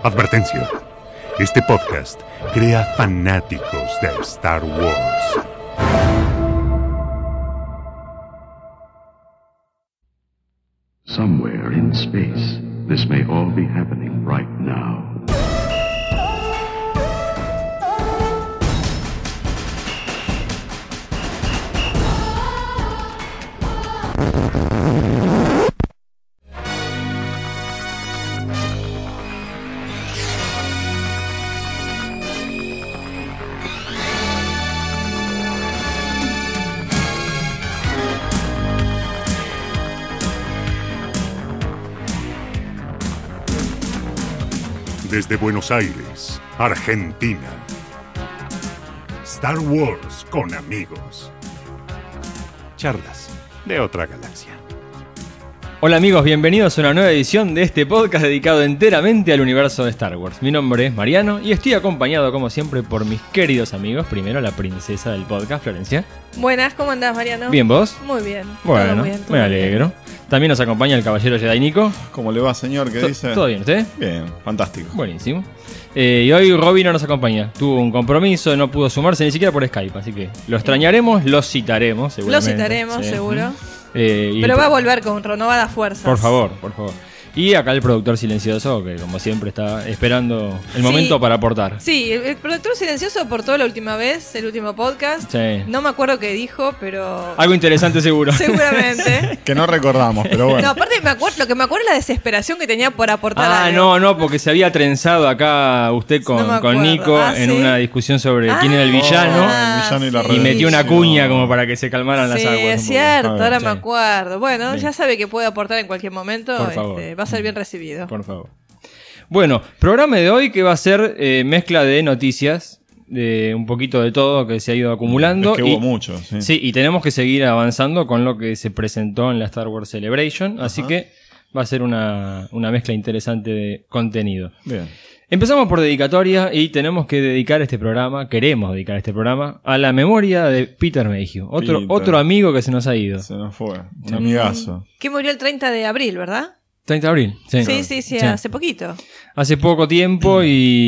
Advertencia. Este podcast crea fanáticos de Star Wars. Somewhere in space, this may all be happening right now. Desde Buenos Aires, Argentina. Star Wars con amigos. Charlas de otra galaxia. Hola amigos, bienvenidos a una nueva edición de este podcast dedicado enteramente al universo de Star Wars. Mi nombre es Mariano y estoy acompañado como siempre por mis queridos amigos. Primero la princesa del podcast, Florencia. Buenas, ¿cómo andás, Mariano? ¿Bien vos? Muy bien. Bueno, todo bien, todo me alegro. También nos acompaña el caballero Jedi Nico. ¿Cómo le va, señor? ¿Qué dice? ¿Todo bien usted? Bien, fantástico. Buenísimo. Y hoy Robbie no nos acompaña. Tuvo un compromiso, no pudo sumarse ni siquiera por Skype. Así que lo extrañaremos, lo citaremos seguramente. Lo citaremos, sí. seguro. Y Pero va a volver con renovadas fuerzas. Por favor, por favor. Y acá el productor silencioso, que como siempre está esperando el momento para aportar. Sí, el productor silencioso aportó la última vez, el último podcast. Sí. No me acuerdo qué dijo, pero... Algo interesante seguro. Seguramente. Que no recordamos, pero bueno. No, aparte lo que me acuerdo es la desesperación que tenía por aportar algo. No, porque se había trenzado acá usted No me con acuerdo. Nico en ¿sí? una discusión sobre quién era el villano. el villano y la Y red. metió una cuña como para que se calmaran las Sí, aguas. es un poco. cierto, ahora Sí. me acuerdo. Bueno, Bien. ya sabe que puede aportar en cualquier momento. Por favor. Va a ser bien recibido. Por favor. Bueno, programa de hoy que va a ser mezcla de noticias, de un poquito de todo que se ha ido acumulando. Es que hubo mucho, sí. Sí, y tenemos que seguir avanzando con lo que se presentó en la Star Wars Celebration, así que va a ser una mezcla interesante de contenido. Bien. Empezamos por dedicatoria y tenemos que dedicar queremos dedicar este programa a la memoria de Peter Mayhew, otro amigo que se nos ha ido. Se nos fue. Un amigazo. Que murió el 30 de abril, ¿verdad? 30 de abril, sí. Sí, hace poquito. Hace poco tiempo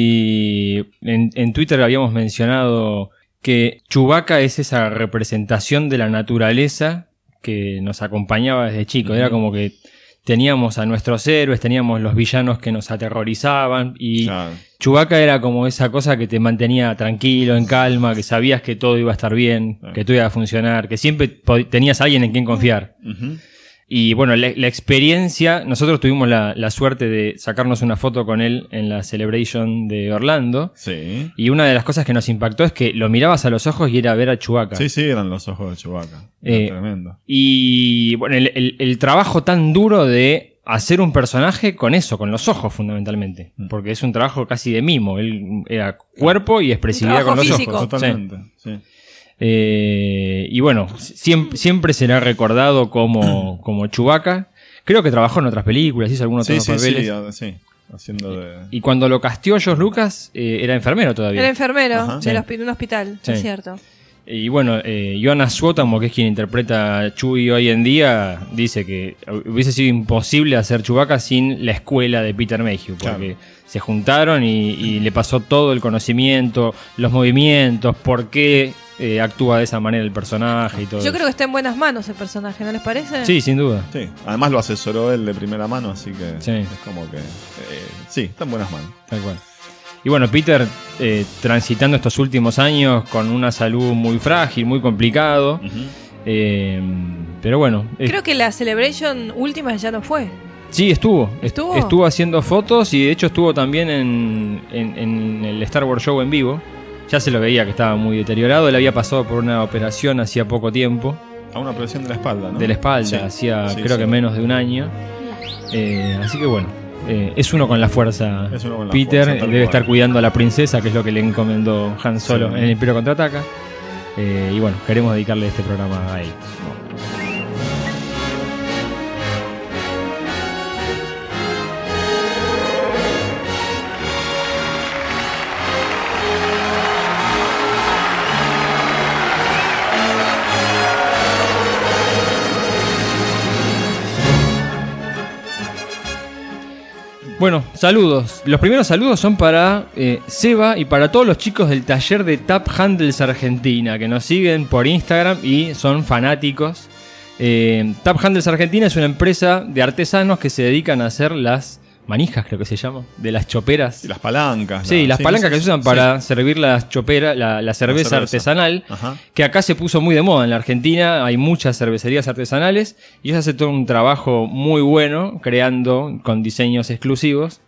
y en Twitter habíamos mencionado que Chewbacca es esa representación de la naturaleza que nos acompañaba desde chico. Era como que teníamos a nuestros héroes, teníamos los villanos que nos aterrorizaban y Claro. Chewbacca era como esa cosa que te mantenía tranquilo, en calma, que sabías que todo iba a estar bien, que todo iba a funcionar, que siempre tenías a alguien en quien confiar. Ujú. Y bueno, la experiencia, nosotros tuvimos la suerte de sacarnos una foto con él en la Celebration de Orlando. Sí. Y una de las cosas que nos impactó es que lo mirabas a los ojos y era ver a Chewbacca. Sí, eran los ojos de Chewbacca. Era tremendo. Y bueno, el trabajo tan duro de hacer un personaje con eso, con los ojos fundamentalmente. Porque es un trabajo casi de mimo. Él era cuerpo y expresividad trabajo con los físico. ojos. Totalmente, sí. Y bueno, siempre será recordado como Chewbacca. Creo que trabajó en otras películas, hizo algunos otros papeles. Sí, haciendo de... Y cuando lo casteó George Lucas, era enfermero todavía. Era enfermero Ajá. de un hospital, Sí. es cierto. Y bueno, Jonas Suotamo, que es quien interpreta a Chewie hoy en día, dice que hubiese sido imposible hacer Chewbacca sin la escuela de Peter Mayhew, porque se juntaron y le pasó todo el conocimiento, los movimientos, por qué actúa de esa manera el personaje y todo. Yo creo que está en buenas manos el personaje, ¿no les parece? Sí, sin duda. Sí, además lo asesoró él de primera mano, así que Sí. es como que... sí, está en buenas manos. Tal cual. Y bueno, Peter transitando estos últimos años con una salud muy frágil, muy complicado. Pero bueno. Creo que la Celebration última ya no fue. Sí, estuvo. ¿Estuvo? Estuvo haciendo fotos y de hecho estuvo también en el Star Wars Show en vivo. Ya se lo veía que estaba muy deteriorado. Él había pasado por una operación hacía poco tiempo. A una presión de la espalda, ¿no? De la espalda, Sí. hacía Sí, creo sí. que menos de un año. Así que bueno, es uno con la fuerza. Es uno con la Peter fuerza, tal debe cual. estar cuidando a la princesa, que es lo que le encomendó Han Solo Sí. en el Imperio Contraataca. Y bueno, queremos dedicarle este programa a él. Bueno, saludos. Los primeros saludos son para Seba y para todos los chicos del taller de Tap Handles Argentina, que nos siguen por Instagram y son fanáticos. Tap Handles Argentina es una empresa de artesanos que se dedican a hacer las manijas, creo que se llama, de las choperas. Y las palancas. Sí, las palancas que se usan para servir las choperas, la cerveza artesanal, Ajá. que acá se puso muy de moda en la Argentina. Hay muchas cervecerías artesanales y ellos hacen todo un trabajo muy bueno creando con diseños exclusivos.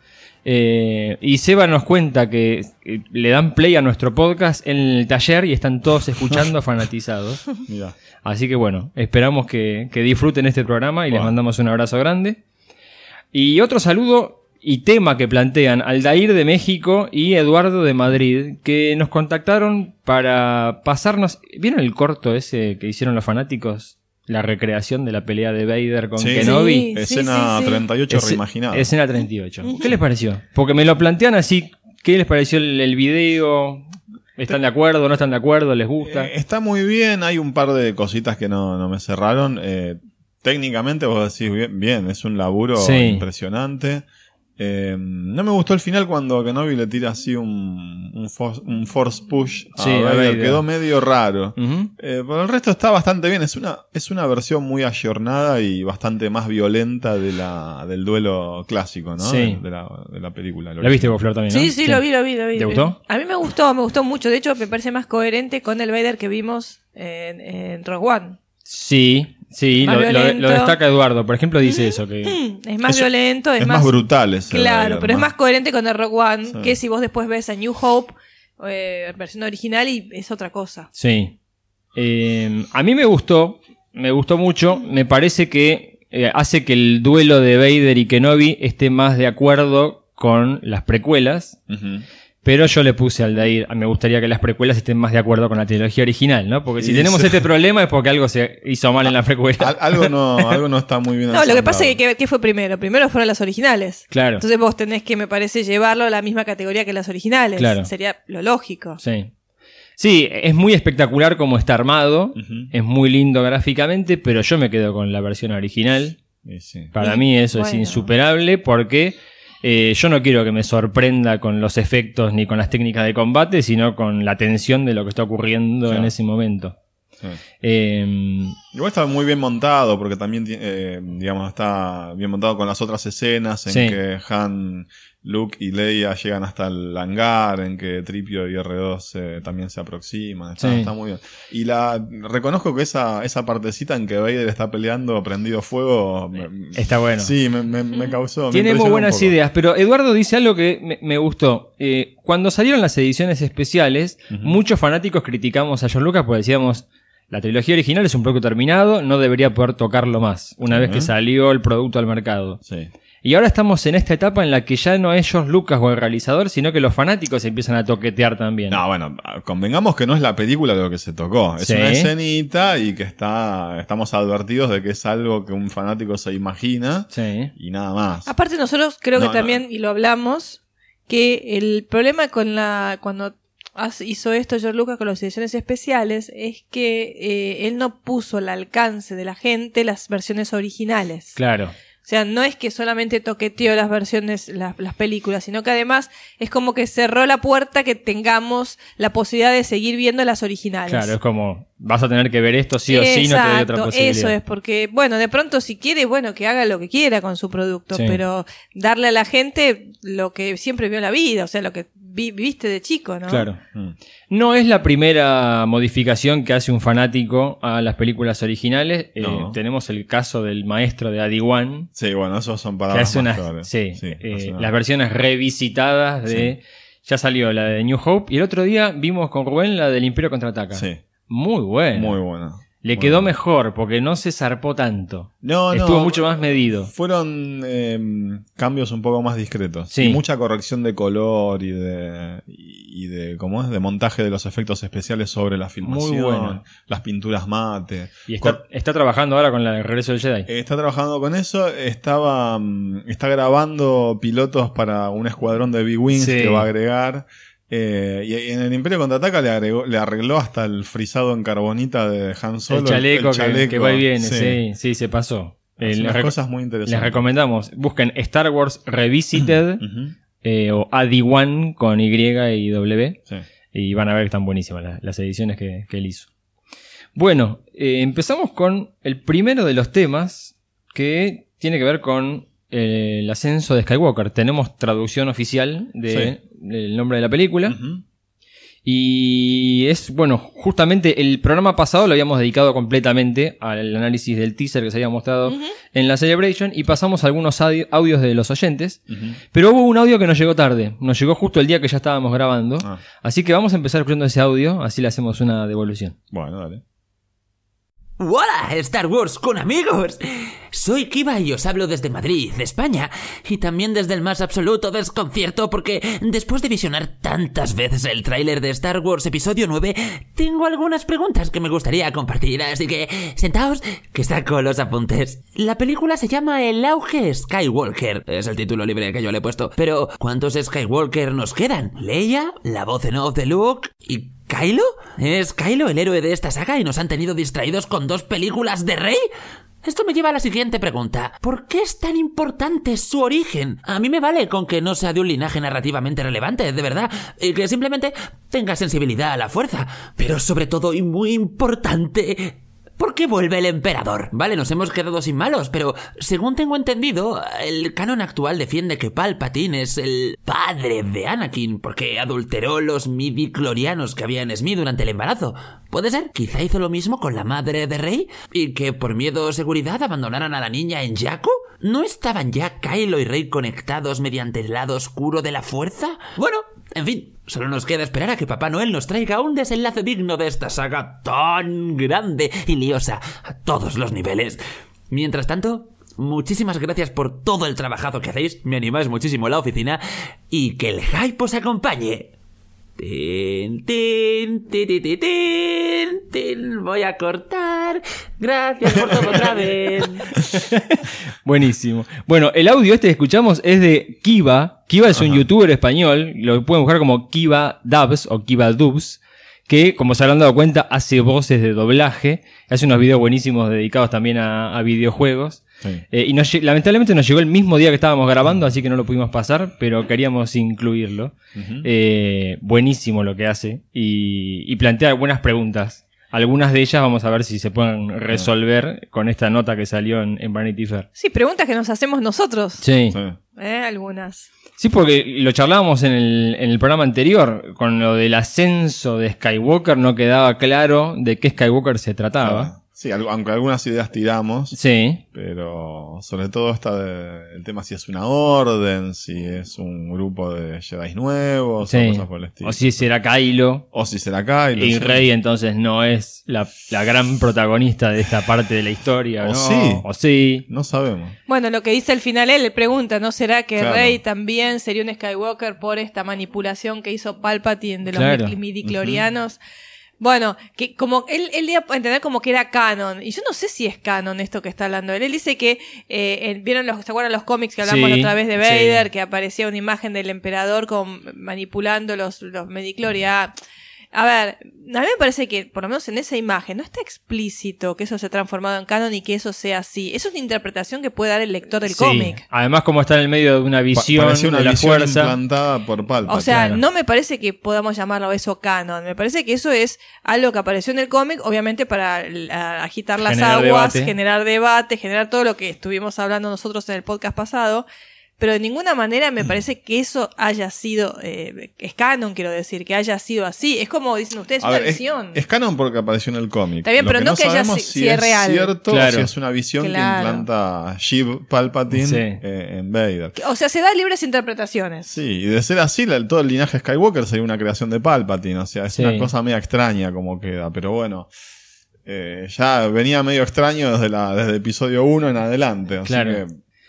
Y Seba nos cuenta que le dan play a nuestro podcast en el taller y están todos escuchando fanatizados. Mirá. Así que bueno, esperamos que disfruten este programa y les mandamos un abrazo grande. Y otro saludo y tema que plantean Aldair de México y Eduardo de Madrid, que nos contactaron para pasarnos... ¿Vieron el corto ese que hicieron los fanáticos? La recreación de la pelea de Vader con Kenobi. Sí. Escena 38 reimaginada. Escena 38. ¿Qué les pareció? Porque me lo plantean así. ¿Qué les pareció el video? ¿Están de acuerdo? ¿No están de acuerdo? ¿Les gusta? Está muy bien. Hay un par de cositas que no me cerraron. Técnicamente vos decís bien, es un laburo impresionante. No me gustó el final cuando Kenobi le tira así un force push a Vader. Quedó medio raro. Por el resto está bastante bien. Es una versión muy ayornada y bastante más violenta del duelo clásico, ¿no? Sí. De la película. ¿La viste vos, Flor, también? ¿No? Sí, lo vi. ¿Te gustó? A mí me gustó mucho. De hecho, me parece más coherente con el Vader que vimos en Rogue One. Sí, lo destaca Eduardo. Por ejemplo, dice eso. Que es más violento, es más brutal ese Claro, Vader, pero ¿no? es más coherente con el Rogue One Sí. que si vos después ves a New Hope, versión original, y es otra cosa. Sí. A mí me gustó mucho. Me parece que hace que el duelo de Vader y Kenobi esté más de acuerdo con las precuelas. Ujú. Pero yo le puse al Aldair, me gustaría que las precuelas estén más de acuerdo con la trilogía original, ¿no? Porque si tenemos este problema es porque algo se hizo mal en la precuela. Algo no está muy bien No, lo que pasa ensamblado. es que ¿qué fue primero? Primero fueron las originales. Claro. Entonces vos tenés que, me parece, llevarlo a la misma categoría que las originales. Claro. Sería lo lógico. Sí. Sí, es muy espectacular como está armado, es muy lindo gráficamente, pero yo me quedo con la versión original. Sí. Para mí eso es Bueno. insuperable porque yo no quiero que me sorprenda con los efectos ni con las técnicas de combate, sino con la tensión de lo que está ocurriendo Claro. en ese momento. Sí. Sí. Igual está muy bien montado porque también digamos está bien montado con las otras escenas en Sí. que Han, Luke y Leia llegan hasta el hangar, en que Tripio y R2 también se aproximan. Está muy bien. Y reconozco que esa partecita en que Vader está peleando prendido fuego Está bueno. Sí, me causó. me Tiene muy impresionó buenas un poco. ideas, pero Eduardo dice algo que me gustó. Cuando salieron las ediciones especiales, muchos fanáticos criticamos a George Lucas porque decíamos, la trilogía original es un producto terminado, no debería poder tocarlo más, una vez que salió el producto al mercado. Sí. Y ahora estamos en esta etapa en la que ya no es George Lucas o el realizador, sino que los fanáticos empiezan a toquetear también. No, bueno, convengamos que no es la película de lo que se tocó. Es Sí. una escenita y que estamos advertidos de que es algo que un fanático se imagina Sí. y nada más. Aparte nosotros creo No, que también, y lo hablamos, que el problema con cuando hizo esto George Lucas con las ediciones especiales es que él no puso al alcance de la gente las versiones originales. Claro. O sea, no es que solamente toqueteó las versiones, las películas, sino que además es como que cerró la puerta que tengamos la posibilidad de seguir viendo las originales. Claro, es como, vas a tener que ver esto sí o sí, no te doy otra posibilidad. Eso es, porque, bueno, de pronto si quiere, bueno, que haga lo que quiera con su producto, Sí. pero darle a la gente lo que siempre vio en la vida, o sea, lo que viviste de chico, ¿no? Claro. No es la primera modificación que hace un fanático a las películas originales. No. Tenemos el caso del maestro de Adi-Wan, Sí, bueno, esos son que palabras hace unas, mayores. sí, hace una- las versiones revisitadas de... Ya salió la de New Hope y el otro día vimos con Rubén la del Imperio Contraataca. Sí, Muy buena. muy buena. Le Muy quedó buena. mejor porque no se zarpó tanto. No, Estuvo mucho más medido. Fueron cambios un poco más discretos. Sí. Y mucha corrección de color y de ¿cómo es? De montaje de los efectos especiales sobre la filmación. Muy bueno. Las pinturas mate. Y está trabajando ahora con el regreso del Jedi. Está trabajando con eso. Está grabando pilotos para un escuadrón de B-Wings Sí. que va a agregar. Y en el Imperio Contraataca le arregló hasta el frisado en carbonita de Han Solo. El chaleco, que va y viene, sí. sí, se pasó. Unas cosas muy interesantes. Les recomendamos, busquen Star Wars Revisited o AD1 con Y y W. Sí. Y van a ver que están buenísimas las ediciones que él hizo. Bueno, empezamos con el primero de los temas que tiene que ver con el ascenso de Skywalker. Tenemos traducción oficial del nombre de la película. Y es, bueno, justamente el programa pasado lo habíamos dedicado completamente al análisis del teaser que se había mostrado en la Celebration y pasamos algunos audios de los oyentes, pero hubo un audio que nos llegó tarde, nos llegó justo el día que ya estábamos grabando, así que vamos a empezar escuchando ese audio, así le hacemos una devolución. Bueno, dale. ¡Hola, Star Wars con amigos! Soy Kiva y os hablo desde Madrid, España, y también desde el más absoluto desconcierto porque después de visionar tantas veces el tráiler de Star Wars Episodio 9, tengo algunas preguntas que me gustaría compartir, así que sentaos que saco los apuntes. La película se llama El auge Skywalker, es el título libre que yo le he puesto, pero ¿cuántos Skywalker nos quedan? ¿Leia? ¿La voz en off de Luke? ¿Y Kylo? ¿Es Kylo el héroe de esta saga y nos han tenido distraídos con 2 películas de Rey? Esto me lleva a la siguiente pregunta. ¿Por qué es tan importante su origen? A mí me vale con que no sea de un linaje narrativamente relevante, de verdad, y que simplemente tenga sensibilidad a la fuerza. Pero sobre todo, y muy importante, ¿por qué vuelve el emperador? Vale, nos hemos quedado sin malos, pero según tengo entendido, el canon actual defiende que Palpatine es el padre de Anakin porque adulteró los midichlorianos que había en Smee durante el embarazo. ¿Puede ser? Quizá hizo lo mismo con la madre de Rey y que por miedo o seguridad abandonaran a la niña en Jakku. ¿No estaban ya Kylo y Rey conectados mediante el lado oscuro de la fuerza? Bueno, en fin, solo nos queda esperar a que Papá Noel nos traiga un desenlace digno de esta saga tan grande y liosa a todos los niveles. Mientras tanto, muchísimas gracias por todo el trabajazo que hacéis, me animáis muchísimo la oficina y que el hype os acompañe. Tin, tin, tin, tin, tin, tin, tin. Voy a cortar. Gracias por todo otra vez. Buenísimo. Bueno, el audio este que escuchamos es de Kiva. Kiva es un youtuber español. Lo pueden buscar como Kiva Dubs o Kiva Dubs, que, como se habrán dado cuenta, hace voces de doblaje. Hace unos videos buenísimos dedicados también a videojuegos. Sí. Y lamentablemente nos llegó el mismo día que estábamos grabando, así que no lo pudimos pasar, pero queríamos incluirlo. Buenísimo lo que hace y plantea buenas preguntas. Algunas de ellas vamos a ver si se pueden resolver con esta nota que salió en Vanity Fair. Sí, preguntas que nos hacemos nosotros. Sí. Algunas. Sí, porque lo charlábamos en el programa anterior. Con lo del ascenso de Skywalker no quedaba claro de qué Skywalker se trataba. Sí, aunque algunas ideas tiramos. Sí. Pero sobre todo está el tema si es una orden, si es un grupo de Jedi nuevos, o cosas por el estilo. O si será Kylo. Y Rey entonces no es la gran protagonista de esta parte de la historia, ¿no? O sí. No sabemos. Bueno, lo que dice al final él ¿no será que Rey también sería un Skywalker por esta manipulación que hizo Palpatine de los midichlorianos? Bueno, que como él dio a entender como que era canon, y yo no sé si es canon esto que está hablando él. Él dice que ¿vieron ¿se acuerdan los cómics que hablamos otra vez de Vader? Que aparecía una imagen del emperador manipulando los midichlorianos. A ver, a mí me parece que, por lo menos en esa imagen, no está explícito que eso se ha transformado en canon y que eso sea así. Eso es una interpretación que puede dar el lector del cómic. Además, como está en el medio de una visión de la fuerza implantada por Palpatine. O sea, no me parece que podamos llamarlo eso canon. Me parece que eso es algo que apareció en el cómic, obviamente para agitar las aguas, generar debate, generar todo lo que estuvimos hablando nosotros en el podcast pasado. Pero de ninguna manera me parece que eso haya sido, es canon, quiero decir, que haya sido así. Es como dicen ustedes, una visión. Es canon porque apareció en el cómic. Está bien, pero no que haya si es real. Cierto, si es una visión que implanta Sheev Palpatine en Vader. O sea, se da libres interpretaciones. Sí, y de ser así, todo el linaje Skywalker sería una creación de Palpatine. O sea, es una cosa media extraña como queda, pero bueno. Ya venía medio extraño desde episodio 1 en adelante. Así que...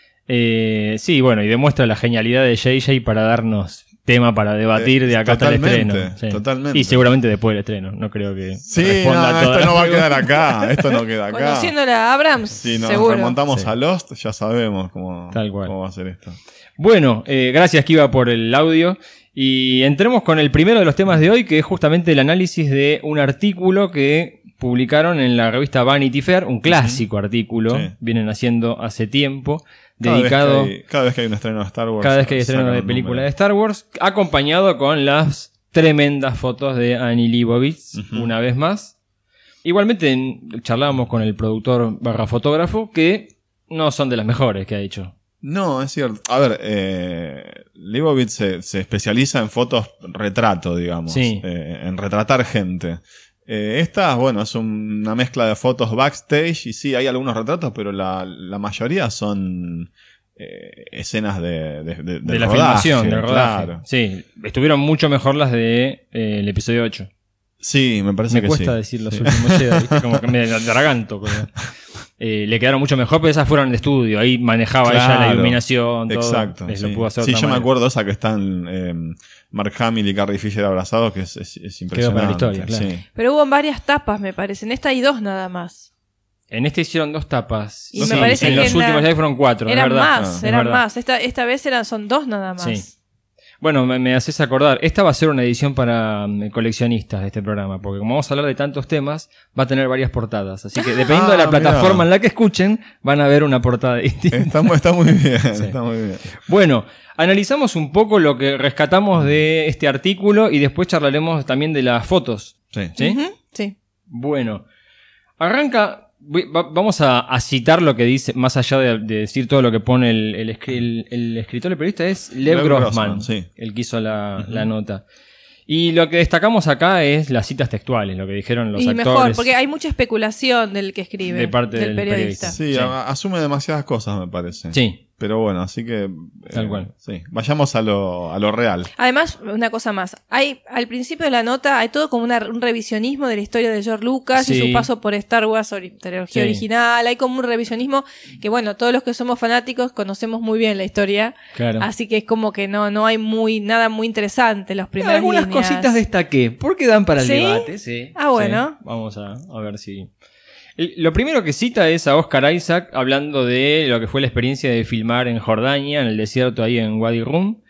sí, bueno, y demuestra la genialidad de JJ para darnos tema para debatir de acá hasta el estreno. Totalmente. Y seguramente después del estreno, no creo que responda a todo. Esto no va a quedar acá, esto no queda acá. Conociéndola a Abrams, si nos seguro. remontamos a Lost, ya sabemos cómo va a ser esto. Bueno, gracias Kiva por el audio. Y entremos con el primero de los temas de hoy, que es justamente el análisis de un artículo que publicaron en la revista Vanity Fair un clásico artículo, vienen haciendo hace tiempo, dedicado... Cada vez que hay un estreno de Star Wars. Cada vez que hay estreno de película de Star Wars, acompañado con las tremendas fotos de Annie Leibovitz, una vez más. Igualmente charlábamos con el productor / fotógrafo, que no son de las mejores que ha hecho. No, es cierto. A ver, Leibovitz se especializa en fotos retrato, digamos. Sí. En retratar gente. Esta, bueno, es una mezcla de fotos backstage y sí, hay algunos retratos, pero la mayoría son escenas de la rodaje, filmación, del rodaje. Claro. Sí, estuvieron mucho mejor las de el episodio 8. Sí, me parece que sí. Me cuesta decir los últimos Jedi, ¿viste? Como que me atraganto. Le quedaron mucho mejor, pero esas fueron de estudio. Ahí manejaba ella la iluminación, todo. Exacto. Lo Sí, pudo hacer sí, yo manera. me acuerdo esa que están Mark Hamill y Carrie Fisher abrazados, que es impresionante. Quedó para la historia, claro. Sí. Pero hubo varias tapas, me parece. En esta hay 2 nada más. En este hicieron 2 tapas. Y me parece en que los últimos Jedi fueron 4. Eran es verdad. más, Es eran verdad. más. Esta vez son 2 nada más. Sí. Bueno, me haces acordar. Esta va a ser una edición para coleccionistas de este programa, porque como vamos a hablar de tantos temas, va a tener varias portadas. Así que dependiendo de la plataforma en la que escuchen, van a ver una portada distinta. Está muy bien, Sí. está muy bien. Bueno, analizamos un poco lo que rescatamos de este artículo y después charlaremos también de las fotos. Sí. ¿Sí? Ujú, sí. Bueno, arranca... Vamos a citar lo que dice, más allá de decir todo lo que pone el escritor, el periodista es Lev Grossman, sí. el que hizo la nota. Y lo que destacamos acá es las citas textuales, lo que dijeron los y actores. mejor, porque hay mucha especulación del que escribe, De parte del periodista. Sí, Sí. asume demasiadas cosas, me parece. Sí, Pero bueno, así que... Tal cual. Sí, vayamos a lo real. Además, una cosa más. Al principio de la nota hay todo como un revisionismo de la historia de George Lucas y Sí. su paso por Star Wars, trilogía Sí. original. Hay como un revisionismo que, bueno, todos los que somos fanáticos conocemos muy bien la historia. claro. Así que es como que no hay nada muy interesante en las primeras Algunas líneas. cositas destaqué, porque dan para el ¿Sí? debate. Sí. Ah, bueno. Sí. Vamos a ver si... Lo primero que cita es a Oscar Isaac hablando de lo que fue la experiencia de filmar en Jordania, en el desierto ahí en Wadi Rum,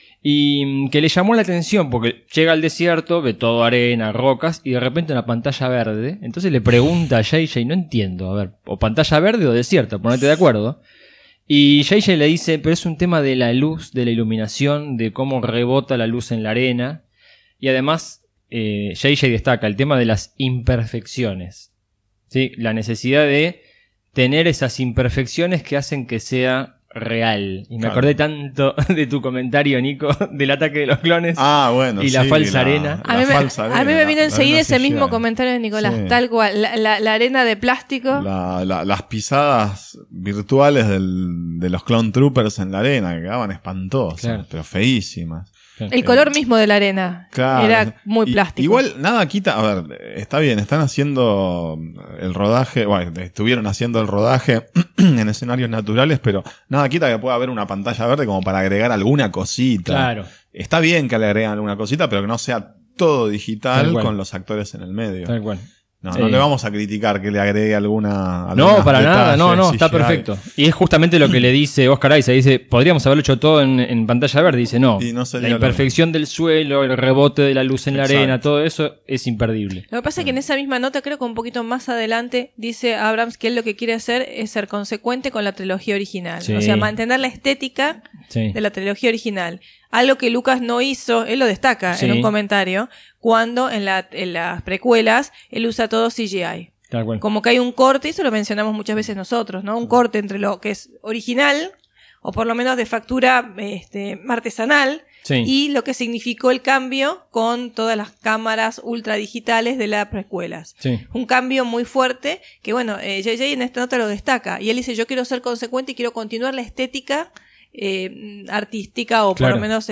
y que le llamó la atención porque llega al desierto, ve todo arena, rocas, y de repente una pantalla verde. Entonces le pregunta a JJ, no entiendo, a ver, o pantalla verde o desierto, ponete de acuerdo. Y JJ le dice, pero es un tema de la luz, de la iluminación, de cómo rebota la luz en la arena. Y además, JJ destaca el tema de las imperfecciones. ¿Sí? La necesidad de tener esas imperfecciones que hacen que sea real. Y me acordé tanto de tu comentario, Nico, del ataque de los clones. Ah, bueno, y la falsa arena. A mí me vino enseguida ese mismo comentario de Nicolás, Sí. tal cual. La arena de plástico. Las pisadas virtuales de los Clone Troopers en la arena, que quedaban espantosas, Claro. pero feísimas. El color mismo de la arena. Claro. Era muy plástico. Igual nada quita, a ver, está bien, están haciendo el rodaje, bueno, estuvieron haciendo el rodaje en escenarios naturales, pero nada quita que pueda haber una pantalla verde como para agregar alguna cosita. Claro. Está bien que le agreguen alguna cosita, pero que no sea todo Tal digital cual. con los actores en el medio. Tal cual. No le vamos a criticar que le agregue alguna... No, algunos para nada, detalles, no, está CGI. perfecto. Y es justamente lo que le dice Oscar Isaac, dice, podríamos haberlo hecho todo en pantalla verde, dice, no, Y no sería la imperfección del suelo, el rebote de la luz en la Exacto. arena, todo eso es imperdible. Lo que pasa es que en esa misma nota, creo que un poquito más adelante, dice Abrams que él lo que quiere hacer es ser consecuente con la trilogía original. Sí. O sea, mantener la estética Sí. de la trilogía original. Algo que Lucas no hizo, él lo destaca Sí. en un comentario, cuando en las precuelas él usa todo CGI. Tal cual. Como que hay un corte, y eso lo mencionamos muchas veces nosotros, ¿no? Un corte entre lo que es original, o por lo menos de factura artesanal, Sí. y lo que significó el cambio con todas las cámaras ultra digitales de las precuelas. Sí. Un cambio muy fuerte que, bueno, JJ en esta nota lo destaca. Y él dice, yo quiero ser consecuente y quiero continuar la estética artística o Claro. por lo menos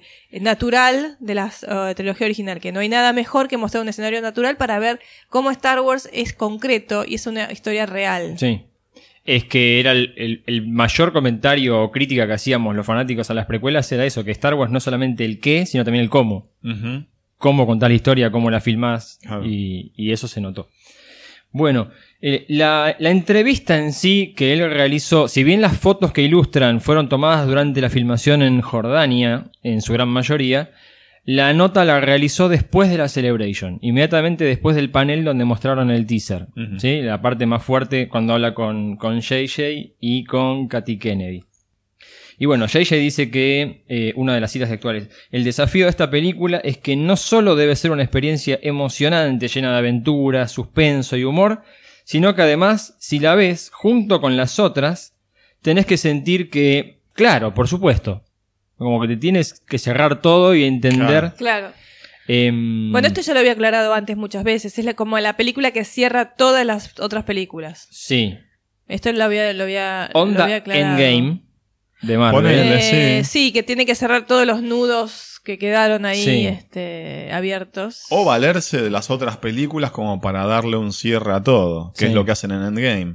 natural de la trilogía original. Que no hay nada mejor que mostrar un escenario natural para ver cómo Star Wars es concreto y es una historia real. Sí. Es que era el mayor comentario o crítica que hacíamos los fanáticos a las precuelas era eso, que Star Wars no solamente el qué, sino también el cómo. Ujú. Cómo contar la historia, cómo la filmás, Claro. y eso se notó. Bueno, la entrevista en sí que él realizó, si bien las fotos que ilustran fueron tomadas durante la filmación en Jordania, en su gran mayoría, la nota la realizó después de la Celebration, inmediatamente después del panel donde mostraron el teaser. Ujú. ¿Sí? La parte más fuerte cuando habla con JJ y con Katy Kennedy. Y bueno, JJ dice que, una de las citas actuales, el desafío de esta película es que no solo debe ser una experiencia emocionante, llena de aventura, suspenso y humor, sino que además, si la ves junto con las otras, tenés que sentir que, claro, por supuesto, como que te tienes que cerrar todo y entender. Claro. Bueno, esto ya lo había aclarado antes muchas veces. Es como la película que cierra todas las otras películas. Sí. Esto lo había Onda aclarado. Endgame de Marvel. Ponele. Sí, que tiene que cerrar todos los nudos que quedaron ahí Sí. abiertos. O valerse de las otras películas como para darle un cierre a todo, que Sí. es lo que hacen en Endgame.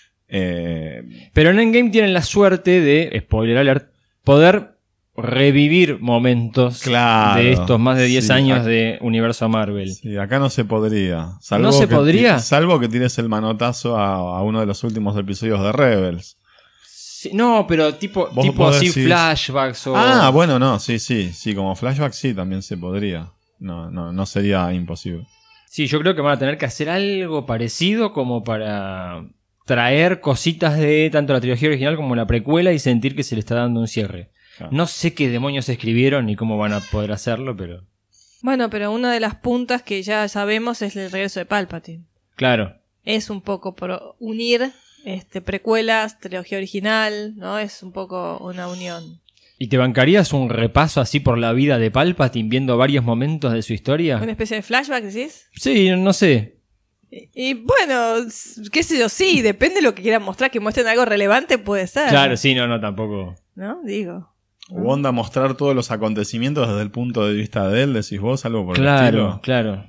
Pero en Endgame tienen la suerte de, spoiler alert, poder revivir momentos Claro, de estos más de 10 sí, años de universo Marvel. Sí, acá no se podría. ¿No se podría? Salvo que tires el manotazo a uno de los últimos episodios de Rebels. Sí, no, pero tipo podés así decir- flashbacks o... Ah, bueno, no, sí, como flashback sí, también se podría. No sería imposible. Sí, yo creo que van a tener que hacer algo parecido como para traer cositas de tanto la trilogía original como la precuela y sentir que se le está dando un cierre. Claro. No sé qué demonios escribieron ni cómo van a poder hacerlo, pero... Bueno, pero una de las puntas que ya sabemos es el regreso de Palpatine. Claro. Es un poco por unir precuelas, trilogía original, ¿no? Es un poco una unión. ¿Y te bancarías un repaso así por la vida de Palpatine viendo varios momentos de su historia? ¿Una especie de flashback, decís? Sí, no sé. Y bueno, qué sé yo, sí, depende de lo que quieran mostrar, que muestren algo relevante puede ser. Claro, sí, no, tampoco. ¿No? Digo. O onda mostrar todos los acontecimientos desde el punto de vista de él, decís vos, algo por el Claro, estilo. claro.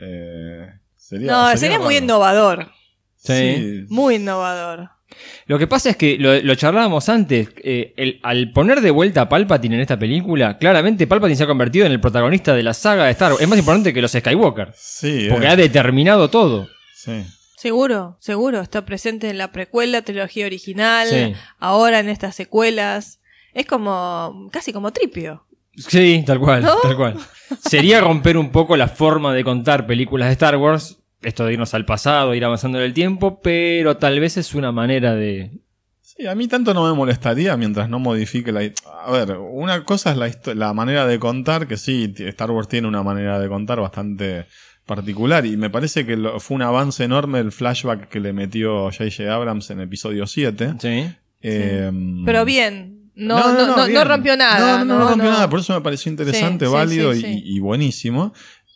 Sería muy raro. innovador. Sí. Muy innovador. Lo que pasa es que lo charlábamos antes, al poner de vuelta a Palpatine en esta película, claramente Palpatine se ha convertido en el protagonista de la saga de Star Wars. Es más importante que los Skywalker, Sí, porque ha determinado todo. sí. Seguro. Está presente en la precuela, trilogía original, Sí. ahora en estas secuelas. Es como, casi como Tripio. Sí, tal cual, ¿No? tal cual. Sería romper un poco la forma de contar películas de Star Wars, esto de irnos al pasado, ir avanzando en el tiempo, pero tal vez es una manera de... Sí, a mí tanto no me molestaría mientras no modifique la... A ver, una cosa es la manera de contar, que sí, Star Wars tiene una manera de contar bastante particular, y me parece que fue un avance enorme el flashback que le metió J.J. Abrams en episodio 7. Sí. Pero bien. No bien. rompió nada. No rompió nada, por eso me pareció interesante, Sí, válido sí. y buenísimo.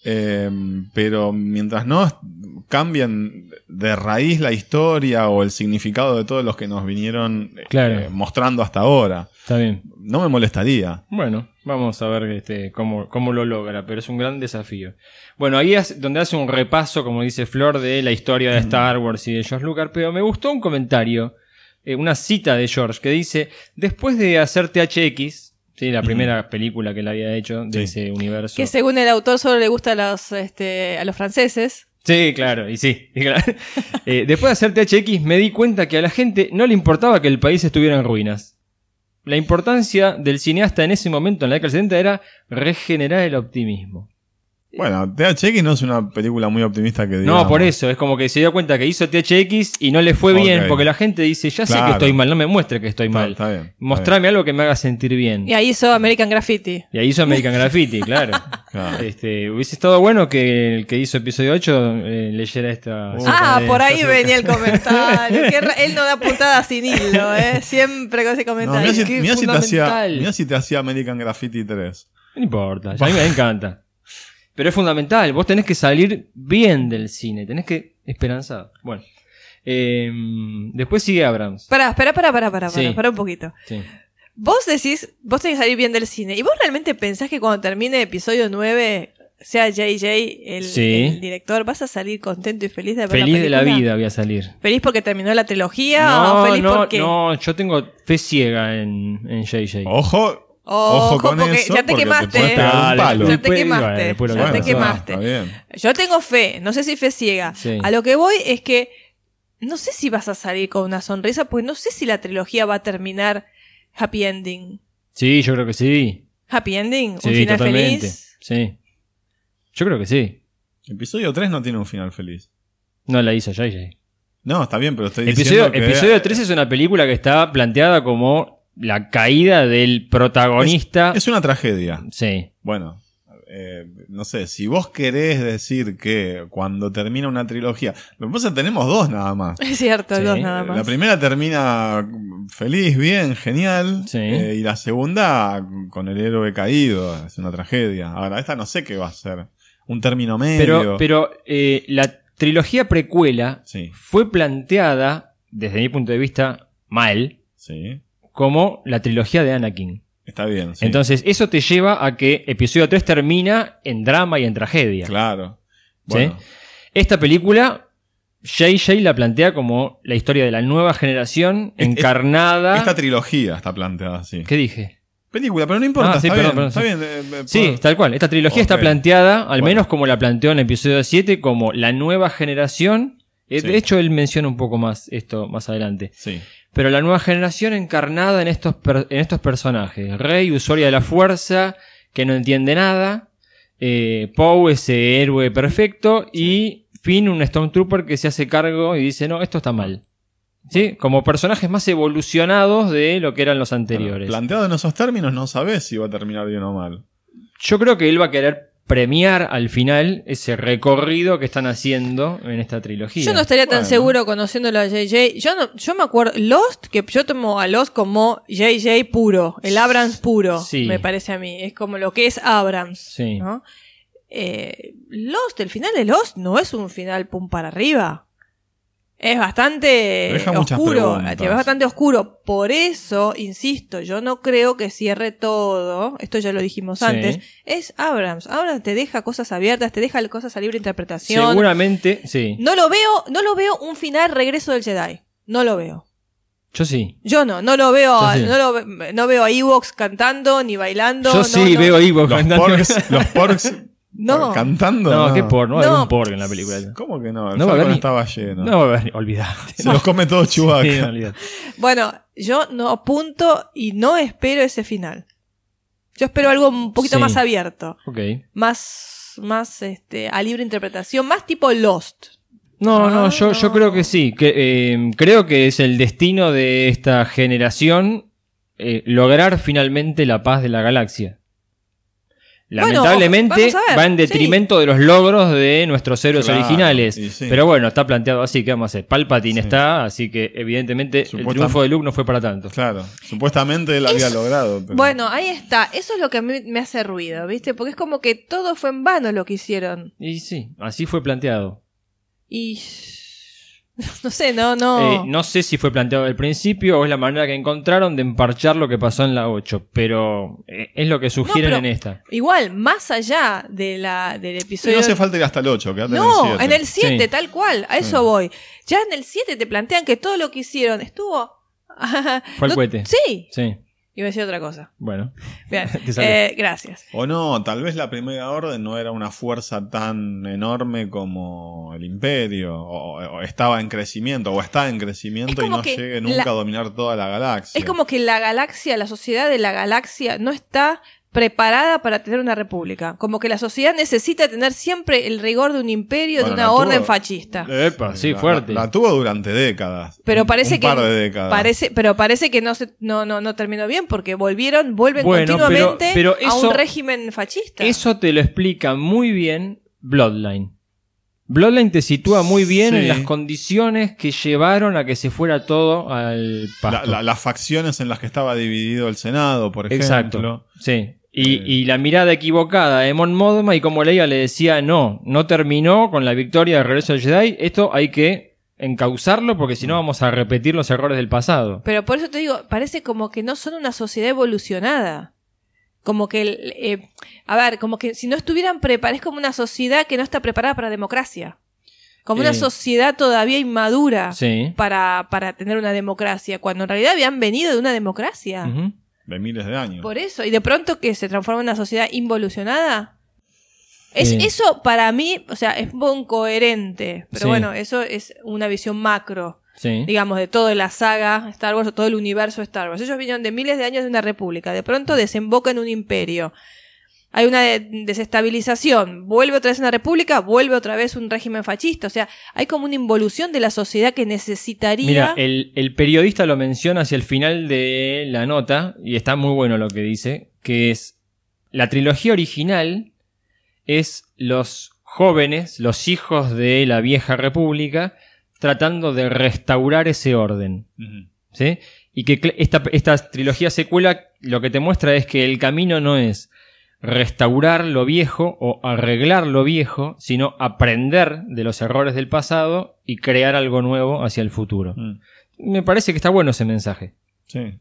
Pero mientras no cambien de raíz la historia o el significado de todos los que nos vinieron Claro. mostrando hasta ahora, Está bien. no me molestaría. Bueno, vamos a ver cómo lo logra, pero es un gran desafío. Bueno, ahí es donde hace un repaso, como dice Flor, de la historia de Star Wars y de George Lucas, pero me gustó un comentario, una cita de George que dice, después de hacer THX, sí, la primera película que él había hecho de ese universo. Que según el autor solo le gusta a los franceses. Sí, claro, y sí. Y claro. Después de hacer THX me di cuenta que a la gente no le importaba que el país estuviera en ruinas. La importancia del cineasta en ese momento, en la década del 70, era regenerar el optimismo. Bueno, THX no es una película muy optimista que digamos. No, por eso, es como que se dio cuenta que hizo THX y no le fue bien, Ok. porque la gente dice, ya sé Claro. que estoy mal, no me muestre que estoy mal. Está bien. Mostrame algo que me haga sentir bien. Y ahí hizo American Graffiti. Y ahí hizo American Graffiti, claro. Claro. Hubiese estado bueno que el que hizo episodio 8 leyera esta... Por ahí venía el comentario. Él no da puntada sin hilo, siempre con ese No, comentario. mirá si te hacía American Graffiti 3. No importa, a mí me encanta. Pero es fundamental, vos tenés que salir bien del cine, tenés que esperanzar. Bueno, después sigue Abrams. Pará Sí. un poquito. Sí. Vos decís, vos tenés que salir bien del cine. ¿Y vos realmente pensás que cuando termine episodio 9, sea JJ el director, vas a salir contento y feliz de ver Feliz la de la película? vida voy a salir. ¿Feliz porque terminó la trilogía o feliz porque...? No, yo tengo fe ciega en JJ. Ojo con porque eso, ya te porque quemaste. te puedes pegar un palo. Ya te quemaste. Bueno, después lo Ya te vemos. quemaste. Está bien. Yo tengo fe, no sé si fe ciega. Sí. A lo que voy es que no sé si vas a salir con una sonrisa, pues no sé si la trilogía va a terminar happy ending. Sí, yo creo que sí. ¿Happy ending? Sí, ¿Un final totalmente. feliz? Sí. Yo creo que sí. Episodio 3 no tiene un final feliz. No la hizo JJ. No, está bien, pero estoy diciendo que... Episodio 3 es una película que está planteada como la caída del protagonista. Es una tragedia. Sí. Bueno, no sé, si vos querés decir que cuando termina una trilogía... Lo que pasa es que tenemos 2 nada más. Es cierto, Sí. 2 nada más. La primera termina feliz, bien, genial. Sí. Y la segunda con el héroe caído. Es una tragedia. Ahora, esta no sé qué va a ser. Un término medio. Pero la trilogía precuela Sí, fue planteada, desde mi punto de vista, mal, sí. como la trilogía de Anakin. Está bien, sí. Entonces, eso te lleva a que episodio 3 termina en drama y en tragedia. Claro. Bueno, ¿Sí? Esta película, JJ la plantea como la historia de la nueva generación encarnada. esta trilogía está planteada así. ¿Qué dije? Película, pero no importa, Sí, está perdón, bien. perdón, Está sí. bien. Sí, tal cual. Esta trilogía está Ok. planteada, al Bueno. menos como la planteó en el episodio 7, como la nueva generación. Sí. De hecho, él menciona un poco más esto más adelante. Sí. Pero la nueva generación encarnada en estos personajes. Rey, usuaria de la fuerza, que no entiende nada. Poe, ese héroe perfecto. Y Finn, un Stormtrooper que se hace cargo y dice, no, esto está mal. ¿Sí? Como personajes más evolucionados de lo que eran los anteriores. Planteado en esos términos, no sabés si va a terminar bien o mal. Yo creo que él va a querer premiar al final ese recorrido que están haciendo en esta trilogía. Yo no estaría tan Bueno. seguro conociéndolo a JJ. Yo me acuerdo, Lost, que yo tomo a Lost como JJ puro, el Abrams puro, Sí. me parece a mí. Es como lo que es Abrams. Sí. ¿No? Lost, el final de Lost no es un final pum para arriba. Es bastante Deja muchas oscuro. preguntas. Es bastante oscuro. Por eso, insisto, yo no creo que cierre todo. Esto ya lo dijimos Sí. antes. Es Abrams. Abrams te deja cosas abiertas, te deja cosas a libre interpretación. Seguramente, sí. No lo veo un final regreso del Jedi. No lo veo. Yo sí. Yo no lo veo, Yo sí. no veo a Ewoks cantando ni bailando. Yo no, sí no. veo Ewoks Los cantando. porks No. cantando. No, qué pork, no, hay No. un pork en la película. ¿Cómo que no? El No va a Falcon haber ni- estaba lleno. No, olvidate. Se los come todo Chewbacca. Sí, olvidate. Bueno, yo no apunto y no espero ese final. Yo espero algo un poquito Sí. más abierto, Ok. más a libre interpretación, más tipo Lost. No, yo no. creo que sí. Creo que es el destino de esta generación lograr finalmente la paz de la galaxia. Lamentablemente Bueno, vamos a ver, va en detrimento de los logros de nuestros héroes Claro, originales. y sí. Pero bueno, está planteado así. ¿Qué vamos a hacer? Palpatine Sí. está, así que evidentemente el Supuestamente- triunfo de Luke no fue para tanto. Claro, supuestamente él había logrado. Pero... Bueno, ahí está. Eso es lo que a mí me hace ruido, ¿viste? Porque es como que todo fue en vano lo que hicieron. Y sí, así fue planteado. Y no sé, no. No sé si fue planteado al principio o es la manera que encontraron de emparchar lo que pasó en la 8, pero es lo que sugieren No, en pero esta. Igual, más allá del Sí, episodio. no hace falta ir hasta el 8, quédate No, en en el el 7. 7, Sí. tal cual. A eso voy. Ya en el 7 te plantean que todo lo que hicieron estuvo. Fue al cohete. Sí. Sí, Iba a decir otra cosa. bueno. Bien. Te salió. Gracias. O no, tal vez la Primera Orden no era una fuerza tan enorme como el Imperio, o estaba en crecimiento, o está en crecimiento Es y como no que llegue nunca a dominar toda la galaxia. Es como que la galaxia, la sociedad de la galaxia no está preparada para tener una república. Como que la sociedad necesita tener siempre el rigor de un imperio, Bueno, de una la orden tuvo- fascista. Epa, sí, fuerte. La tuvo durante décadas. Pero parece un que par de décadas. pero parece que no terminó bien porque vuelven Bueno, continuamente pero a eso- un régimen fascista. Eso te lo explica muy bien Bloodline. Bloodline te sitúa muy bien Sí. en las condiciones que llevaron a que se fuera todo al pasto. Las facciones en las que estaba dividido el Senado, por ejemplo. Exacto. Sí. Y la mirada equivocada de Mon Mothma y como Leia le decía, no terminó con la victoria de Regreso del Jedi, esto hay que encauzarlo porque si no vamos a repetir los errores del pasado. Pero por eso te digo, parece como que no son una sociedad evolucionada. Como que, como que si no estuvieran preparados, es como una sociedad que no está preparada para la democracia. Como una sociedad todavía inmadura Sí. para tener una democracia, cuando en realidad habían venido de una democracia. Ujú. De miles de años. Por eso, y de pronto que se transforma en una sociedad involucionada. Sí. Eso para mí, o sea, es un poco incoherente. Pero Sí. bueno, eso es una visión macro, Sí. digamos, de toda la saga Star Wars o todo el universo Star Wars. Ellos vinieron de miles de años de una república. De pronto desemboca en un imperio. hay una desestabilización, vuelve otra vez una república, vuelve otra vez un régimen fascista. O sea, hay como una involución de la sociedad que necesitaría... Mira, el periodista lo menciona hacia el final de la nota, y está muy bueno lo que dice, que es la trilogía original es los jóvenes, los hijos de la vieja república, tratando de restaurar ese orden. ¿Sí? Y que esta trilogía secuela lo que te muestra es que el camino no es restaurar lo viejo o arreglar lo viejo, sino aprender de los errores del pasado y crear algo nuevo hacia el futuro. Me parece que está bueno ese mensaje. Sí.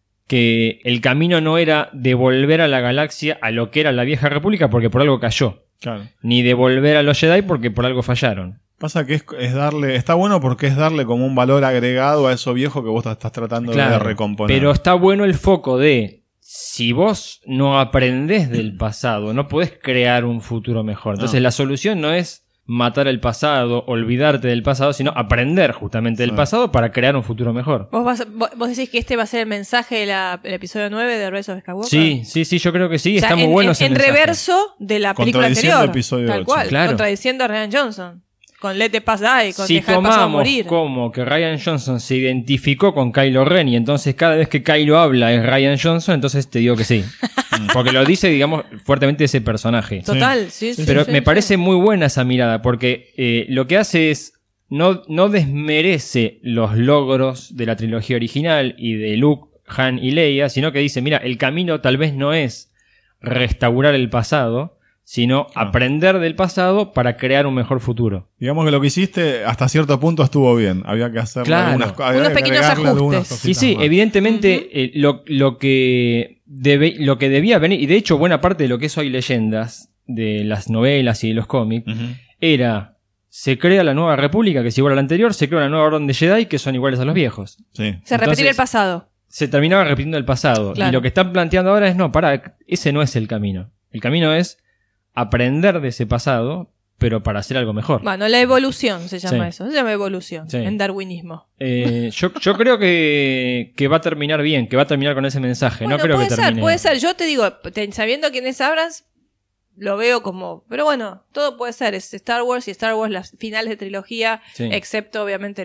Que el camino no era devolver a la galaxia a lo que era la vieja república porque por algo cayó. Claro. Ni devolver a los Jedi porque por algo fallaron. Pasa que es darle... Está bueno porque es darle como un valor agregado a eso viejo que vos estás tratando de recomponer. Pero está bueno el foco de... Si vos no aprendés del pasado, no podés crear un futuro mejor. Entonces la solución no es matar el pasado, olvidarte del pasado, sino aprender justamente del pasado para crear un futuro mejor. ¿Vos decís que este va a ser el mensaje del episodio 9 de Rise of Skywalker? Sí, yo creo que sí. O sea, está muy bueno ese en mensaje. reverso de la película anterior. Episodio tal 8. cual, Claro. contradiciendo a Rian Johnson. Con Let the Past Die, con Si dejar el pasado tomamos morir. como que Rian Johnson se identificó con Kylo Ren y entonces cada vez que Kylo habla es Rian Johnson, entonces te digo que sí. Porque lo dice, digamos, fuertemente ese personaje. Total, sí. Pero sí, me sí. parece muy buena esa mirada, porque lo que hace es no desmerece los logros de la trilogía original y de Luke, Han y Leia, sino que dice, mira, el camino tal vez no es restaurar el pasado, sino aprender del pasado para crear un mejor futuro. Digamos que lo que hiciste hasta cierto punto estuvo bien. Había que hacer Claro. Unos pequeños ajustes. Sí, evidentemente lo que debía venir, y de hecho buena parte de lo que es hoy leyendas, de las novelas y de los cómics, era, se crea la nueva república que es igual a la anterior, se crea una nueva orden de Jedi que son iguales a los viejos. Sí. Se repetir el pasado. Se terminaba repitiendo el pasado. Claro. Y lo que están planteando ahora es, no, ese no es el camino. El camino es aprender de ese pasado, pero para hacer algo mejor. Bueno, la evolución se llama eso. Se llama evolución Sí. en darwinismo. Yo creo que va a terminar bien, que va a terminar con ese mensaje. Bueno, no creo puede que termine. puede ser. Yo te digo, sabiendo quién es Abrams, lo veo como... Pero bueno, todo puede ser. Es Star Wars y Star Wars, las finales de trilogía, Sí. excepto obviamente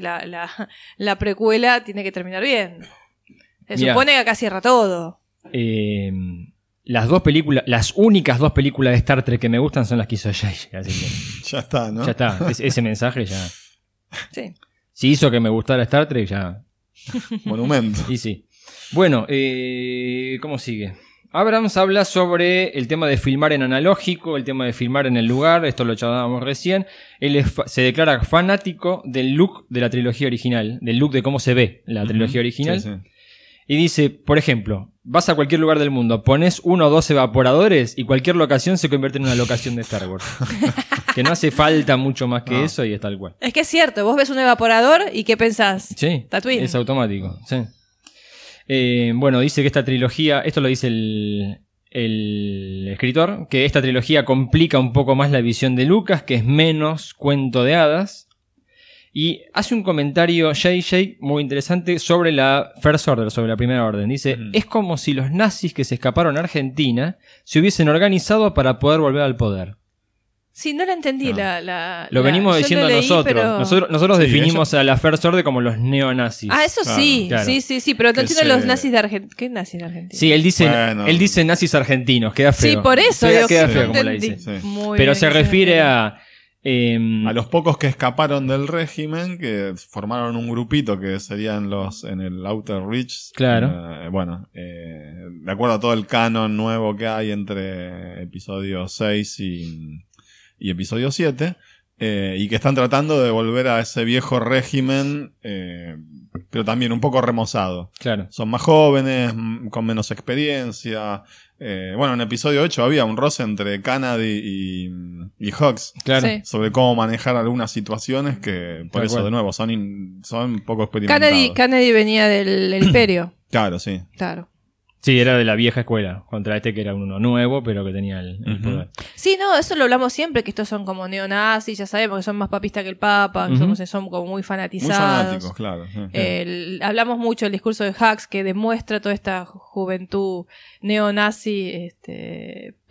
la precuela, tiene que terminar bien. Se Mirá. supone que acá cierra todo. Las únicas dos películas de Star Trek que me gustan son las que hizo J.J. Así que Ya está, ¿no? ya está. Ese mensaje ya. Sí. Si hizo que me gustara Star Trek, ya. Monumento. Y sí. Bueno, ¿cómo sigue? Abrams habla sobre el tema de filmar en analógico, el tema de filmar en el lugar, esto lo charlábamos recién. Él se declara fanático del look de la trilogía original, del look de cómo se ve la trilogía original. Sí. Y dice, por ejemplo, vas a cualquier lugar del mundo, pones 1 o 2 evaporadores y cualquier locación se convierte en una locación de Star Wars. Que no hace falta mucho más que eso y es tal cual. Es que es cierto, vos ves un evaporador y ¿qué pensás? Sí, Tatooine. es automático. Sí. Bueno, dice que esta trilogía, esto lo dice el escritor, que esta trilogía complica un poco más la visión de Lucas, que es menos cuento de hadas. Y hace un comentario JJ muy interesante sobre la First Order, sobre la Primera Orden. Dice, es como si los nazis que se escaparon a Argentina se hubiesen organizado para poder volver al poder. Sí, no la entendí. Lo venimos yo diciendo lo leí, nosotros. pero- Nosotros Sí, definimos a la First Order como los neonazis. Ah, eso sí, Claro. sí, pero no Que entiendo se- los nazis de Argentina. ¿Qué nazis de Argentina? Sí, él dice Bueno. nazis argentinos, queda feo. Sí, por eso. Queda, digo, queda que feo no como la entendí dice. Sí. muy Pero bien se qué refiere refiere. A los pocos que escaparon del régimen, que formaron un grupito que serían los en el Outer Reach. Claro. De acuerdo a todo el canon nuevo que hay entre episodio 6 y episodio 7, y que están tratando de volver a ese viejo régimen, pero también un poco remozado. Claro. Son más jóvenes, con menos experiencia. En episodio 8 había un roce entre Kennedy y Hux Claro. Sí. sobre cómo manejar algunas situaciones que, por Tal eso, cual. de nuevo, son poco experimentados. Kennedy venía del Imperio. Claro, sí. Claro. Sí, era de la vieja escuela, contra este que era uno nuevo, pero que tenía el poder. Sí, no, eso lo hablamos siempre, que estos son como neonazis, ya sabemos que son más papistas que el Papa, que son como muy Muy fanatizados. fanáticos, claro. Sí. Hablamos mucho del discurso de Hux que demuestra toda esta juventud neonazi,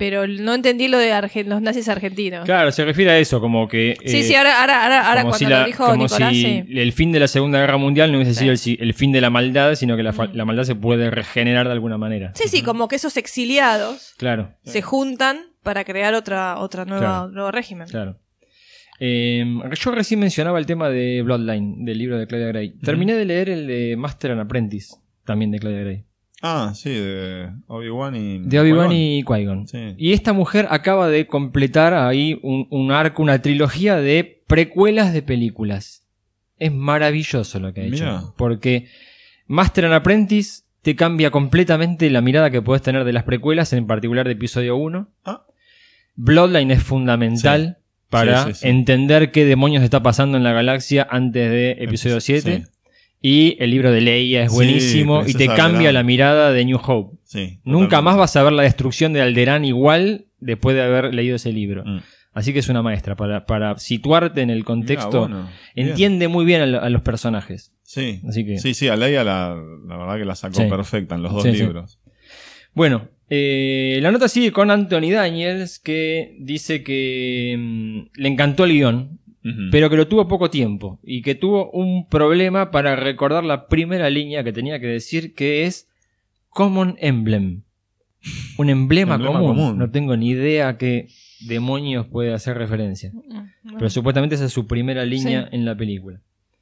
pero no entendí lo de los nazis argentinos. Claro, se refiere a eso, como que... Sí, ahora como cuando lo dijo como Nicolás, si sí. el fin de la Segunda Guerra Mundial no hubiese sido el fin de la maldad, sino que la maldad se puede regenerar de alguna manera. Sí, como que esos exiliados Claro, se juntan para crear nuevo régimen. claro. Yo recién mencionaba el tema de Bloodline, del libro de Claudia Gray. Terminé de leer el de Master and Apprentice, también de Claudia Gray. Ah, sí, de Obi-Wan y... De Obi-Wan y Qui-Gon. Sí. Y esta mujer acaba de completar ahí un arco, una trilogía de precuelas de películas. Es maravilloso lo que ha hecho. Mirá. Porque Master and Apprentice te cambia completamente la mirada que puedes tener de las precuelas, en particular de episodio 1. Ah. Bloodline es fundamental para Sí. entender qué demonios está pasando en la galaxia antes de episodio 7. Sí. Y el libro de Leia es Sí, buenísimo y te Princesa cambia Alderaan. la mirada de New Hope. Sí, Nunca totalmente. más vas a ver la destrucción de Alderaan igual después de haber leído ese libro. Mm. Así que es una maestra. Para situarte en el contexto, Mirá, bueno, bien. entiende muy bien a los personajes. Sí, Así que- sí, a Leia la verdad que la sacó Sí. perfecta en los dos Sí, sí. libros. Bueno, la nota sigue con Anthony Daniels, que dice que le encantó el guión, Ujú. pero que lo tuvo poco tiempo y que tuvo un problema para recordar la primera línea que tenía que decir, que es Common Emblem. Un emblema común. No tengo ni idea a qué demonios puede hacer referencia. Pero supuestamente esa es su primera línea en la película.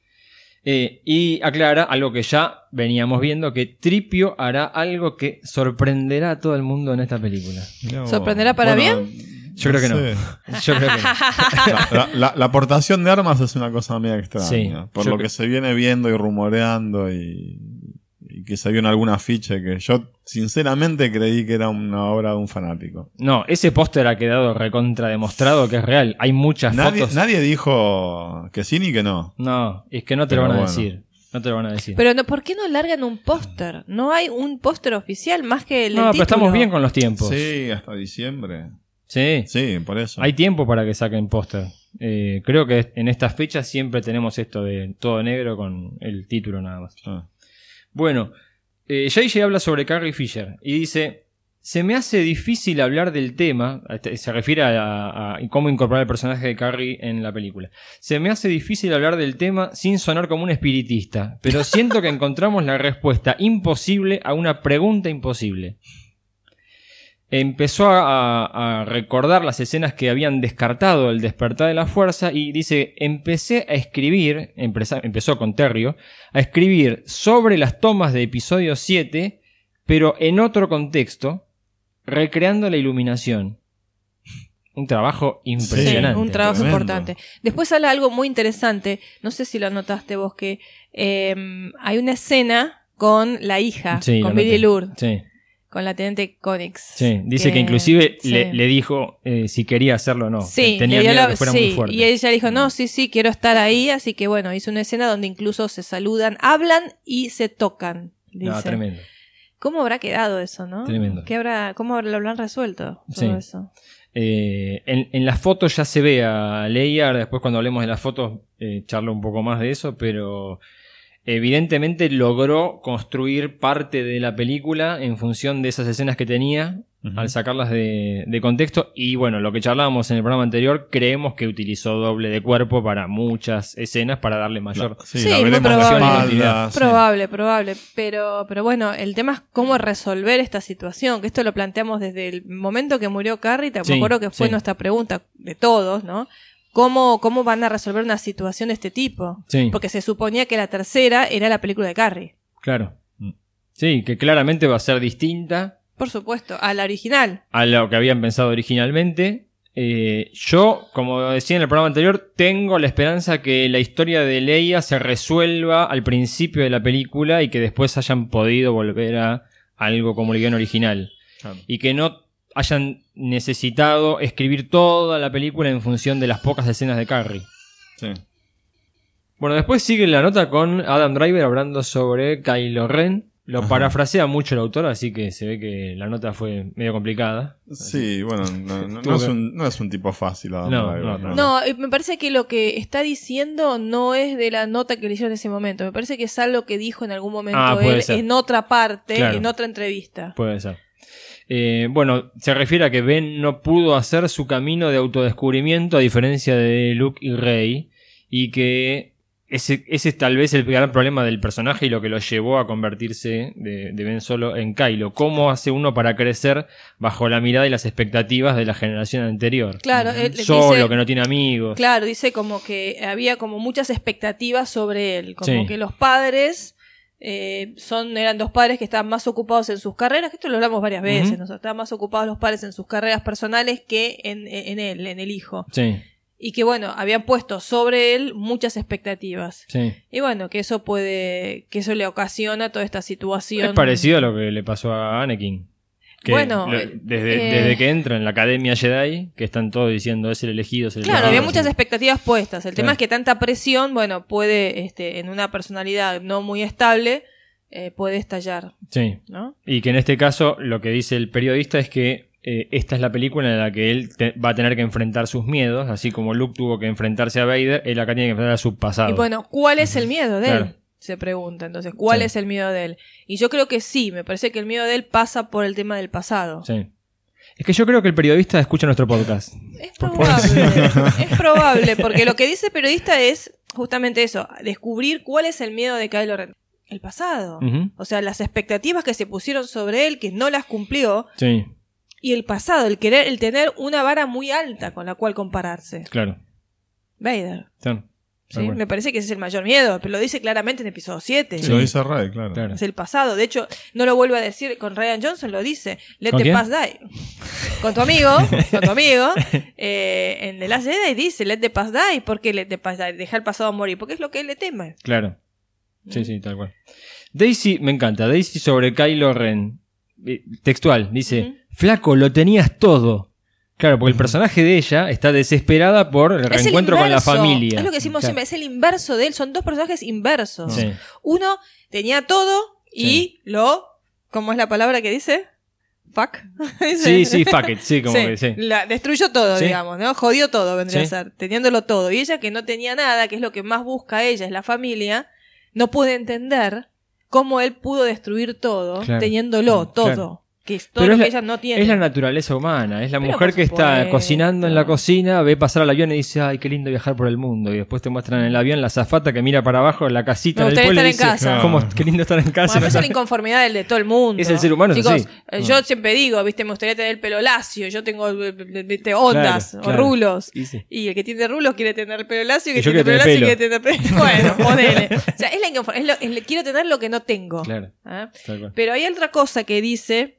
Y aclara algo que ya veníamos viendo, que Tripio hará algo que sorprenderá a todo el mundo en esta película. Mirá vos. ¿Sorprenderá para Yo creo que no. sé. Yo creo que no. La aportación de armas es una cosa media extraña. Sí, por yo lo que se viene viendo y rumoreando y que se vio en algún afiche que yo sinceramente creí que era una obra de un fanático. No, ese póster ha quedado recontra demostrado que es real. Hay muchas fotos. Nadie dijo que sí ni que no. No, es que no te lo Pero van a bueno. decir. No te lo van a decir. Pero no, ¿por qué no largan un póster? No hay un póster oficial más que el No, del pero estamos título. bien con los tiempos. Sí, hasta diciembre. Sí. Sí, por eso. Hay tiempo para que saquen póster. Creo que en estas fechas siempre tenemos esto de todo negro con el título nada más. Ah. Bueno, JJ habla sobre Carrie Fisher y dice: se me hace difícil hablar del tema. Se refiere a cómo incorporar el personaje de Carrie en la película. Se me hace difícil hablar del tema sin sonar como un espiritista, pero siento que encontramos la respuesta imposible a una pregunta imposible. Empezó a recordar las escenas que habían descartado el despertar de la fuerza y dice: empecé a escribir, empezó con Terrio, a escribir sobre las tomas de episodio 7, pero en otro contexto, recreando la iluminación. Un trabajo impresionante. Sí, un trabajo Tremendo. importante. Después habla algo muy interesante, no sé si lo notaste vos, que hay una escena con la hija, Sí, con lo Billie noté. Lourdes, Sí, con la teniente Conix. sí. Dice que inclusive sí. le dijo si quería hacerlo o no. Sí, Tenía le dio miedo la- que fuera sí, muy fuerte. y ella dijo, no, sí, quiero estar ahí, así que bueno, hizo una escena donde incluso se saludan, hablan y se tocan. No, dice. tremendo. ¿Cómo habrá quedado eso, no? Tremendo. ¿Cómo lo habrán resuelto todo Sí. eso? En las fotos ya se ve a Leia. Después, cuando hablemos de las fotos, charlo un poco más de eso. Pero evidentemente logró construir parte de la película en función de esas escenas que tenía, al sacarlas de contexto. Y bueno, lo que charlábamos en el programa anterior, creemos que utilizó doble de cuerpo para muchas escenas para darle mayor. Sí, Sí, la muy veremos de probable. espalda, sí. Probable, pero bueno, el tema es cómo resolver esta situación, que esto lo planteamos desde el momento que murió Carrie, me Sí, acuerdo que fue sí. nuestra pregunta de todos, ¿no? ¿Cómo van a resolver una situación de este tipo? Sí. Porque se suponía que la tercera era la película de Carrie, Claro. Sí, que claramente va a ser distinta por supuesto, a la original. a lo que habían pensado originalmente. Yo, como decía en el programa anterior, tengo la esperanza que la historia de Leia se resuelva al principio de la película y que después hayan podido volver a algo como el guión original. Claro. Y que no hayan necesitado escribir toda la película en función de las pocas escenas de Carrie. Sí. Bueno, después sigue la nota con Adam Driver hablando sobre Kylo Ren. Lo Ajá. parafrasea mucho el autor, así que se ve que la nota fue medio complicada. Sí, bueno, no es un tipo fácil. Adam No, Driver, no. No, me parece que lo que está diciendo no es de la nota que le hicieron en ese momento. Me parece que es algo que dijo en algún momento puede él ser. en otra parte, Claro. en otra entrevista. Puede ser. Bueno, se refiere a que Ben no pudo hacer su camino de autodescubrimiento a diferencia de Luke y Rey, y que ese es tal vez el gran problema del personaje y lo que lo llevó a convertirse de Ben Solo en Kylo. ¿Cómo hace uno para crecer bajo la mirada y las expectativas de la generación anterior? Claro, Solo, dice, que no tiene amigos. Claro, dice como que había como muchas expectativas sobre él, como Sí. que los padres eran dos padres que estaban más ocupados en sus carreras, que esto lo hablamos varias veces, ¿no? Estaban más ocupados los padres en sus carreras personales que en él, en el hijo. Sí, Y que bueno, habían puesto sobre él muchas expectativas. sí. Y bueno, que eso le ocasiona toda esta situación. Es parecido a lo que le pasó a Anakin. Que Bueno, desde que entra en la Academia Jedi, que están todos diciendo es el elegido, es el Claro, elegido. había muchas expectativas puestas. El tema Claro. es que tanta presión, bueno, puede, en una personalidad no muy estable, puede estallar, Sí. ¿no? Y que en este caso lo que dice el periodista es que esta es la película en la que él va a tener que enfrentar sus miedos, así como Luke tuvo que enfrentarse a Vader, él acá tiene que enfrentar a su pasado. Y bueno, ¿cuál es el miedo de él? Claro. Se pregunta. Entonces, ¿cuál Sí. es el miedo de él? Y yo creo que sí, me parece que el miedo de él pasa por el tema del pasado. Sí. Es que yo creo que el periodista escucha nuestro podcast. Es probable, es probable, porque lo que dice el periodista es justamente eso, descubrir cuál es el miedo de Kylo Ren. El pasado. Ujú. O sea, las expectativas que se pusieron sobre él, que no las cumplió, Sí, y el pasado, el tener una vara muy alta con la cual compararse. claro. Vader. Sí. ¿Sí? Me parece que ese es el mayor miedo, pero lo dice claramente en episodio 7. Sí, lo dice Ray, claro. Claro. Es el pasado. De hecho, no lo vuelve a decir con Ryan Johnson, lo dice. Let ¿Con the quién? past die. Con tu amigo, en The Last Jedi dice Let the past die. ¿Por qué Let the past die? Deja el pasado morir, porque es lo que él le teme. Claro. Sí, sí, tal cual. Daisy, me encanta. Daisy sobre Kylo Ren. Textual, dice: Ujú. Flaco, lo tenías todo. Claro, porque el personaje de ella está desesperada por el Es el reencuentro con la inverso. familia. Es lo que decimos Claro. siempre, es el inverso de él. Son dos personajes inversos. Sí. Uno tenía todo y ¿cómo es la palabra que dice? Fuck. Sí, sí, fuck it. Sí, como Sí, que sí. destruyó todo, Sí. digamos, ¿no? Jodió todo, vendría Sí. a ser, teniéndolo todo. Y ella, que no tenía nada, que es lo que más busca ella, es la familia, no puede entender cómo él pudo destruir todo, Claro. teniéndolo todo. Claro. Que es todo Pero lo que es ella no tiene. Es la naturaleza humana. Es la Pero mujer por que está supuesto. cocinando en la cocina, ve pasar al avión y dice: ay, qué lindo viajar por el mundo. Y después te muestran en el avión la azafata que mira para abajo, la casita Me en el gustaría pueblo. Y estar dice: en casa. ¿Cómo? Qué lindo estar en casa. Bueno, pero esa es la inconformidad de todo el mundo. Es el ser humano, es Chicos, así. yo siempre digo, viste, me gustaría tener el pelo lacio, yo tengo, viste, ondas Claro, o claro. rulos. Y sí. Y el que tiene rulos quiere tener el pelo lacio, y Y el yo que tiene quiero pelo lacio tener quiere tener pelo. Bueno, ponele. O sea, es la inconformidad, quiero tener lo que no tengo. Claro, ¿Ah? tal cual. Pero hay otra cosa que dice,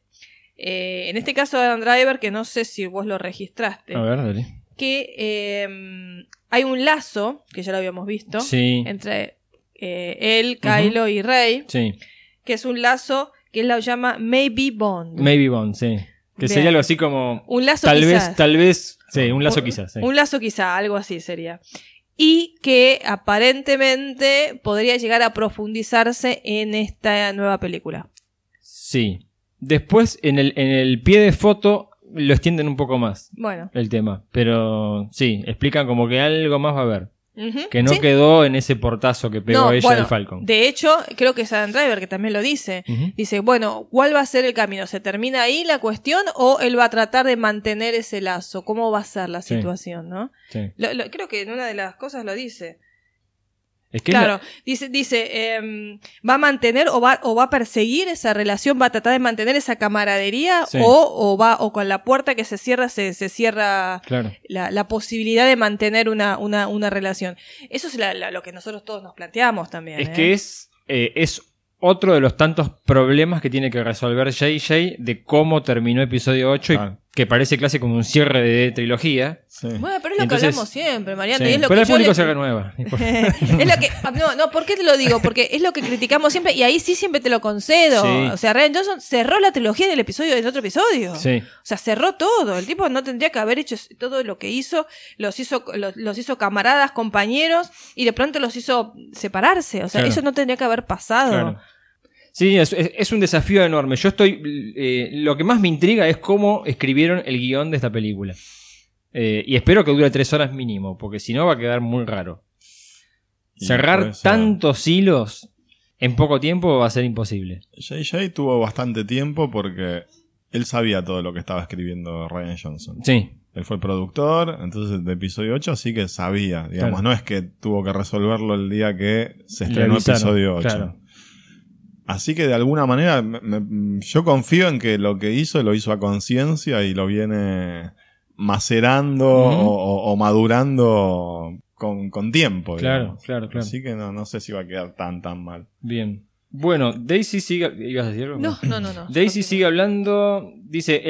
en este caso de Adam Driver, que no sé si vos lo registraste, A ver, dale. que hay un lazo, que ya lo habíamos visto, Sí, entre él, Kylo y Rey, sí. que es un lazo que él lo llama Maybe Bond. Maybe Bond, sí. Que Bien. sería algo así como. Un lazo Tal quizás. vez. Sí, un lazo quizás. Sí. Un lazo quizá, algo así sería. Y que aparentemente podría llegar a profundizarse en esta nueva película. Sí. Después, en el pie de foto, lo extienden un poco más Bueno. el tema. Pero sí, explican como que algo más va a haber. Ujú, Que no ¿sí? quedó en ese portazo que pegó No, ella bueno, del Falcon. de hecho, creo que es Adam Driver que también lo dice. Ujú. Dice, bueno, ¿cuál va a ser el camino? ¿Se termina ahí la cuestión o él va a tratar de mantener ese lazo? ¿Cómo va a ser la Sí. situación, no? Sí. Creo que en una de las cosas lo dice. Es que Claro, dice, ¿va a mantener o va a perseguir esa relación? ¿Va a tratar de mantener esa camaradería? Sí. O con la puerta que se cierra, se cierra claro. la posibilidad de mantener una relación? Eso es lo que nosotros todos nos planteamos también. Es que es otro de los tantos problemas que tiene que resolver JJ de cómo terminó episodio 8 Claro. y que parece casi como un cierre de trilogía. Sí. Bueno, pero es lo Entonces- que hablamos siempre, Mariano. Sí. Y es lo Pero que el yo público le- se renueva. es lo que no, ¿por qué te lo digo? Porque es lo que criticamos siempre y ahí sí siempre te lo concedo. Sí. O sea, Ryan Johnson cerró la trilogía del otro episodio. Sí. O sea, cerró todo. El tipo no tendría que haber hecho todo lo que hizo. Los hizo camaradas, compañeros y de pronto los hizo separarse. O sea, Claro. eso no tendría que haber pasado. Claro. Sí, es un desafío enorme. Yo lo que más me intriga es cómo escribieron el guión de esta película. Y espero que dure 3 horas mínimo, porque si no va a quedar muy raro. Y Cerrar por eso- tantos hilos en poco tiempo va a ser imposible. JJ tuvo bastante tiempo porque él sabía todo lo que estaba escribiendo Rian Johnson. Sí. Él fue el productor, entonces de episodio 8 sí que sabía, digamos, Claro. no es que tuvo que resolverlo el día que se estrenó episodio 8. Claro. Así que de alguna manera yo confío en que lo que hizo lo hizo a conciencia y lo viene macerando o madurando con tiempo. Claro. Así que no sé si va a quedar tan mal. Bien. Bueno, Daisy sigue... ¿Ibas a decir algo? No. Daisy sigue hablando, dice,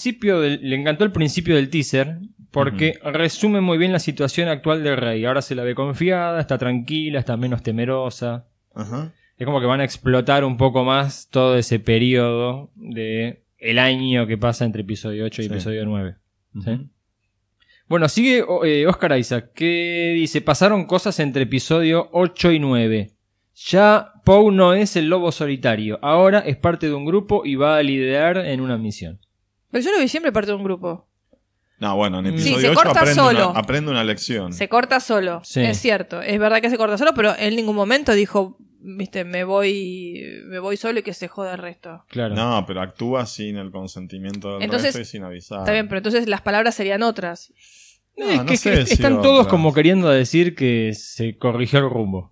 le encantó el principio del teaser porque resume muy bien la situación actual del rey. Ahora se la ve confiada, está tranquila, está menos temerosa. Ajá. Es como que van a explotar un poco más todo ese periodo de el año que pasa entre episodio 8 y episodio 9. ¿Sí? Bueno, sigue Oscar Isaac, que dice, pasaron cosas entre episodio 8 y 9. Ya Poe no es el lobo solitario, ahora es parte de un grupo y va a liderar en una misión. Pero yo lo vi siempre parte de un grupo. No, bueno, en Sí, episodio se 8 corta solo. aprende una lección. Se corta solo, Sí. es cierto. Es verdad que se corta solo, pero en ningún momento dijo, viste, me voy solo y que se joda el resto. Claro. No, pero actúa sin el consentimiento del Entonces, resto y sin avisar. Está bien, pero entonces las palabras serían otras. No, Es no que sé si están otra. todos como queriendo decir que se corrigió el rumbo.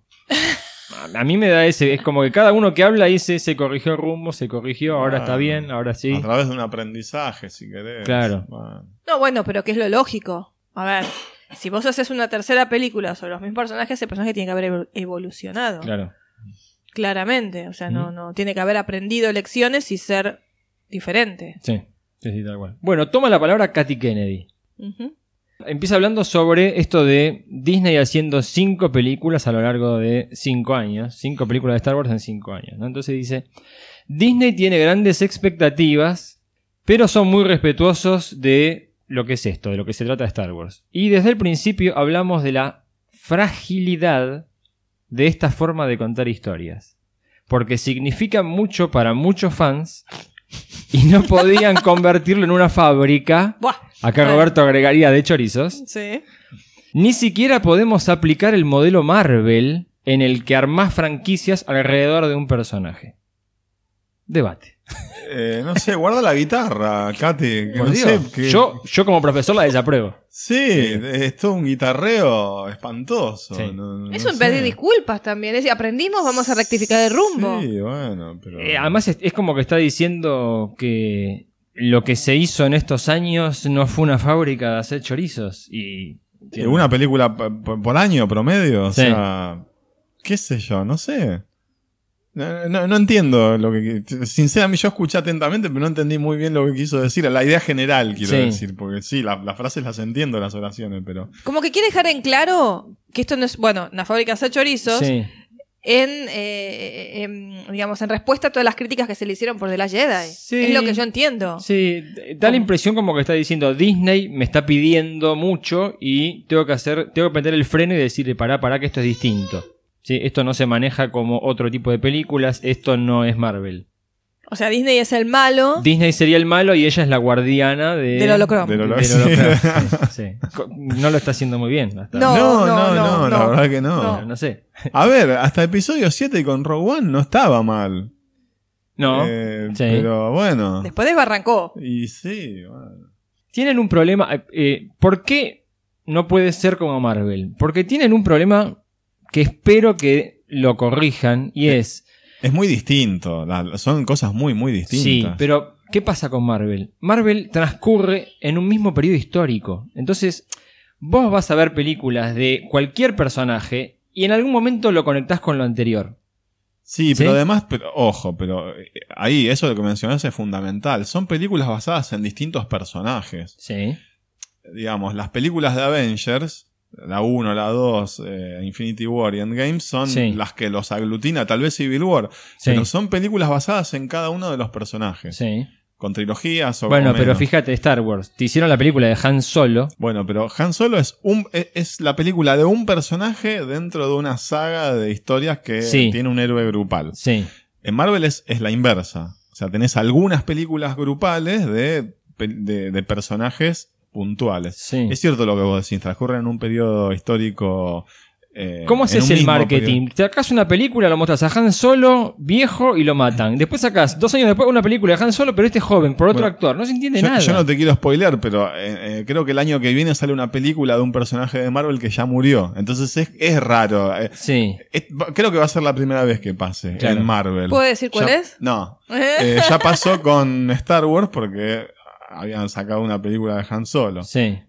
A mí me da ese, es como que cada uno que habla dice se corrigió el rumbo, se corrigió, ahora está bien, ahora sí. A través de un aprendizaje, si querés. Claro. Bueno. No, bueno, pero ¿qué es lo lógico? A ver, si vos haces una tercera película sobre los mismos personajes, ese personaje tiene que haber evolucionado. Claro. Claramente. O sea, no tiene que haber aprendido lecciones y ser diferente. Sí, tal cual. Bueno, toma la palabra Katy Kennedy. Ujú. Empieza hablando sobre esto de Disney haciendo 5 películas a lo largo de 5 años. 5 películas de Star Wars en 5 años, ¿no? Entonces dice, Disney tiene grandes expectativas, pero son muy respetuosos de lo que es esto, de lo que se trata de Star Wars. Y desde el principio hablamos de la fragilidad de esta forma de contar historias. Porque significa mucho para muchos fans y no podían convertirlo en una fábrica. Buah. Acá Roberto agregaría de chorizos. Sí. Ni siquiera podemos aplicar el modelo Marvel en el que armás franquicias alrededor de un personaje. Debate. No sé, guarda la guitarra, Katy. Que Por no Dios. sé, que- Yo como profesor la desapruebo. Sí, es todo un guitarreo espantoso. Sí. Es No un sé. pedir disculpas también. Es decir, aprendimos, vamos a rectificar el rumbo. Sí, bueno, pero... Además es como que está diciendo que lo que se hizo en estos años no fue una fábrica de hacer chorizos. Y Una película por año promedio, o Sí. sea... ¿Qué sé yo? No sé. No entiendo lo que... Sinceramente, yo escuché atentamente, pero no entendí muy bien lo que quiso decir. La idea general, quiero Sí. decir. Porque sí, las frases las entiendo, las oraciones, pero... Como que quiere dejar en claro que esto no es, bueno, una fábrica de hacer chorizos, sí. digamos, en respuesta a todas las críticas que se le hicieron por The Last Jedi. Sí. Es lo que yo entiendo. Sí, da la impresión como que está diciendo Disney me está pidiendo mucho y tengo que meter el freno y decirle pará que esto es distinto. Sí, esto no se maneja como otro tipo de películas, esto no es Marvel. O sea, Disney es el malo. Disney sería el malo y ella es la guardiana Del holocron. Del del holocron. holocron. Sí. No lo está haciendo muy bien. Hasta No. La verdad que no. no sé. A ver, hasta episodio 7 con Rogue One no estaba mal. No. Sí. Pero bueno. Después desbarrancó. Y sí, bueno. Tienen un problema. ¿Por qué no puede ser como Marvel? Porque tienen un problema que espero que lo corrijan y es... Es muy distinto. Son cosas muy, muy distintas. Sí, pero ¿qué pasa con Marvel? Marvel transcurre en un mismo periodo histórico. Entonces, vos vas a ver películas de cualquier personaje y en algún momento lo conectás con lo anterior. Sí, pero ¿Sí? además, ojo, pero ahí eso de que mencionás es fundamental. Son películas basadas en distintos personajes. Sí. Digamos, las películas de Avengers, la 1, la 2, Infinity War y Endgame, son Sí. las que los aglutina, tal vez Civil War. Sí. Pero son películas basadas en cada uno de los personajes. Sí. Con trilogías o Bueno, o pero menos. fíjate, Star Wars. Te hicieron la película de Han Solo. Bueno, pero Han Solo es la película de un personaje dentro de una saga de historias que Sí. tiene un héroe grupal. Sí. En Marvel es la inversa. O sea, tenés algunas películas grupales de personajes puntuales. Sí. Es cierto lo que vos decís, transcurren en un periodo histórico ¿Cómo haces en un el mismo marketing? periodo. Te sacás una película, lo mostras a Han Solo viejo y lo matan. Después sacás 2 años después una película de Han Solo, pero este joven, por otro actor. No se entiende nada. Yo no te quiero spoilear, pero creo que el año que viene sale una película de un personaje de Marvel que ya murió. Entonces es raro. Sí. Creo que va a ser la primera vez que pase Claro. en Marvel. ¿Puedo decir cuál es? No. Ya pasó con Star Wars porque habían sacado una película de Han Solo. Sí.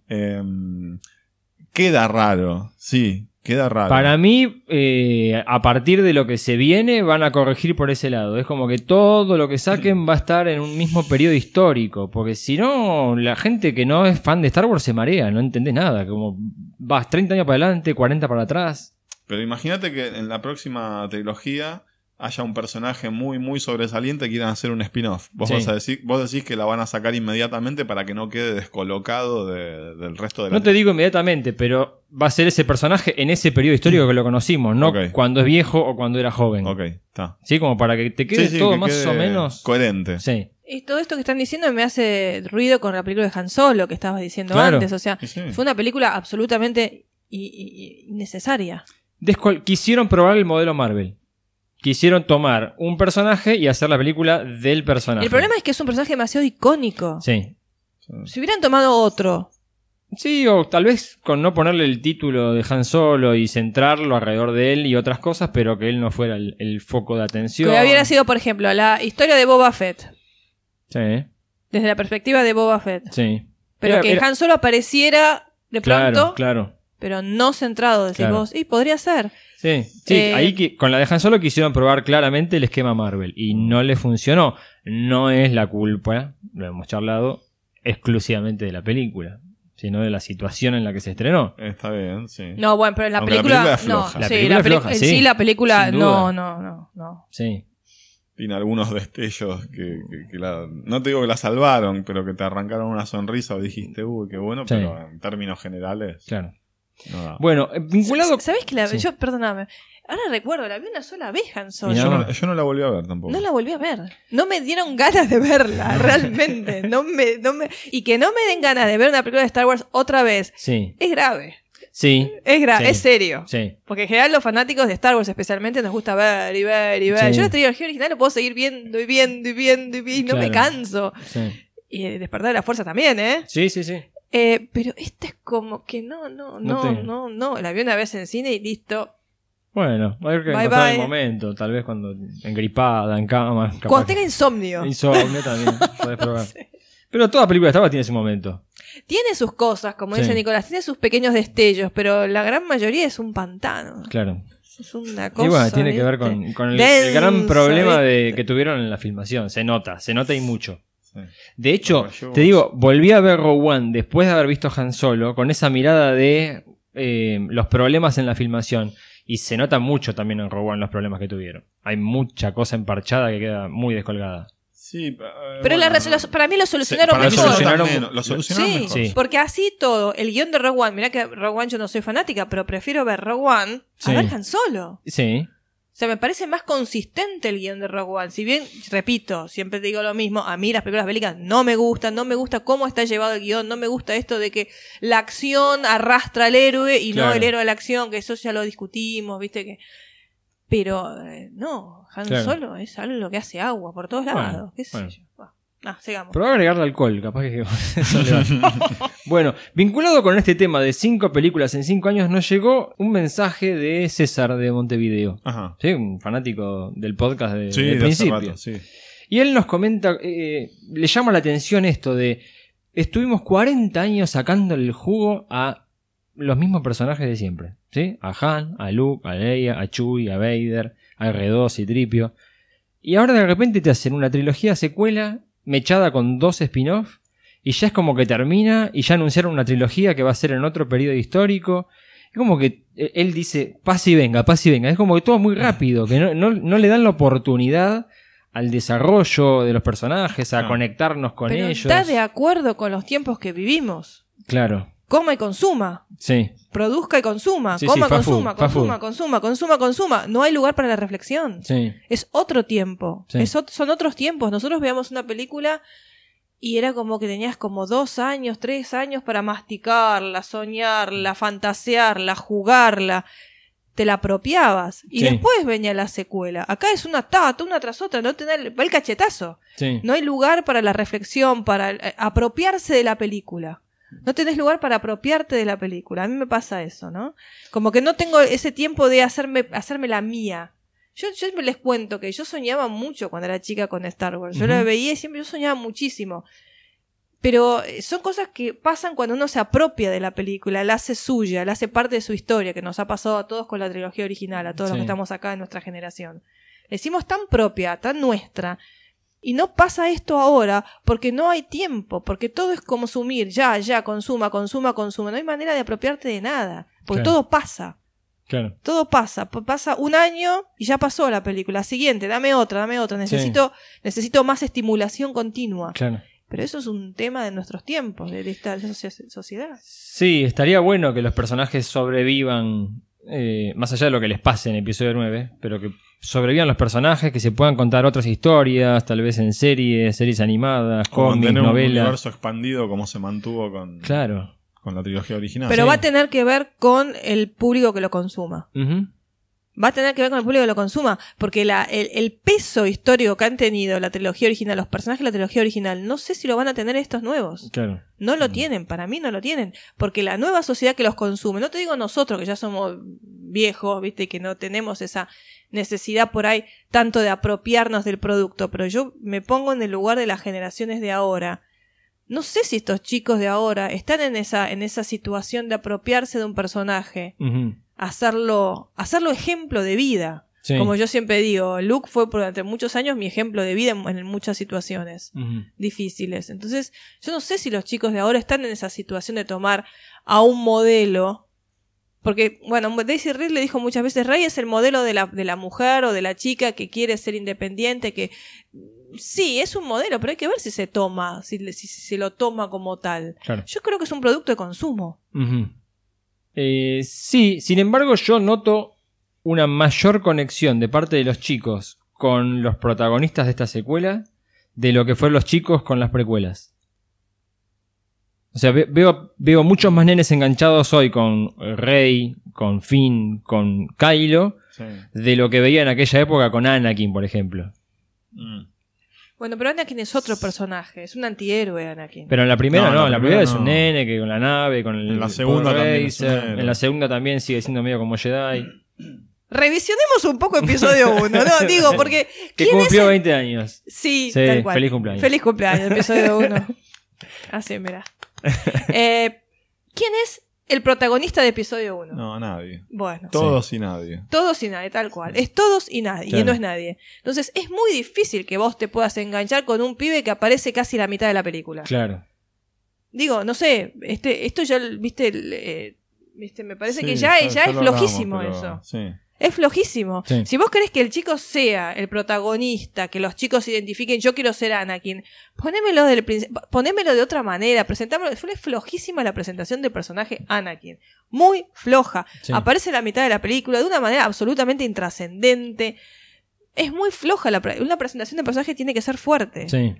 Queda raro, sí. Queda raro. Para mí, a partir de lo que se viene, van a corregir por ese lado. Es como que todo lo que saquen va a estar en un mismo periodo histórico. Porque si no, la gente que no es fan de Star Wars se marea, no entendés nada. Como vas 30 años para adelante, 40 para atrás. Pero imagínate que en la próxima trilogía haya un personaje muy, muy sobresaliente que quieran hacer un spin-off. Vos decís que la van a sacar inmediatamente para que no quede descolocado del resto de la... No te digo inmediatamente, pero va a ser ese personaje en ese periodo histórico que lo conocimos, no cuando es viejo o cuando era joven. Ok, está. Sí, como para que te quede todo que más quede o menos coherente. Sí. Y todo esto que están diciendo me hace ruido con la película de Han Solo que estabas diciendo Claro. antes. O sea, Sí. fue una película absolutamente innecesaria. Quisieron probar el modelo Marvel. Quisieron tomar un personaje y hacer la película del personaje. El problema es que es un personaje demasiado icónico. Sí. Si hubieran tomado otro, Sí, o tal vez con no ponerle el título de Han Solo y centrarlo alrededor de él y otras cosas, pero que él no fuera el foco de atención. que hubiera sido, por ejemplo, la historia de Boba Fett, Sí, desde la perspectiva de Boba Fett. sí. Pero que Han Solo apareciera de pronto, Claro. pero no centrado, decís Claro. vos. Y podría ser. Sí, ahí con la de Han Solo quisieron probar claramente el esquema Marvel y no le funcionó. No es la culpa, lo hemos charlado, exclusivamente de la película, sino de la situación en la que se estrenó. Está bien, sí. No, bueno, pero en la Aunque la película, película es no. floja. La Sí, película es floja, en sí. sí, la película, Sin duda. no. Sí. Tiene algunos destellos que no te digo que la salvaron, pero que te arrancaron una sonrisa o dijiste, uy, qué bueno, Sí. pero en términos generales, Claro. no da. Bueno, vinculado... ¿Sabés que Sí. yo, perdóname, ahora recuerdo, la vi una sola vez Han Solo. Mirá, Yo no la volví a ver tampoco. No la volví a ver. No me dieron ganas de verla, realmente. Y que no me den ganas de ver una película de Star Wars otra vez. Sí, Es grave. sí, Es grave, Sí. es serio. sí. Porque en general los fanáticos de Star Wars especialmente nos gusta ver y ver y ver. Sí. Yo la trilogía original lo puedo seguir viendo y no me Claro. canso. Sí, Y Despertar de la Fuerza también, ¿eh? sí. Pero esta es como que no. La vi una vez en cine y listo. Bueno, va a haber que Bye, encontrar bye. el momento, tal vez cuando engripada, en cama. capaz Cuando que- tenga insomnio. Insomnio también, podés probar. Pero toda película de Star Wars tiene ese momento. Tiene sus cosas, como Sí. dice Nicolás, tiene sus pequeños destellos, pero la gran mayoría es un pantano. Claro. Es una cosa. Y bueno, tiene que ver ¿viste? con el Denso, gran problema ¿viste? que tuvieron en la filmación. Se nota y mucho. Sí. De hecho, Los rayos. te digo, volví a ver Rogue One después de haber visto Han Solo con esa mirada de los problemas en la filmación. Y se nota mucho también en Rogue One los problemas que tuvieron. Hay mucha cosa emparchada que queda muy descolgada. Sí, Pero para mí lo solucionaron para mí mejor. lo solucionaron Sí, mejor. Sí. porque así todo, el guión de Rogue One, mirá que Rogue One yo no soy fanática, pero prefiero ver Rogue One Sí. a ver Han Solo. Sí, O sea, me parece más consistente el guión de Rogue One. Si bien, repito, siempre te digo lo mismo, a mí las películas bélicas no me gustan cómo está llevado el guión, no me gusta esto de que la acción arrastra al héroe y Claro. no el héroe a la acción, que eso ya lo discutimos, viste que... Pero no, Han Claro. Solo es algo que hace agua por todos lados, Bueno, qué sé bueno. yo. Sigamos. pero va a agregarle alcohol, capaz que eso le va. Bueno, vinculado con este tema de 5 películas en 5 años, nos llegó un mensaje de César de Montevideo. Ajá. ¿Sí? Un fanático del podcast Sí, del de hace principio. rato, sí. Y él nos comenta, le llama la atención esto de, estuvimos 40 años sacándole el jugo a los mismos personajes de siempre, ¿sí? A Han, a Luke, a Leia, a Chewie, a Vader, a R2 y Tripio. Y ahora de repente te hacen una trilogía secuela mechada con 2 spin-off y ya es como que termina y ya anunciaron una trilogía que va a ser en otro periodo histórico. Es como que él dice, paz y venga. Es como que todo muy rápido, que no le dan la oportunidad al desarrollo de los personajes, a No. conectarnos con Pero ellos. está de acuerdo con los tiempos que vivimos. Claro, Coma y consuma. sí. Produzca y consuma. Sí, Coma, sí, fast food, consuma, fast consuma, food. consuma. No hay lugar para la reflexión. Sí, Es otro tiempo. Sí. Son otros tiempos. Nosotros veíamos una película y era como que tenías como 2 años, 3 años para masticarla, soñarla, fantasearla, jugarla. te la apropiabas y Sí. después venía la secuela. Acá es una tras otra, no va el cachetazo. Sí. No hay lugar para la reflexión, para apropiarse de la película. No tenés lugar para apropiarte de la película. A mí me pasa eso, ¿no? Como que no tengo ese tiempo de hacerme la mía. Yo les cuento que yo soñaba mucho cuando era chica con Star Wars. Yo la veía y siempre yo soñaba muchísimo. Pero son cosas que pasan cuando uno se apropia de la película, la hace suya, la hace parte de su historia, que nos ha pasado a todos con la trilogía original, a todos los que estamos acá en nuestra generación. La hicimos tan propia, tan nuestra, y no pasa esto ahora porque no hay tiempo, porque todo es consumir, ya, consuma. No hay manera de apropiarte de nada, porque todo pasa. Claro. Todo pasa un año y ya pasó la película. Siguiente, dame otra. Necesito más estimulación continua. Claro. Pero eso es un tema de nuestros tiempos, de esta sociedad. Sí, estaría bueno que los personajes sobrevivan, más allá de lo que les pase en episodio 9, pero que sobrevivan los personajes, que se puedan contar otras historias, tal vez en series animadas, cómics, un novelas. universo expandido como se mantuvo con la trilogía original. Pero va a tener que ver con el público que lo consuma. Va a tener que ver con el público que lo consuma, porque el peso histórico que han tenido la trilogía original, los personajes de la trilogía original, no sé si lo van a tener estos nuevos. Claro. No lo tienen, para mí no lo tienen, porque la nueva sociedad que los consume, no te digo nosotros que ya somos viejos, viste, y que no tenemos esa necesidad por ahí tanto de apropiarnos del producto, pero yo me pongo en el lugar de las generaciones de ahora. No sé si estos chicos de ahora están en esa situación de apropiarse de un personaje. Hacerlo ejemplo de vida. Sí. Como yo siempre digo, Luke fue durante muchos años mi ejemplo de vida en muchas situaciones difíciles. Entonces, yo no sé si los chicos de ahora están en esa situación de tomar a un modelo. Porque, bueno, Daisy Ridley dijo muchas veces, Rey es el modelo de la mujer o de la chica que quiere ser independiente, que sí, es un modelo, pero hay que ver si se lo toma como tal. Claro. Yo creo que es un producto de consumo. Sí, sin embargo yo noto una mayor conexión de parte de los chicos con los protagonistas de esta secuela de lo que fueron los chicos con las precuelas. O sea, veo muchos más nenes enganchados hoy con Rey, con Finn, con Kylo, de lo que veía en aquella época con Anakin, por ejemplo. Bueno, pero Anakin es otro personaje, es un antihéroe Anakin. Pero en la primera no, en la primera es un nene que con la nave, con el en la segunda también en la segunda también sigue siendo medio como Jedi. Revisionemos un poco episodio 1, ¿no? Digo, porque... que cumplió 20 años. Sí, tal cual. Feliz cumpleaños. Feliz cumpleaños, episodio 1. Así, mirá. ¿Quién es el protagonista de episodio 1? No, nadie. Bueno. Todos y nadie. Todos y nadie, tal cual. Es todos y nadie, claro. Y no es nadie. Entonces, es muy difícil que vos te puedas enganchar con un pibe que aparece casi la mitad de la película. Claro. Digo, no sé, esto ya, viste, me parece que ya es flojísimo eso. Sí. Es flojísimo. Sí. Si vos querés que el chico sea el protagonista, que los chicos se identifiquen, yo quiero ser Anakin, ponémelo de otra manera, presentámelo. Fue flojísima la presentación del personaje Anakin. Muy floja. Sí. Aparece en la mitad de la película de una manera absolutamente intrascendente. Es muy floja una presentación de personaje tiene que ser fuerte. Sí.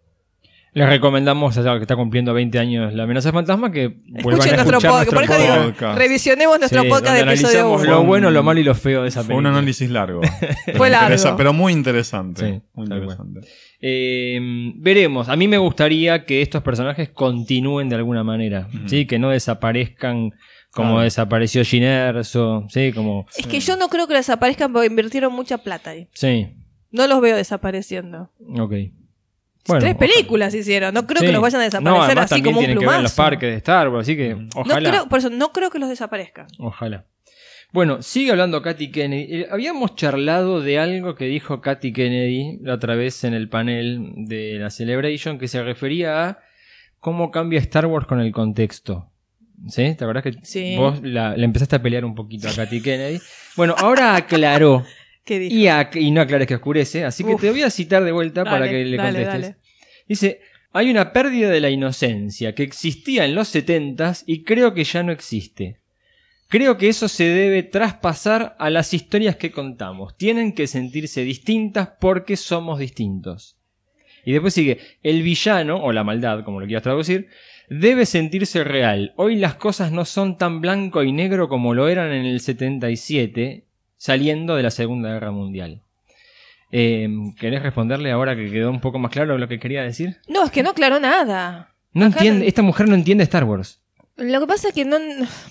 Les recomendamos, que está cumpliendo 20 años La Amenaza Fantasma, que vuelvan a escuchar nuestro podcast. Revisionemos nuestro podcast de episodio 1. Lo bueno, lo malo y lo feo de esa película. Fue un análisis largo. Fue largo. Pero muy interesante. Sí, muy interesante. Veremos. A mí me gustaría que estos personajes continúen de alguna manera. ¿Sí? Que no desaparezcan como desapareció Jyn Erso. ¿Sí? Es que yo no creo que desaparezcan porque invirtieron mucha plata ahí. Sí. No los veo desapareciendo. Ok. Bueno, 3 películas hicieron, no creo que los vayan a desaparecer así como un plumazo. Que ver en los parques de Star Wars, así que ojalá. Por eso no creo que los desaparezcan. Ojalá. Bueno, sigue hablando Katy Kennedy. Habíamos charlado de algo que dijo Katy Kennedy la otra vez en el panel de la Celebration, que se refería a cómo cambia Star Wars con el contexto. ¿Sí? ¿Te acordás que vos le empezaste a pelear un poquito a Katy Kennedy? Bueno, ahora aclaró. ¿Qué dijo? Y no aclares que oscurece, así que te voy a citar de vuelta para que le contestes. Dale. Dice, hay una pérdida de la inocencia que existía en los 70s y creo que ya no existe. Creo que eso se debe traspasar a las historias que contamos. Tienen que sentirse distintas porque somos distintos. Y después sigue, el villano, o la maldad, como lo quieras traducir, Debe sentirse real. Hoy las cosas no son tan blanco y negro como lo eran en el 77, saliendo de la Segunda Guerra Mundial. ¿Querés responderle ahora que quedó un poco más claro lo que quería decir? No, es que no aclaró nada. No Acá entiende, no- esta mujer no entiende Star Wars. Lo que pasa es que no...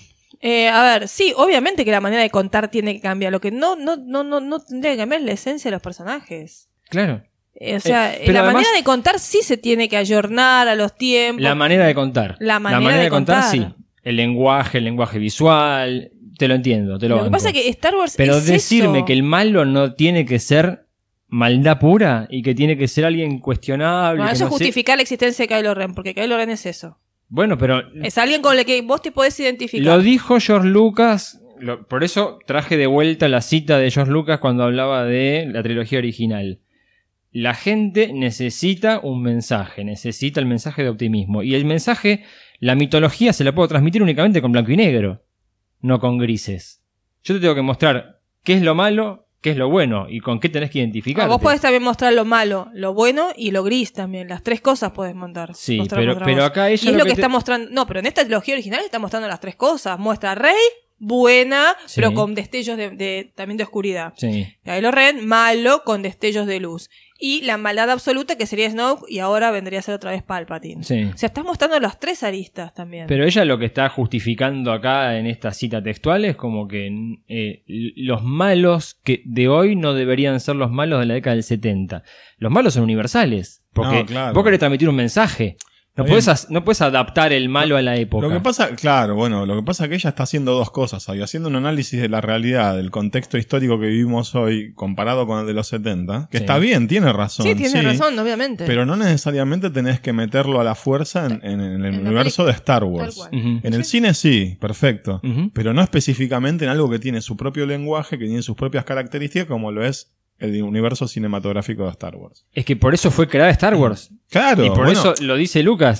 a ver, sí, obviamente que la manera de contar tiene que cambiar. Lo que no tendría que cambiar es la esencia de los personajes. Claro. O sea, pero la además- manera de contar sí se tiene que ayornar a los tiempos. La manera de contar. La manera de contar. sí. El lenguaje visual. Te lo entiendo, te lo Lo que banco. pasa es que Star Wars Pero es decirme eso. que el malo no tiene que ser maldad pura y que tiene que ser alguien cuestionable. Bueno, que eso es no sé- justificar la existencia de Kylo Ren, porque Kylo Ren es eso. Bueno, pero Es alguien con el que vos te podés identificar. lo dijo George Lucas. Por eso traje de vuelta la cita de George Lucas cuando hablaba de la trilogía original. La gente necesita un mensaje, necesita el mensaje de optimismo. Y el mensaje, la mitología se la puedo transmitir únicamente con blanco y negro, no con grises. Yo te tengo que mostrar qué es lo malo, qué es lo bueno y con qué tenés que identificarte. Vos podés también mostrar lo malo, lo bueno y lo gris también. Las tres cosas podés montar. Sí, mostrar pero vos. acá ella Y es lo lo que que te- está mostrando. No, pero en esta trilogía original está mostrando las tres cosas. Muestra a Rey, buena, Sí. pero con destellos también de oscuridad. Sí. Kylo Ren, malo, con destellos de luz. Y la maldad absoluta, que sería Snoke, y ahora vendría a ser otra vez Palpatine. Sí. O sea, estás mostrando las tres aristas también. Pero ella lo que está justificando acá en esta cita textual es como que los malos que de hoy no deberían ser los malos de la década del 70. Los malos son universales. Porque No, claro. vos querés transmitir un mensaje. No Está puedes adaptar el malo a la época. Lo que pasa, claro, bueno, lo que pasa es que ella está haciendo dos cosas ahí, haciendo un análisis de la realidad, del contexto histórico que vivimos hoy comparado con el de los 70, que Sí. está bien, tiene razón. sí, tienes razón, obviamente. Pero no necesariamente tenés que meterlo a la fuerza en el la universo de Star Tal Wars. cual. Ujú. En el cine sí, perfecto. Ujú. Pero no específicamente en algo que tiene su propio lenguaje, que tiene sus propias características, como lo es el universo cinematográfico de Star Wars. Es que por eso fue creada Star Wars. Claro, Y por bueno, eso lo dice Lucas.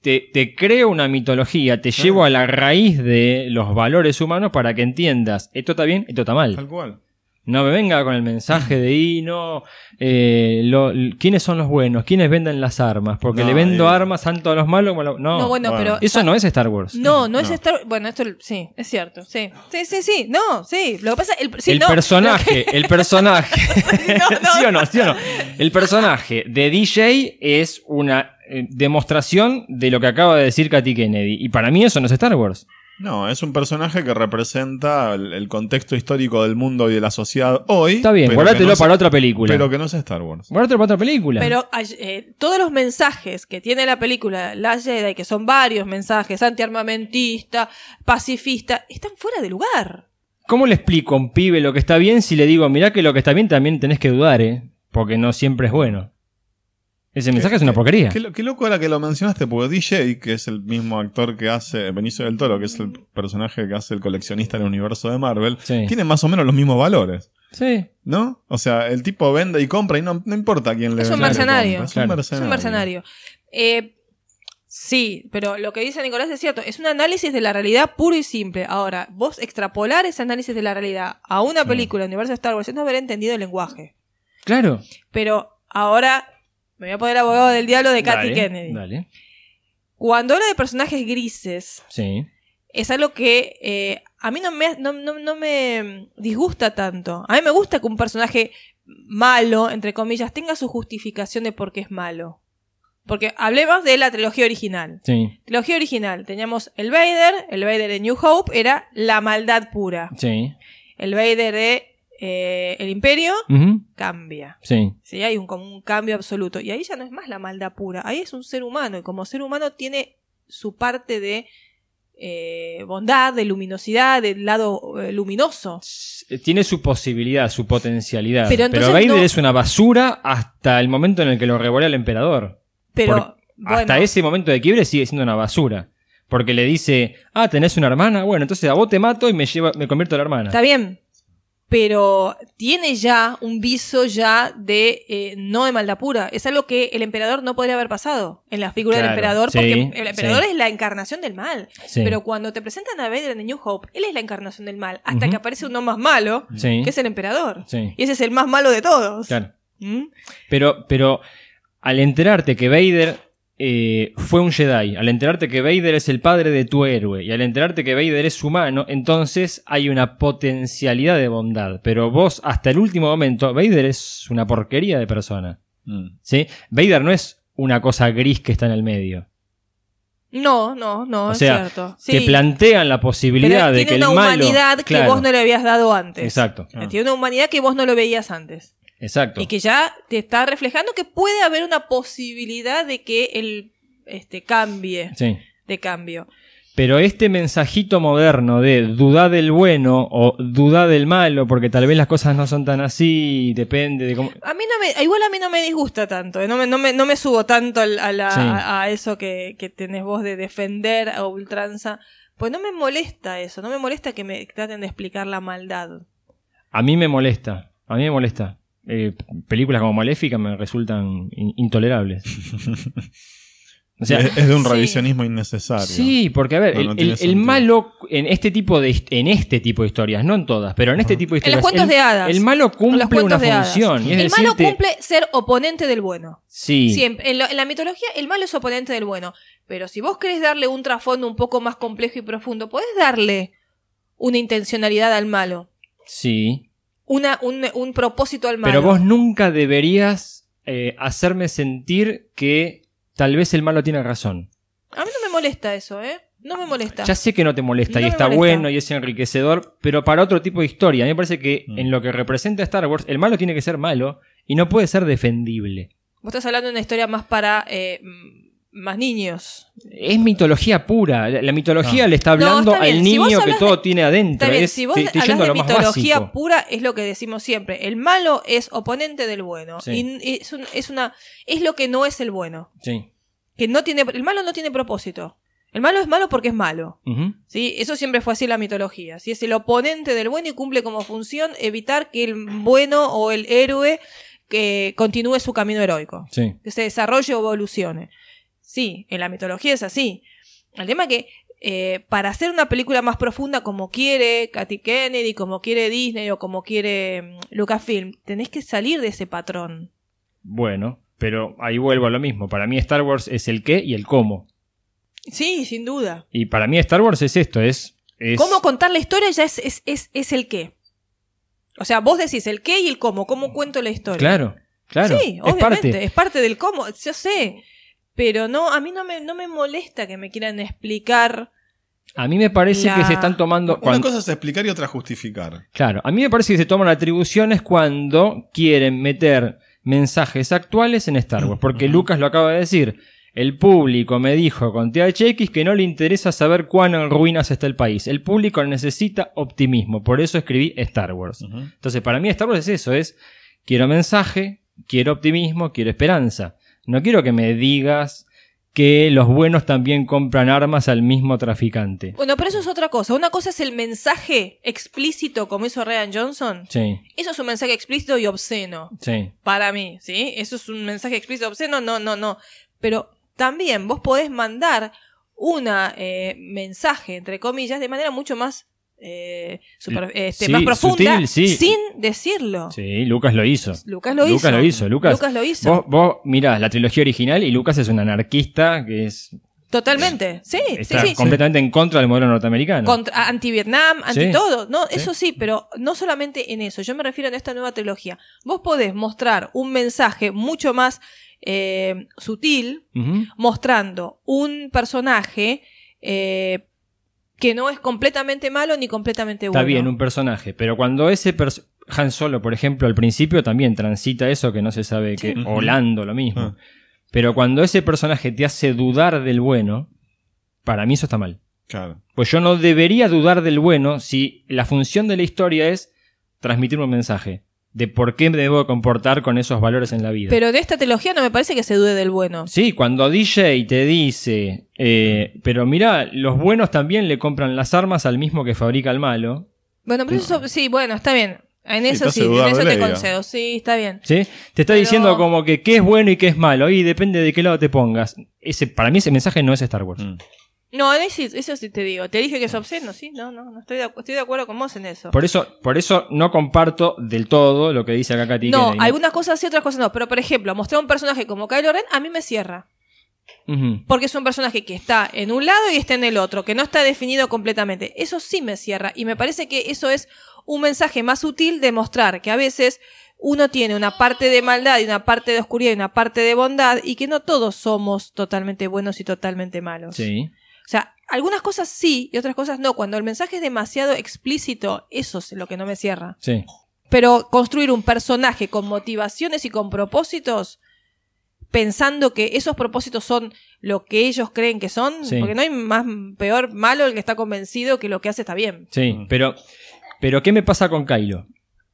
Te creo una mitología, te llevo a la raíz de los valores humanos para que entiendas esto está bien, esto está mal. tal cual. No me venga con el mensaje de no, ¿quiénes son los buenos? ¿Quiénes venden las armas? Porque No, le vendo armas tanto a los malos como a los... No, No, bueno, bueno. pero... eso no es Star Wars. No es No. Star... Bueno, esto sí, es cierto. Sí. Sí. No, sí. Lo que pasa... sí, el no, personaje, el personaje. No. ¿Sí o no? ¿Sí o no? El personaje de DJ es una demostración de lo que acaba de decir Katy Kennedy. Y para mí eso no es Star Wars. No, es un personaje que representa el contexto histórico del mundo y de la sociedad hoy. Está bien, pero guárdatelo que no es- para otra película. Pero que no es Star Wars. Guárdatelo para otra película. Pero todos los mensajes que tiene la película Last Jedi, que son varios mensajes, antiarmamentista, pacifista, están fuera de lugar. ¿Cómo le explico a un pibe lo que está bien si le digo, mirá que lo que está bien también tenés que dudar, porque no siempre es bueno? Ese mensaje es una porquería. Qué loco ahora que lo mencionaste, porque DJ, que es el mismo actor que hace Benicio del Toro, que es el personaje que hace el coleccionista en el universo de Marvel, Sí. tiene más o menos los mismos valores. Sí. ¿No? O sea, el tipo vende y compra y no importa a quién le Es un vende. mercenario. Es Claro. un Es mercenario. un mercenario. Sí, pero lo que dice Nicolás es cierto. Es un análisis de la realidad puro y simple. Ahora, vos extrapolar ese análisis de la realidad a una película, universo de Star Wars, es no haber entendido el lenguaje. Claro. Pero ahora me voy a poner abogado del diablo de Katy Dale, Kennedy. Dale. Cuando habla de personajes grises, Sí. es algo que a mí no me disgusta tanto. A mí me gusta que un personaje malo, entre comillas, tenga su justificación de por qué es malo. Porque hablemos de la trilogía original. Sí. Trilogía original, teníamos el Vader de New Hope era la maldad pura. Sí. El Vader de el Imperio Ujú. cambia. Sí. Sí, hay como un cambio absoluto. Y ahí ya no es más la maldad pura. Ahí es un ser humano. Y como ser humano tiene su parte de bondad, de luminosidad, del lado luminoso. Tiene su posibilidad, su potencialidad. Pero Pero, entonces Vader no- es una basura hasta el momento en el que lo revolea el emperador. Pero bueno, Hasta ese momento de quiebre sigue siendo una basura. Porque le dice, tenés una hermana, bueno, entonces a vos te mato y me convierto en la hermana. está bien. Pero tiene ya un viso ya de no de maldad pura. Es algo que el emperador no podría haber pasado en la figura del Claro, emperador, sí, porque el emperador sí. es la encarnación del mal. Sí. Pero cuando te presentan a Vader en The New Hope, él es la encarnación del mal. Hasta Ujú. que aparece uno más malo, Sí. que es el emperador. Sí. Y ese es el más malo de todos. Claro. ¿Mm? Pero al enterarte que Vader fue un Jedi, al enterarte que Vader es el padre de tu héroe y al enterarte que Vader es humano, entonces hay una potencialidad de bondad. Pero vos, hasta el último momento, Vader es una porquería de persona. ¿Sí? Vader no es una cosa gris que está en el medio. No, O es sea, cierto. te plantean la posibilidad de que el malo... tiene una humanidad que claro, vos no le habías dado antes. Exacto. Tiene una humanidad que vos no lo veías antes. Exacto. Y que ya te está reflejando que puede haber una posibilidad de que él cambie. Sí. De cambio. Pero este mensajito moderno de dudar del bueno o dudar del malo, porque tal vez las cosas no son tan así, depende de cómo... Igual a mí no me disgusta tanto, no me subo tanto a eso que tenés vos de defender a ultranza. Pues no me molesta eso, no me molesta que me traten de explicar la maldad. A mí me molesta. Películas como Maléfica me resultan intolerables. O sea, es de un revisionismo innecesario. Sí, porque a ver, el malo en este tipo de historias, no en todas, pero en este tipo de historias, en los cuentos de hadas, el malo cumple una función. El malo cumple ser oponente del bueno. Sí. Siempre. En la mitología, el malo es oponente del bueno. Pero si vos querés darle un trasfondo un poco más complejo y profundo, podés darle una intencionalidad al malo. Sí. Un propósito al malo. Pero vos nunca deberías hacerme sentir que tal vez el malo tiene razón. A mí no me molesta eso, No me molesta. Ya sé que no te molesta y está bueno y es enriquecedor, pero para otro tipo de historia. A mí me parece que en lo que representa Star Wars, el malo tiene que ser malo y no puede ser defendible. Vos estás hablando de una historia más para más niños. Es mitología pura. La mitología le está hablando al niño que todo tiene adentro. Está bien, si vos hablas de mitología pura, es lo que decimos siempre. El malo es oponente del bueno. Sí. Y es lo que no es el bueno. Sí. El malo no tiene propósito. El malo es malo porque es malo. Uh-huh. ¿Sí? Eso siempre fue así en la mitología. ¿Sí? Es el oponente del bueno y cumple como función evitar que el bueno o el héroe que continúe su camino heroico. Sí. Que se desarrolle o evolucione. Sí, en la mitología es así. El tema es que para hacer una película más profunda como quiere Kathleen Kennedy, como quiere Disney o como quiere Lucasfilm, tenés que salir de ese patrón. Bueno, pero ahí vuelvo a lo mismo. Para mí Star Wars es el qué y el cómo. Sí, sin duda. Y para mí Star Wars es esto, es... Cómo contar la historia ya es el qué. O sea, vos decís el qué y el cómo cuento la historia. Claro. Sí, obviamente, es parte del cómo, yo sé. Pero no, a mí no me molesta que me quieran explicar. A mí me parece que se están tomando... Una cosa es explicar y otra justificar. Claro, a mí me parece que se toman atribuciones cuando quieren meter mensajes actuales en Star Wars. Porque Lucas lo acaba de decir. El público me dijo con THX que no le interesa saber cuán en ruinas está el país. El público necesita optimismo. Por eso escribí Star Wars. Entonces, para mí Star Wars es eso. Quiero mensaje, quiero optimismo, quiero esperanza. No quiero que me digas que los buenos también compran armas al mismo traficante. Bueno, pero eso es otra cosa. Una cosa es el mensaje explícito, como hizo Rian Johnson. Sí. Eso es un mensaje explícito y obsceno. Sí. Para mí, ¿sí? Eso es un mensaje explícito y obsceno. No. Pero también vos podés mandar una mensaje, entre comillas, de manera mucho más... más profunda, sutil, sí. Sin decirlo. Sí, Lucas lo hizo. Lucas lo hizo. Vos mirás la trilogía original y Lucas es un anarquista que es... Totalmente, está completamente en contra del modelo norteamericano. Anti-Vietnam, anti-todo. No, eso sí, pero no solamente en eso. Yo me refiero a esta nueva trilogía. Vos podés mostrar un mensaje mucho más sutil, mostrando un personaje... que no es completamente malo ni completamente bueno. Está bien, un personaje, pero cuando ese Han Solo, por ejemplo, al principio también transita eso que no se sabe qué, o Lando lo mismo. Pero cuando ese personaje te hace dudar del bueno, para mí eso está mal. Claro. Pues yo no debería dudar del bueno si la función de la historia es transmitir un mensaje de por qué me debo comportar con esos valores en la vida. Pero de esta trilogía no me parece que se dude del bueno. Sí, cuando DJ te dice, pero mirá, los buenos también le compran las armas al mismo que fabrica el malo. Bueno, pero eso sí, bueno, está bien. En eso sí, en eso te concedo. Sí, está bien. ¿Sí? Te está diciendo como que qué es bueno y qué es malo, y depende de qué lado te pongas. Para mí ese mensaje no es Star Wars. No, eso sí te digo. Te dije que es obsceno, ¿sí? No estoy de acuerdo con vos en eso. Por eso no comparto del todo lo que dice acá Katy Kennedy. No, algunas cosas sí, otras cosas no. Pero, por ejemplo, mostrar un personaje como Kylo Ren, a mí me cierra. Porque es un personaje que está en un lado y está en el otro, que no está definido completamente. Eso sí me cierra, y me parece que eso es un mensaje más sutil de mostrar que a veces uno tiene una parte de maldad y una parte de oscuridad y una parte de bondad, y que no todos somos totalmente buenos y totalmente malos. Sí. O sea, algunas cosas sí y otras cosas no. Cuando el mensaje es demasiado explícito, eso es lo que no me cierra. Sí. Pero construir un personaje con motivaciones y con propósitos, pensando que esos propósitos son lo que ellos creen que son, Sí. porque no hay más peor malo el que está convencido que lo que hace está bien. Sí, pero ¿qué me pasa con Kylo?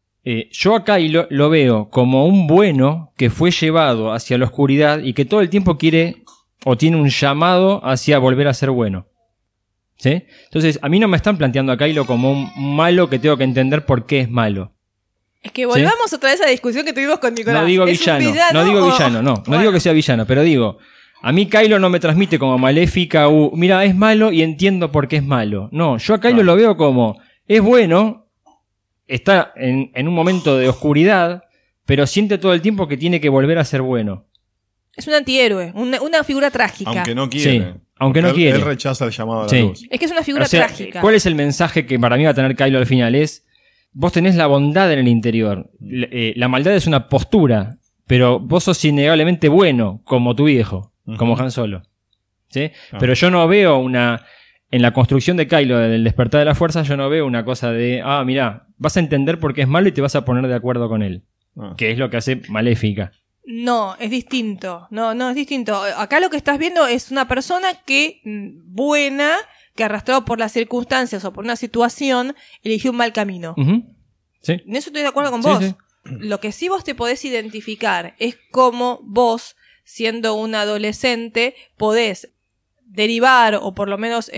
Yo a Kylo lo veo como un bueno que fue llevado hacia la oscuridad y que todo el tiempo quiere o tiene un llamado hacia volver a ser bueno. ¿Sí? Entonces, a mí no me están planteando a Kylo como un malo que tengo que entender por qué es malo. Es que volvamos otra vez a la discusión que tuvimos con Nicolás. No digo ¿Es un villano, no digo o- villano, no Bueno. digo que sea villano, pero digo, a mí Kylo no me transmite como maléfica, mira, es malo y entiendo por qué es malo. No, yo a Kylo lo veo como, es bueno, está en un momento de oscuridad, pero siente todo el tiempo que tiene que volver a ser bueno. Es un antihéroe, una figura trágica. Aunque no quiere. Sí, aunque no Él- quiere. Él rechaza el llamado a la Sí. luz. Es que es una figura O sea, trágica. ¿cuál es el mensaje que para mí va a tener Kylo al final? Es, vos tenés la bondad en el interior. La maldad es una postura, pero vos sos innegablemente bueno, como tu viejo, como Han Solo. ¿Sí? Ah. Pero yo no veo en la construcción de Kylo, del despertar de la fuerza, yo no veo una cosa de, mirá, vas a entender por qué es malo y te vas a poner de acuerdo con él. Ah. Que es lo que hace Maléfica. No, es distinto. No, es distinto. Acá lo que estás viendo es una persona que, buena, que arrastrado por las circunstancias o por una situación, eligió un mal camino. Ujú. ¿Sí? En eso estoy de acuerdo con Sí, vos. sí. Lo que sí vos te podés identificar es cómo vos, siendo un adolescente, podés derivar o por lo menos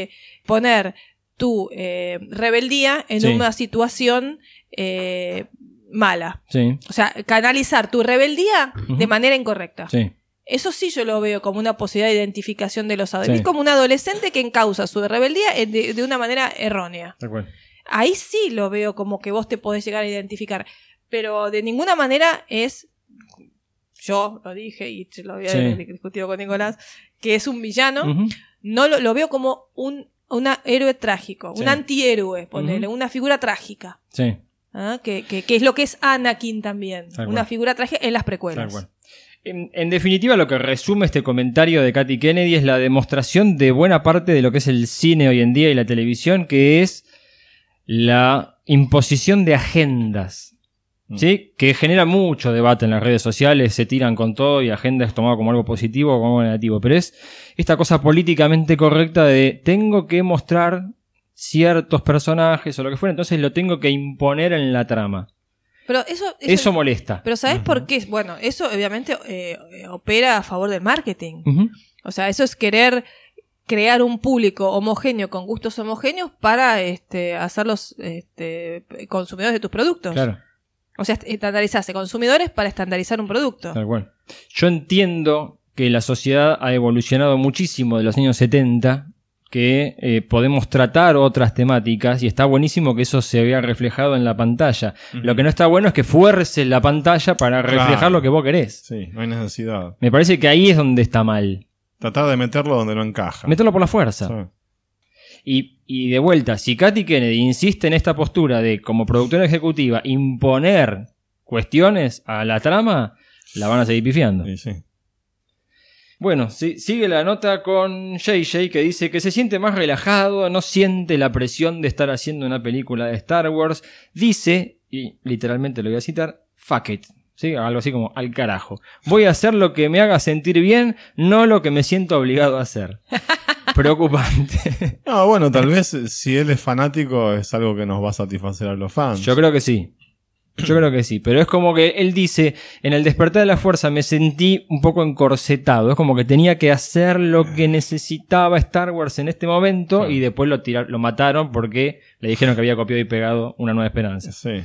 poner tu rebeldía en Sí. una situación mala. Sí, O sea, canalizar tu rebeldía Ujú. de manera incorrecta. sí. Eso sí yo lo veo como una posibilidad de identificación de los Sí. adolescentes. Es como un adolescente que encausa su rebeldía de una manera errónea. De acuerdo. Ahí sí lo veo como que vos te podés llegar a identificar. Pero de ninguna manera es, yo lo dije y se lo había Sí. discutido con Nicolás, que es un villano. Ujú. No lo veo como un héroe trágico, Sí. un antihéroe, ponele, una figura trágica. Sí. ¿Ah? Que es lo que es Anakin también. Tal Una cual. figura trágica en las Tal precuelas. cual. En definitiva, lo que resume este comentario de Katy Kennedy es la demostración de buena parte de lo que es el cine hoy en día y la televisión, que es la imposición de agendas, ¿sí? Que genera mucho debate en las redes sociales, se tiran con todo y agenda es tomado como algo positivo o como algo negativo, pero es esta cosa políticamente correcta de tengo que mostrar ciertos personajes o lo que fuera, entonces lo tengo que imponer en la trama. Pero Eso molesta. Pero ¿sabes por qué? Bueno, eso obviamente opera a favor del marketing. Ujú. O sea, eso es querer crear un público homogéneo con gustos homogéneos para hacerlos consumidores de tus productos. Claro. O sea, estandarizarse consumidores para estandarizar un producto. Tal cual. Yo entiendo que la sociedad ha evolucionado muchísimo de los años 70, que podemos tratar otras temáticas y está buenísimo que eso se vea reflejado en la pantalla. Lo que no está bueno es que fuerce la pantalla para reflejar Claro. lo que vos querés. Sí, no hay necesidad. Me parece que ahí es donde está mal. Tratar de meterlo donde no encaja. Meterlo por la fuerza. Sí. Y de vuelta, si Katy Kennedy insiste en esta postura de, como productora ejecutiva, imponer cuestiones a la trama, la van a seguir pifiando. Sí, sí. Bueno, sigue la nota con JJ, que dice que se siente más relajado, no siente la presión de estar haciendo una película de Star Wars. Dice, y literalmente lo voy a citar, fuck it. ¿Sí? Algo así como al carajo. Voy a hacer lo que me haga sentir bien, no lo que me siento obligado a hacer. Preocupante. No, bueno, tal vez si él es fanático es algo que nos va a satisfacer a los fans. Yo creo que sí. Yo creo que sí. Pero es como que él dice, en el despertar de la fuerza me sentí un poco encorsetado. Es como que tenía que hacer lo que necesitaba Star Wars en este momento, Claro. y después lo mataron porque le dijeron que había copiado y pegado Una Nueva Esperanza. Sí.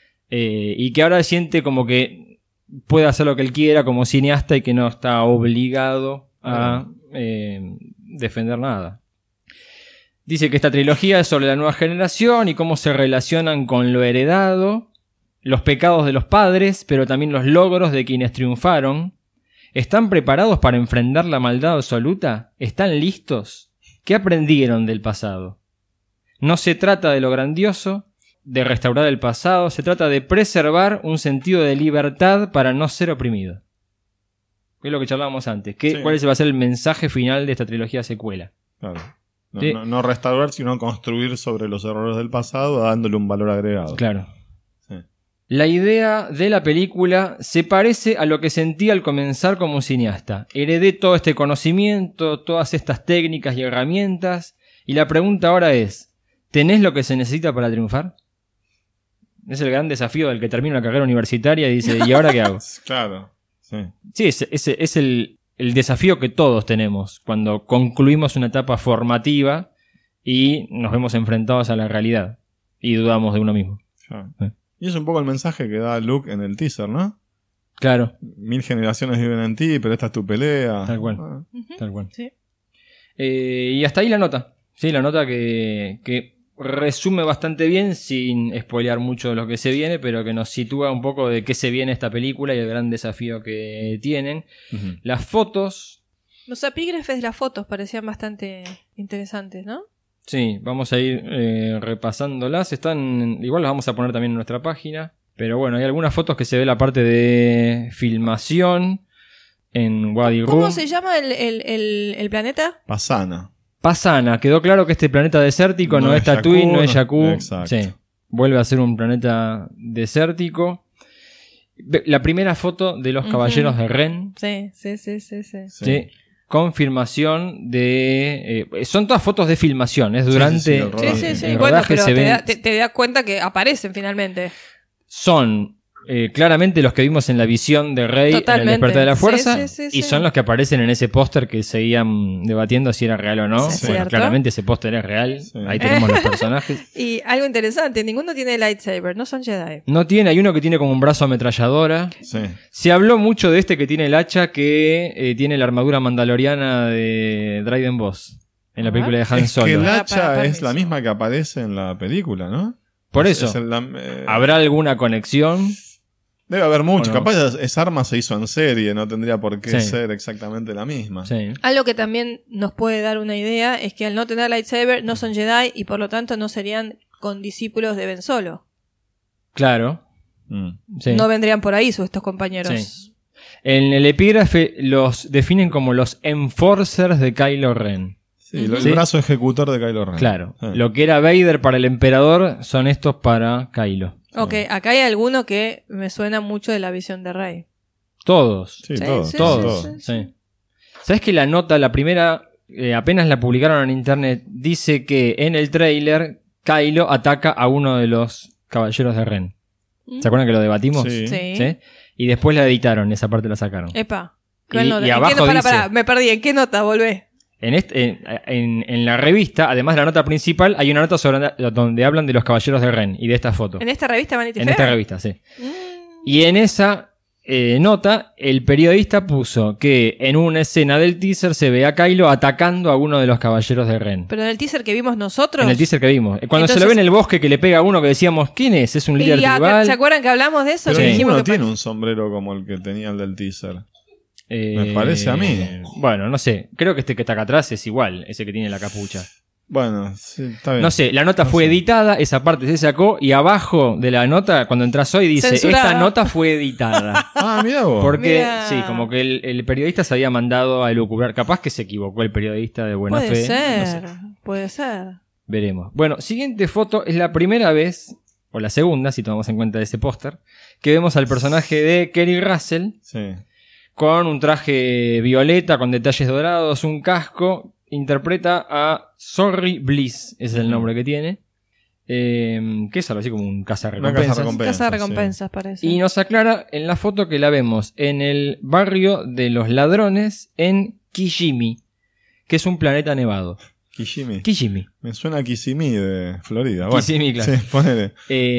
Y que ahora siente como que puede hacer lo que él quiera como cineasta y que no está obligado a defender nada. Dice que esta trilogía es sobre la nueva generación y cómo se relacionan con lo heredado, los pecados de los padres, pero también los logros de quienes triunfaron. ¿Están preparados para enfrentar la maldad absoluta? ¿Están listos? ¿Qué aprendieron del pasado? No se trata de lo grandioso, de restaurar el pasado, se trata de preservar un sentido de libertad para no ser oprimido. Es lo que charlábamos antes. ¿Cuál va a ser el mensaje final de esta trilogía secuela? Claro. Sí. No restaurar, sino construir sobre los errores del pasado, dándole un valor agregado. Claro. Sí. La idea de la película se parece a lo que sentí al comenzar como cineasta. Heredé todo este conocimiento, todas estas técnicas y herramientas, y la pregunta ahora es, ¿tenés lo que se necesita para triunfar? Es el gran desafío del que termina una carrera universitaria y dice, ¿y ahora qué hago? Claro. Sí, es el desafío que todos tenemos cuando concluimos una etapa formativa y nos vemos enfrentados a la realidad y dudamos de uno mismo. Claro. Y es un poco el mensaje que da Luke en el teaser, ¿no? Claro. 1000 generaciones viven en ti, pero esta es tu pelea. Tal cual. Uh-huh. Tal cual. Sí. Y hasta ahí la nota. Sí, la nota que resume bastante bien, sin spoilear mucho de lo que se viene, pero que nos sitúa un poco de qué se viene esta película y el gran desafío que tienen. Uh-huh. Las fotos. Los epígrafes de las fotos parecían bastante interesantes, ¿no? Sí, vamos a ir repasándolas. Igual las vamos a poner también en nuestra página. Pero bueno, hay algunas fotos que se ve la parte de filmación en Wadi Rum. ¿Cómo se llama el planeta? Pasana. Pasana, quedó claro que este planeta desértico no es Tatooine, no es Jakku. Exacto. Sí, vuelve a ser un planeta desértico. La primera foto de los caballeros de Ren. Sí. Sí. Confirmación de... son todas fotos de filmación, es durante el rodaje. Sí. El Bueno, rodaje pero te das cuenta que aparecen finalmente. Son claramente los que vimos en la visión de Rey en el Despertar de la Fuerza, y son los que aparecen en ese póster que seguían debatiendo si era real o no. Sí, bueno, ¿cierto? claramente ese póster es real. Sí. Ahí tenemos los personajes. Y algo interesante, ninguno tiene lightsaber, no son Jedi. No tiene, hay uno que tiene como un brazo ametralladora. Sí. Se habló mucho de este que tiene el hacha que tiene la armadura mandaloriana de Dryden Voss en la película de Han Solo. Es que el hacha es la misma que aparece en la película, ¿no? Por eso, ¿habrá alguna conexión? Debe haber mucho. No. Capaz esa arma se hizo en serie, no tendría por qué ser exactamente la misma. Sí. Algo que también nos puede dar una idea es que al no tener lightsaber no son Jedi y por lo tanto no serían condiscípulos de Ben Solo. Claro. Sí. No vendrían por ahí estos compañeros. Sí. En el epígrafe los definen como los Enforcers de Kylo Ren. Sí, el brazo ejecutor de Kylo Ren. Claro. Lo que era Vader para el emperador son estos para Kylo. Ok, acá hay alguno que me suena mucho de la visión de Rey. Todos. Sí, todos. Sí. ¿Sabes que la nota, la primera, apenas la publicaron en internet, dice que en el tráiler Kylo ataca a uno de los caballeros de Ren? ¿Se acuerdan que lo debatimos? Sí. Y después la editaron, esa parte la sacaron. Epa. Y abajo dice... me perdí, ¿en qué nota? Volvé. En la revista, además de la nota principal, hay una nota donde hablan de los caballeros de Ren y de esta foto. ¿En esta revista Vanity Fair? En esta revista, sí. Y en esa nota, el periodista puso que en una escena del teaser se ve a Kylo atacando a uno de los caballeros de Ren. ¿Pero en el teaser que vimos nosotros? En el teaser que vimos. Cuando entonces, se lo ve en el bosque que le pega a uno que decíamos, ¿quién es? ¿Es un líder tribal? ¿Se acuerdan que hablamos de eso? Pero que ninguno dijimos que tiene un sombrero como el que tenía el del teaser. Me parece a mí. Bueno, no sé. Creo que este que está acá atrás es igual, ese que tiene la capucha. Bueno, sí, está bien. No sé, la nota fue editada, esa parte se sacó y abajo de la nota, cuando entras hoy, dice, censurada. Esta nota fue editada. Mirá vos. Porque, Mirá. sí, como que el periodista se había mandado a elucubrar. Capaz que se equivocó el periodista de buena puede fe. ser, No sé. puede ser. Veremos. Bueno, siguiente foto es la primera vez, o la segunda, si tomamos en cuenta ese póster, que vemos al personaje de Kerry Russell Sí. con un traje violeta, con detalles dorados, un casco. Interpreta a Sorry Bliss, ese es el nombre que tiene. Que es algo así como un cazarrecompensas. Casa de recompensas, parece. Y nos aclara en la foto que la vemos en el barrio de los ladrones en Kijimi, que es un planeta nevado. Kijimi. Me suena a Kissimmee de Florida. Bueno, Kissimmee, claro. Sí, ponele.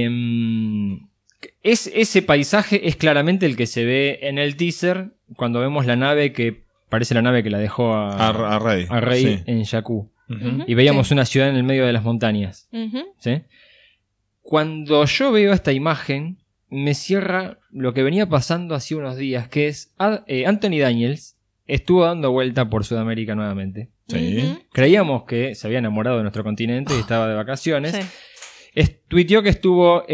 Ese paisaje es claramente el que se ve en el teaser cuando vemos la nave que parece la nave que la dejó a Rey, sí. En Jakku. Y veíamos una ciudad en el medio de las montañas. ¿Sí? Cuando yo veo esta imagen, me cierra lo que venía pasando hace unos días, que es Anthony Daniels estuvo dando vuelta por Sudamérica nuevamente. Sí. Creíamos que se había enamorado de nuestro continente y estaba de vacaciones. Sí. Tuiteó que estuvo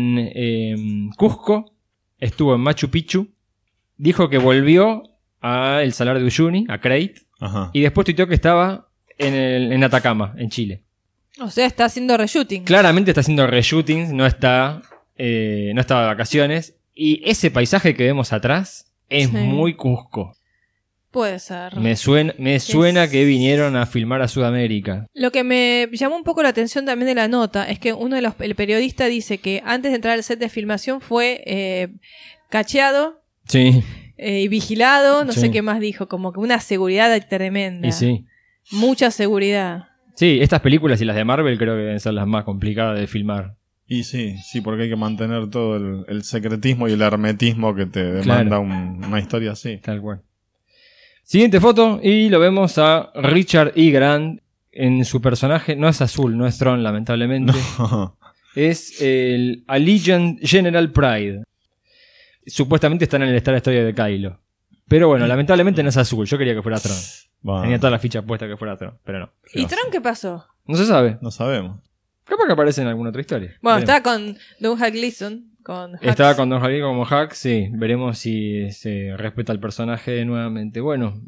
en Cusco, estuvo en Machu Picchu, dijo que volvió a el Salar de Uyuni, a Crete, Ajá. y después tuiteó que estaba en Atacama, en Chile. O sea, está haciendo reshooting. Claramente está haciendo reshootings, no estaba de vacaciones. Y ese paisaje que vemos atrás es Sí. muy Cusco. Puede ser. Me suena que vinieron a filmar a Sudamérica. Lo que me llamó un poco la atención también de la nota es que el periodista dice que antes de entrar al set de filmación fue cacheado Sí, y vigilado, no Sí. sé qué más dijo, como que una seguridad tremenda. y sí. Mucha seguridad. Sí, estas películas y las de Marvel creo que deben ser las más complicadas de filmar. Y sí, porque hay que mantener todo el secretismo y el hermetismo que te demanda una historia así. Tal cual. Siguiente foto y lo vemos a Richard E. Grant en su personaje. No es azul, no es Tron, lamentablemente. No. Es el Allegiant General Pride. Supuestamente están en el Star Destroyer de Kylo. Pero bueno, lamentablemente no es azul. Yo quería que fuera Tron. Bueno, Tenía todas las fichas puestas que fuera Tron, pero no. ¿Y Tron qué pasó? No se sabe. no sabemos. Capaz que aparece en alguna otra historia. Bueno, Veremos. estaba con Domhnall Gleeson. Estaba con Don Javier como Hack, sí. Veremos si se respeta el personaje nuevamente. Bueno,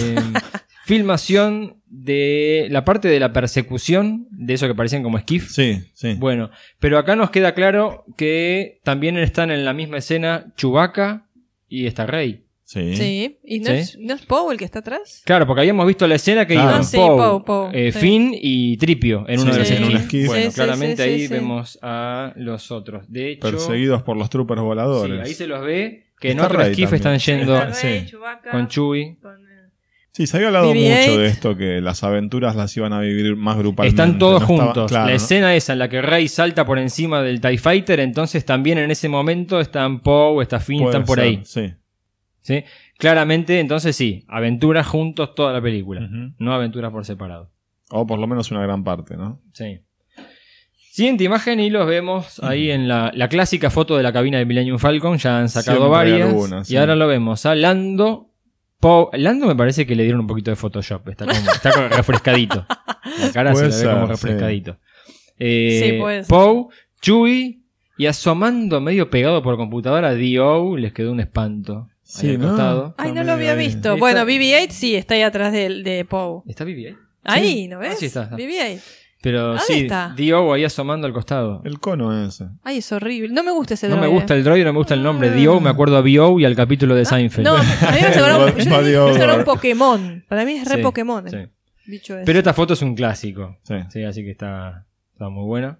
filmación de la parte de la persecución, de eso que parecían como esquif. Sí. Bueno, pero acá nos queda claro que también están en la misma escena Chewbacca y está Rey. Sí. Sí. ¿Y no, Sí. ¿no es Poe el que está atrás? Claro, porque habíamos visto la escena que Claro. iban Ah, sí, Poe, Poe, sí. Finn y Tripio en uno Sí, de los en un esquifs. esquif. Bueno, Sí, sí, claramente sí, ahí sí, sí. vemos a los otros. De hecho, Perseguidos por los troopers voladores. sí, ahí se los ve que en Está otro Rey esquif también. están yendo Está Rey, sí. Chewbacca, con Chewie. Sí, se había hablado BB-8. mucho de esto, que las aventuras las iban a vivir más grupalmente. Están todos no estaba- juntos. claro, La ¿no? escena esa en la que Rey salta por encima del TIE Fighter, entonces también en ese momento están Poe, está Finn, Puede están por ser, ahí. Sí. ¿Sí? Claramente, entonces sí, aventuras juntos toda la película, Ujú. no aventuras por separado. O por lo menos una gran parte, ¿no? Sí. Siguiente imagen y los vemos ahí en la clásica foto de la cabina de Millennium Falcon. Ya han sacado Siempre hay varias. algunas, y sí. ahora lo vemos a Lando. Lando me parece que le dieron un poquito de Photoshop. Está como refrescadito. La cara Puede se la ve como ser, refrescadito. Sí, puede ser. Poe, Chewie y asomando medio pegado por computadora D.O. les quedó un espanto. Sí, ahí al ¿no? costado. Ay, no También lo había ahí. visto. Está- Bueno, BB-8 sí, está ahí atrás de Poe. ¿Está Vivi ahí? Ahí, ¿no ves? Ah, sí está. BB-8. Pero ¿Dónde sí, está? D.O. ahí asomando al costado. El cono ese. Ay, es horrible. No me gusta ese No me droide. gusta el droide, no me gusta el nombre. D.O. me acuerdo a B.O. y al capítulo de Seinfeld. No, a mí me sonó un, yo Mario me sonó un Over. Pokémon. Para mí es re Sí, Pokémon. sí. Bicho ese. Pero esta foto es un clásico. Sí. Sí, así que está muy buena.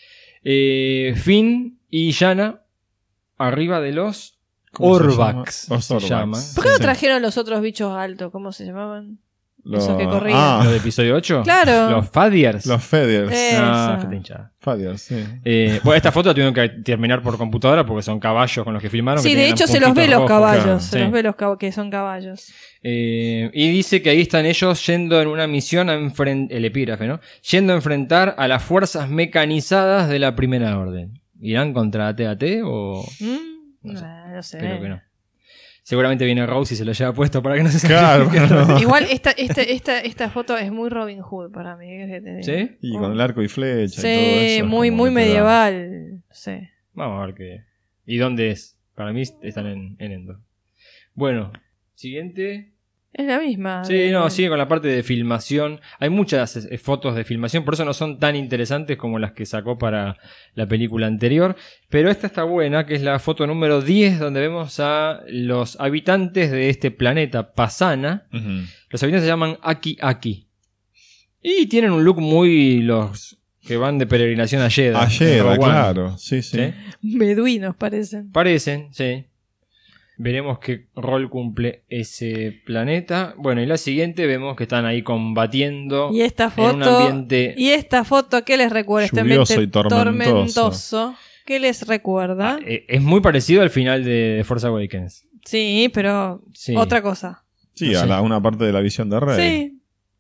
Finn y Yana arriba de los ¿Cómo se Orvax. llama? Los se Orvax. llama. ¿Por qué no Sí. trajeron los otros bichos altos? ¿Cómo se llamaban? Lo- Esos que corrían. ¿Lo de episodio 8? Claro. Los Fadiers. Los Fediers. Ah, Esa. qué hinchada. Fediers, sí. Bueno, esta foto la tuvieron que terminar por computadora porque son caballos con los que filmaron. Sí, que de tenían hecho se los ve puntitos los rojos. caballos. claro. Se Sí. los ve que son caballos. Y dice que ahí están ellos yendo en una misión a el epígrafe, ¿no? Yendo a enfrentar a las fuerzas mecanizadas de la Primera Orden. ¿Irán contra AT-AT o...? No No sé. Creo que no. Seguramente viene Rose y se lo lleva puesto para que no se Claro, no. Igual esta foto es muy Robin Hood para mí. ¿Sí? Y con el arco y flecha y todo Sí, eso. muy, como muy que te da- medieval. Sí. Vamos a ver qué... ¿Y dónde es? Para mí están en Endor. Bueno, siguiente... Es la misma. Sí, no, sigue con la parte de filmación. Hay muchas fotos de filmación, por eso no son tan interesantes como las que sacó para la película anterior. Pero esta está buena, que es la foto número 10, donde vemos a los habitantes de este planeta, Pasana. Ujú. Los habitantes se llaman Aki Aki. Y tienen un look muy los que van de peregrinación a Jedha. Ayer, Rogue One. claro. Sí, sí. ¿Sí? Beduinos parecen. Parecen, sí. Veremos qué rol cumple ese planeta. Bueno, y la siguiente vemos que están ahí combatiendo Y esta en un foto. ambiente... ¿Y esta foto qué les recuerda? Este Lluvioso ambiente y tormentoso. ¿Qué les recuerda? Es muy parecido al final de Force Awakens. Sí, pero Sí. otra cosa. Sí, No sé. una parte de la visión de Rey. Sí.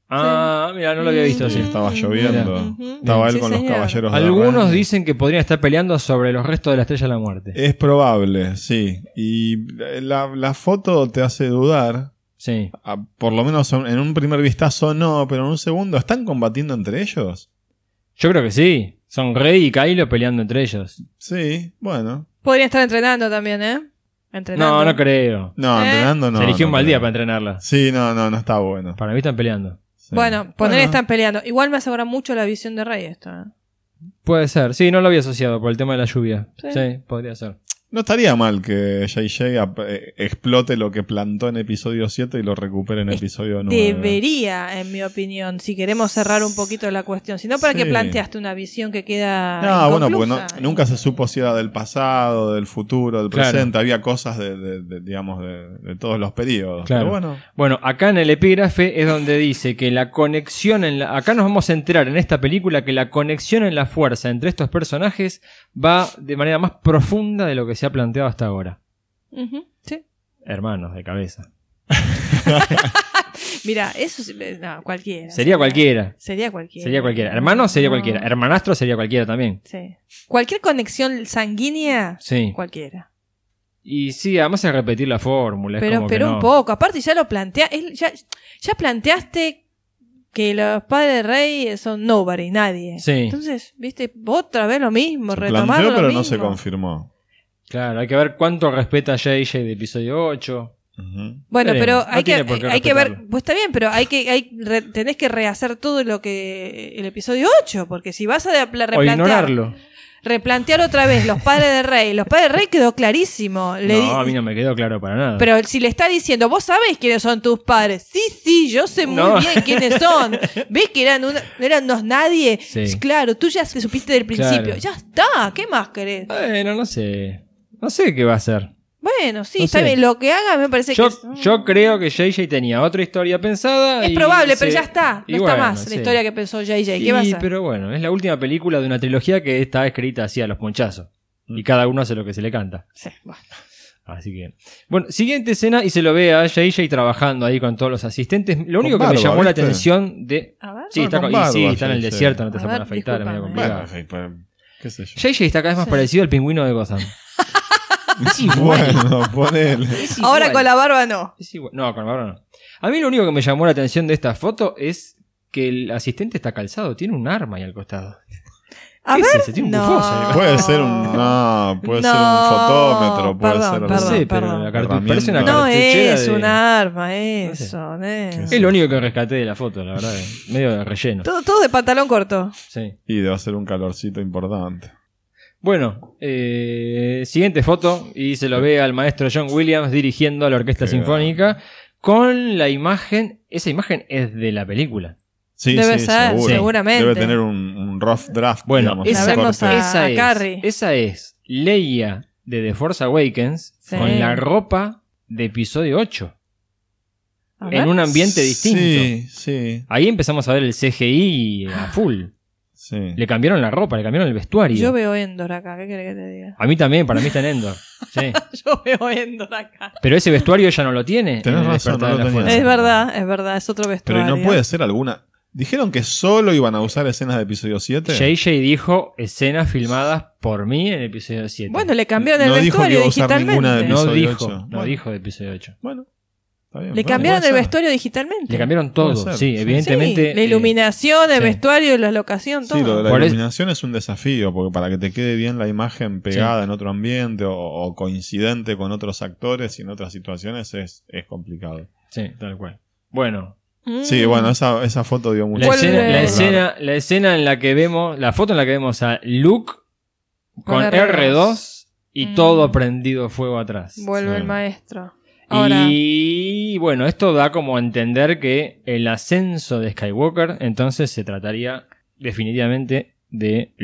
Ah, mira, no lo había visto Sí, así. estaba lloviendo. Ujú. Estaba él Sí, con los señor. caballeros de Algunos Ren. dicen que podrían estar peleando sobre los restos de la Estrella de la Muerte. Es probable, sí. Y la foto te hace dudar. Sí. Por lo menos en un primer vistazo no, pero en un segundo, ¿están combatiendo entre ellos? Yo creo que sí. Son Rey y Kylo peleando entre ellos. Sí, bueno. Podrían estar entrenando también, ¿eh? Entrenando. No, no creo. No, entrenando no. Se eligió no un mal creo. día para entrenarla. Sí, no está bueno. Para mí están peleando. Sí. Bueno, poner están peleando. Igual me asegura mucho la visión de Rey esto, ¿eh? Puede ser. Sí, no lo había asociado por el tema de la lluvia. Sí. Sí, podría ser. No estaría mal que JJ explote lo que plantó en episodio 7 y lo recupere en episodio 9. Debería, en mi opinión, si queremos cerrar un poquito la cuestión. Si no, ¿para qué Sí. planteaste una visión que queda No, bueno, porque inconclusa? nunca se supo si era del pasado, del futuro, del Claro. presente. Había cosas de todos los periodos. Claro. Pero bueno, Bueno, acá en el epígrafe es donde dice que la conexión acá nos vamos a enterar en esta película que la conexión en la fuerza entre estos personajes va de manera más profunda de lo que se ha planteado hasta ahora. Ujú, sí. Hermanos de cabeza. Mira, eso no, cualquiera. Sería cualquiera. Sería cualquiera. Sería cualquiera. Hermanos sería No. cualquiera. Hermanastro sería cualquiera también. Sí. Cualquier conexión sanguínea, Sí. cualquiera. Y sí, además es repetir la fórmula. Es Pero, como que pero no. un poco. Aparte ya lo ya planteaste que los padres de Rey son nobody, nadie. Sí. Entonces, viste, otra vez lo mismo, se retomar planteó, lo pero mismo. no se confirmó. Claro, hay que ver cuánto respeta JJ de episodio 8. Ujú. Bueno, Veremos. pero No hay tiene por qué hay que ver, respetarlo. pues está bien, pero tenés que rehacer todo lo que el episodio 8, porque si vas a O replantear, ignorarlo. replantear otra vez los padres de Rey quedó clarísimo. No, a mí no me quedó claro para nada. Pero si le está diciendo, vos sabés quiénes son tus padres. Sí, yo sé muy No. bien quiénes son. ¿Ves que eran unos nadie? Sí. Claro, tú ya se supiste del principio. Claro. Ya está, ¿qué más querés? Bueno, no sé. No sé qué va a hacer. Bueno, sí, No está sé. bien. Lo que haga me parece Yo, que yo creo que JJ tenía otra historia pensada. es y probable, pero se- ya está. y No está bueno, más sí. la historia que pensó JJ. ¿Qué va a hacer? Pero bueno, es la última película de una trilogía que está escrita así a los ponchazos. Y cada uno hace lo que se le canta. Sí, bueno. Así que. Bueno, siguiente escena y se lo ve a JJ trabajando ahí con todos los asistentes. Lo único que me barba, llamó la ¿viste? atención de. A ver. Sí, está, con y barba, sí, está en el JJ. desierto, no te A se pueden ver, afeitar, es medio discúlpame. complicado. Bueno, qué sé yo. JJ está cada vez más Sí. parecido al pingüino de Gotham. Es igual. Bueno, ponele. Es Ahora igual. con la barba no. Es igual. No, con la barba no. A mí lo único que me llamó la atención de esta foto es que el asistente está calzado, tiene un arma ahí al costado. A ¿Qué es ver, ese? Tiene un no. bufoso ahí. Puede ser puede ser un No, fotómetro, puede perdón, ser No perdón, sé, pero perdón. la parece una Herramienta. No cartuchera es de... un arma, sé. eso. Es lo único que rescaté de la foto, la verdad. Medio de relleno. Todo de pantalón corto. Sí. Y debe ser un calorcito importante. Bueno, siguiente foto y se lo ve al maestro John Williams dirigiendo a la Orquesta Qué Sinfónica con la imagen. Esa imagen es de la película. Sí, Debe sí, ser, seguro. seguramente. Debe tener un rough draft. Bueno, digamos, La un vemos corte. a Carrie. esa es Leia de The Force Awakens Sí. con la ropa de episodio 8 A ver. en un ambiente distinto. Sí, sí, Ahí empezamos a ver el CGI a full. sí. Le cambiaron la ropa, le cambiaron el vestuario. Yo veo Endor acá, ¿qué querés que te diga? A mí también, para mí está en Endor. Sí. Yo veo Endor acá. Pero ese vestuario ella no lo tiene. Tenés en el razón, Despertar no de lo la tenía. Fuerza. Es verdad, es otro Pero vestuario. ¿y no puede ser alguna? Dijeron que solo iban a usar escenas de episodio 7. JJ dijo escenas filmadas por mí en el episodio 7. Bueno, le cambiaron No el dijo que vestuario iba a usar digitalmente. ninguna de no episodio dijo, 8. no Bueno. dijo de episodio 8. Bueno, está bien. Le Bueno, cambiaron puede el ser. vestuario digitalmente. Le cambiaron todo, Puede ser, sí, sí. evidentemente. Sí, la iluminación, el sí. vestuario, la locación, todo. Sí, lo de la Por eso- iluminación es un desafío, porque para que te quede bien la imagen pegada en otro ambiente o coincidente con otros actores y en otras situaciones es complicado. Sí, tal cual. Bueno, Sí, bueno, esa foto dio mucho. la Vuelve- escena en la que vemos, la foto en la que vemos a Luke con Con R2 y Mm. todo prendido fuego atrás. Vuelve Sí. el maestro. Ahora, Y bueno, esto da como a entender que el ascenso de Skywalker entonces se trataría definitivamente de Luke.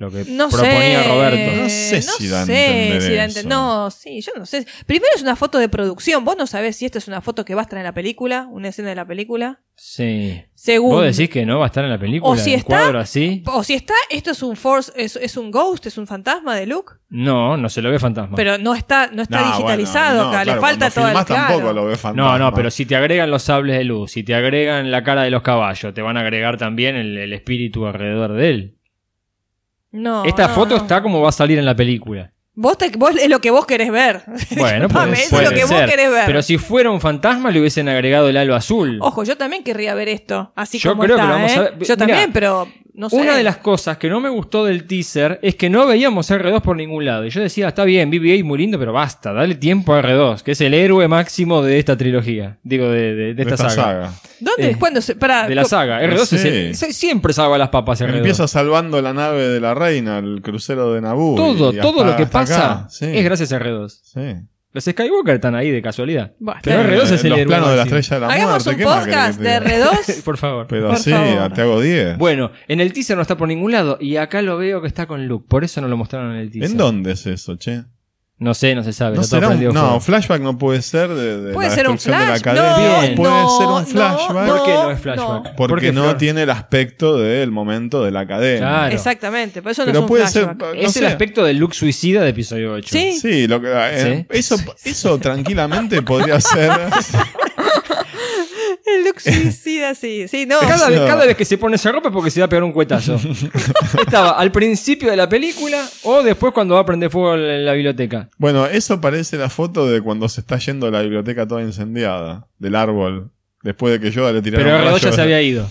lo que No proponía sé, Roberto. No sé si da a sé entender si da a eso. No, sí, yo no sé. Primero es una foto de producción. Vos no sabés si esto es una foto que va a estar en la película, una escena de la película. Sí. Segundo. ¿Vos decís que no va a estar en la película? O si en está- cuadro así. O si está, esto es un force, es un ghost, es un fantasma de Luke. No, no se lo ve fantasma. Pero no está No, digitalizado bueno, acá, no, le claro, falta cuando todo el filmás tampoco claro. lo ves fantasma. No, pero si te agregan los sables de luz, si te agregan la cara de los caballos, te van a agregar también el espíritu alrededor de él. No, Esta no, foto no. está como va a salir en la película. Vos es lo que vos querés ver. Bueno, Disculpame, puede, eso es lo que vos ser. querés ver. Pero si fuera un fantasma le hubiesen agregado el halo azul. Ojo, yo también querría ver esto, así Yo como creo está, que lo vamos ¿eh? a ver. Yo Mirá, también, pero no sé. Una de las cosas que no me gustó del teaser es que no veíamos a R2 por ningún lado. Y yo decía, está bien, BB-8 muy lindo, pero basta, dale tiempo a R2, que es el héroe máximo de esta trilogía. Digo, de esta saga. ¿Dónde? ¿Cuándo? Para, De la saga. R2 sé. siempre salva las papas R2. Empieza salvando la nave de la reina, el crucero de Naboo. Todo y lo hasta- que hasta pasa acá. Sí, es gracias a R2. sí. Los Skywalker están ahí de casualidad. Bah, Pero está R2 bien. es el Los héroe planos de la máximo. estrella de la Hagamos muerte. un ¿qué más podcast de querés que te diga? R2. Por favor. Pero Por sí, favor. te hago 10. Bueno, en el teaser no está por ningún lado. Y acá lo veo que está con Luke. Por eso no lo mostraron en el teaser. ¿En dónde es eso, che? No sé, no se sabe. No, está todo será prendido fuego. flashback no puede ser de Puede la ser un destrucción de la flash. academia. Bien. Puede no, ser un no, flashback. ¿Por qué no es no. flashback? Porque ¿Por qué, no Flor? tiene el aspecto del momento de la academia. Claro. Exactamente, por eso no Pero es un puede ser. flashback. no Es el sé. aspecto del Luke suicida de episodio 8. Sí. Sí, eso tranquilamente podría ser. El Luke suicida, sí. Sí, no. Cada vez que se pone esa ropa es porque se va a pegar un cuetazo. Estaba al principio de la película o después cuando va a prender fuego en la biblioteca. Bueno, eso parece la foto de cuando se está yendo la biblioteca toda incendiada. Del árbol. Después de que Yoda le tirara Pero un R2 rayo. ya se había ido.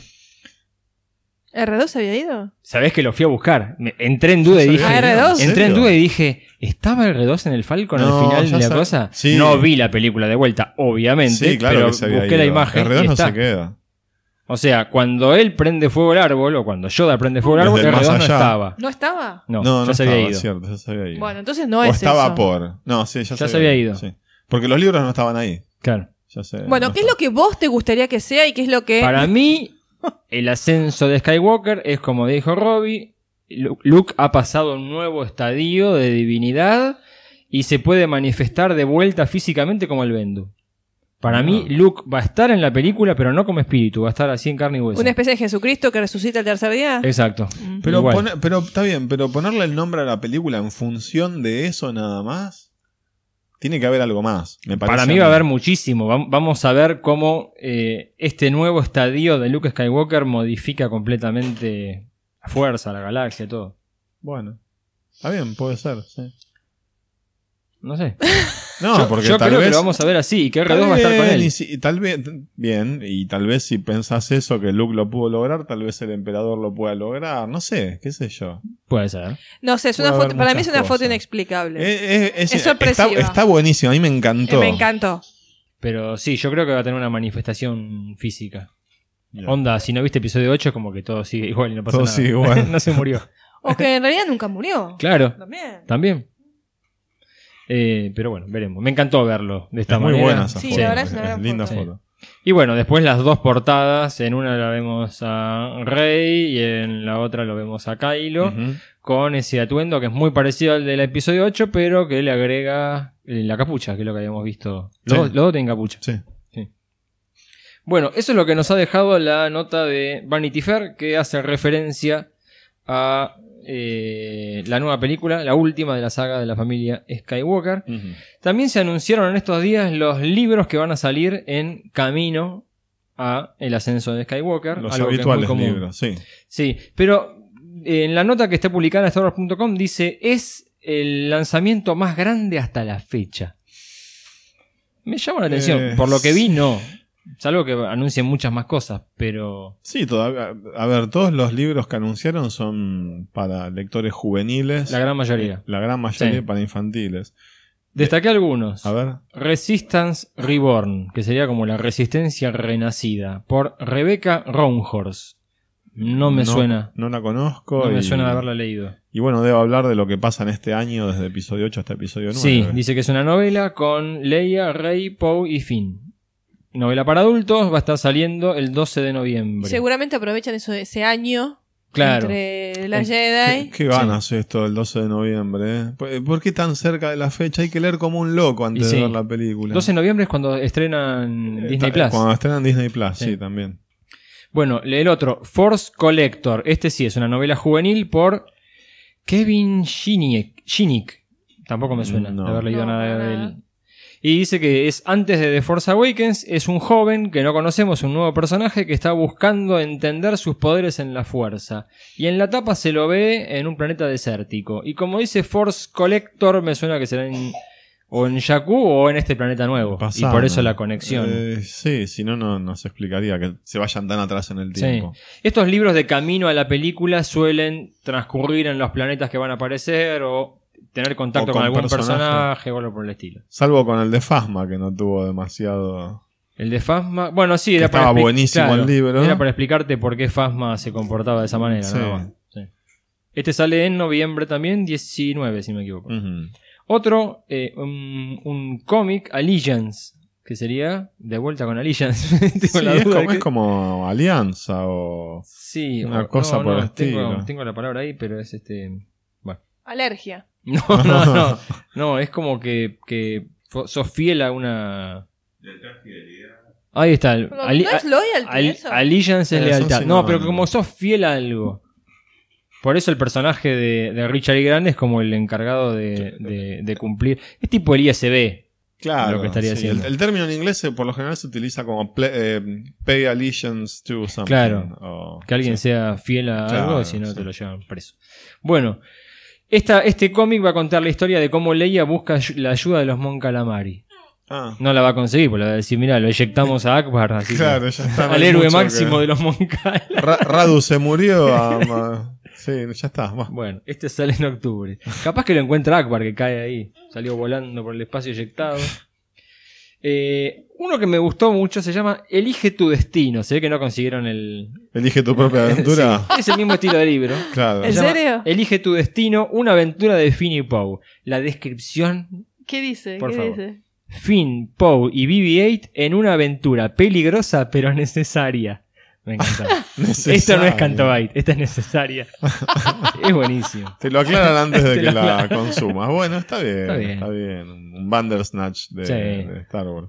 ¿R2 se había ido? ¿Sabés que lo fui a buscar? Entré en duda y dije. ¿A R2? Entré en ¿En serio? duda y dije, ¿estaba R2 en el Falcon No, al final ya de la sab- cosa? sí. No vi la película de vuelta, obviamente. Sí, claro pero que se había busqué ido. la imagen. R2 y no está. se queda. O sea, cuando él prende fuego el árbol, o cuando Yoda prende fuego el árbol, Desde el R2 más no allá. estaba. ¿No estaba? No, No, ya no se estaba, había ido. cierto, ya se había ido. Bueno, entonces no o es estaba eso. por. No, sí, ya se había ido. Sí. Porque los libros no estaban ahí. Claro. Ya sé, Bueno, no ¿qué es lo que vos te gustaría que sea y qué es lo que... Para mí, el ascenso de Skywalker es como dijo Robbie, Luke ha pasado un nuevo estadio de divinidad y se puede manifestar de vuelta físicamente como el Bendu. Para mí, Luke va a estar en la película, pero no como espíritu, va a estar así en carne y hueso. Una especie de Jesucristo que resucita el tercer día? Exacto. Pero, Igual. pero está bien, pero ponerle el nombre a la película en función de eso nada más. Tiene que haber algo más, me parece. Para mí va a haber muchísimo. Vamos a ver cómo este nuevo estadio de Luke Skywalker modifica completamente la fuerza, la galaxia, todo. Bueno, está bien, puede ser, sí. No sé. No, porque yo tal creo vez. que lo vamos a ver así y que Tal R2 va a estar con vez, él. y tal vez, bien, y tal vez si pensás eso que Luke lo pudo lograr, tal vez el emperador lo pueda lograr, no sé, qué sé yo. Puede ser. No sé, es Puede una haber foto, para mí es muchas una foto cosas. inexplicable. Es sorpresiva. está buenísimo, a mí me encantó. Me encantó. Pero sí, yo creo que va a tener una manifestación física. Bien. Onda, si no viste episodio 8, como que todo sigue igual y no pasa Todo nada. sigue igual. No se murió. O que en realidad nunca murió. Claro, También. también. Pero bueno, veremos. Me encantó verlo de esta Es muy manera. buena esa Sí, foto. la verdad es una gran linda foto. foto. Y bueno, después las dos portadas. En una la vemos a Rey y en la otra lo vemos a Kylo. Ujú. Con ese atuendo que es muy parecido al del episodio 8, pero que le agrega la capucha, que es lo que habíamos visto. Los Sí. los dos tienen capucha. Sí. Bueno, eso es lo que nos ha dejado la nota de Vanity Fair, que hace referencia a la nueva película, la última de la saga de la familia Skywalker. Ujú. También se anunciaron en estos días los libros que van a salir en camino a el ascenso de Skywalker. Los algo que es habituales muy común. libros, sí. Sí, pero en la nota que está publicada en StarWars.com dice es el lanzamiento más grande hasta la fecha. Me llama la atención. Por lo que vi, no. Salvo que anuncien muchas más cosas, pero... Sí, todavía. A ver, todos los libros que anunciaron son para lectores juveniles. La gran mayoría. La gran mayoría Sí. para infantiles. Destaqué algunos. A ver. Resistance Reborn, que sería como la resistencia renacida, por Rebecca Roundhorse. No me suena. No la conozco. No me y, suena de haberla leído. Y bueno, debo hablar de lo que pasa en este año, desde episodio 8 hasta episodio 9. Sí, dice que es una novela con Leia, Rey, Poe y Finn. Novela para adultos, va a estar saliendo el 12 de noviembre. Seguramente aprovechan eso de ese año. Claro. Entre de la Jedi. Qué ganas esto el 12 de noviembre. ¿Por qué tan cerca de la fecha? Hay que leer como un loco antes de ver la película. 12 de noviembre es cuando estrenan Disney Plus. Cuando estrenan Disney Plus, sí, también. Bueno, el otro, Force Collector. Este sí es una novela juvenil por Kevin Shinick. Tampoco me suena de haber leído nada de él. Y dice que es antes de The Force Awakens, es un joven que no conocemos, un nuevo personaje que está buscando entender sus poderes en la fuerza. Y en la tapa se lo ve en un planeta desértico. Y como dice Force Collector, me suena que será o en Jakku o en este planeta nuevo. Y por eso la conexión. Sí, si no, no se explicaría que se vayan tan atrás en el tiempo. Sí. Estos libros de camino a la película suelen transcurrir en los planetas que van a aparecer o tener contacto con algún personaje o algo por el estilo. Salvo con el de Phasma, que no tuvo demasiado... El de Phasma... Bueno, sí, era estaba buenísimo el libro. Era para explicarte por qué Phasma se comportaba de esa manera. Sí. ¿No? Sí. Este sale en noviembre también, 19, si no me equivoco. Uh-huh. Otro, un cómic, Allegiance, que sería de vuelta con Allegiance. Es como Alianza o sí, una cosa por el estilo. Tengo la palabra ahí, pero es bueno. Alergia. No, es como que sos fiel a una... Ahí está. ¿No es loyalty eso? Allegiance es lealtad. Sí, no, pero como sos fiel a algo. Por eso el personaje de Richard E. Grant es como el encargado de cumplir. Es tipo el ISB. Claro, lo que estaría haciendo. El término en inglés por lo general se utiliza como pay allegiance to something. Claro, que alguien sea fiel a algo y si no te lo llevan preso. Bueno, este cómic va a contar la historia de cómo Leia busca la ayuda de los Mon Calamari. No la va a conseguir, porque le va a decir, mira, lo eyectamos a Akbar, así claro, ya está, al héroe máximo de los Mon Calamari. Radu se murió. Sí, ya está. Bueno, este sale en octubre. Capaz que lo encuentra Akbar, que cae ahí. Salió volando por el espacio eyectado. Uno que me gustó mucho se llama Elige tu destino. Se ve que no consiguieron el... Elige tu propia aventura. Sí, es el mismo estilo de libro. Claro. ¿En serio? Elige tu destino, una aventura de Finn y Poe. La descripción... ¿Qué dice? Por favor. Finn, Poe y BB-8 en una aventura peligrosa pero necesaria. Me encanta. Esto no es Cantobite, esta es necesaria. Es buenísimo. Te lo aclaran antes de que la consumas. Bueno, está bien. Un Bandersnatch de Star Wars.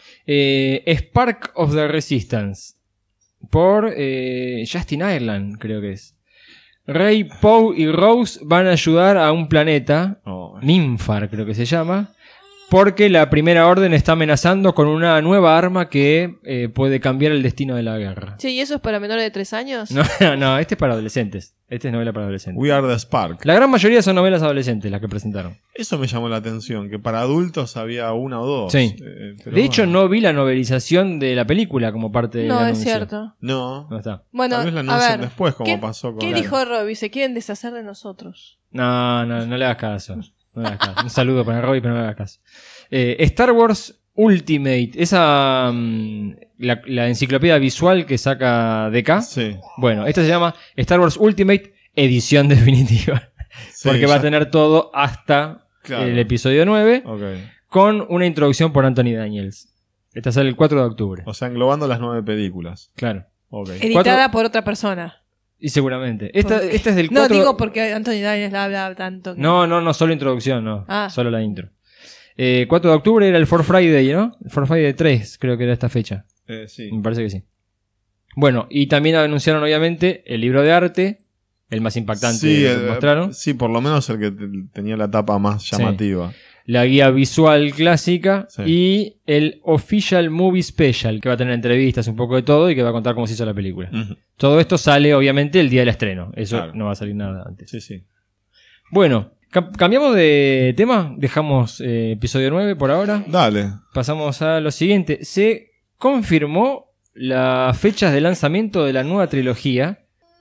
Spark of the Resistance. Por Justin Ireland, creo que es. Rey, Poe y Rose van a ayudar a un planeta, Ninfar creo que se llama, porque la Primera Orden está amenazando con una nueva arma que puede cambiar el destino de la guerra. Sí, ¿y eso es para menores de 3 años? No, este es para adolescentes. Este es novela para adolescentes. We Are the Spark. La gran mayoría son novelas adolescentes las que presentaron. Eso me llamó la atención, que para adultos había una o dos. Sí. De hecho, no vi la novelización de la película como parte del anuncio. No, es cierto. No está. Bueno, tal vez la anuncian después, como pasó con... ¿Qué dijo Robbie? ¿Se quieren deshacer de nosotros? No le hagas caso. Un saludo para Robbie, pero no le hagas caso. Star Wars Ultimate, esa la enciclopedia visual que saca DK. Sí. Bueno, esta se llama Star Wars Ultimate edición definitiva. Sí, porque va a tener todo hasta el episodio 9 con una introducción por Anthony Daniels. Esta sale el 4 de octubre. O sea, englobando las 9 películas. Claro. Editada por otra persona. Y seguramente. Esta es del 4... No, digo porque Anthony Daniels la habla tanto. No, solo introducción, no. Solo la intro. 4 de octubre era el 4 Friday, ¿no? El 4 Friday 3, creo que era esta fecha. Sí. Me parece que sí. Bueno, y también anunciaron obviamente el libro de arte, el más impactante que mostraron. Sí, por lo menos el que tenía la tapa más llamativa. Sí. La guía visual clásica y el Official Movie Special, que va a tener entrevistas, un poco de todo y que va a contar cómo se hizo la película. Uh-huh. Todo esto sale obviamente el día del estreno. Eso no va a salir nada antes. Sí. Bueno, cambiamos de tema. Dejamos episodio 9 por ahora. Dale. Pasamos a lo siguiente. Se confirmó las fechas de lanzamiento de la nueva trilogía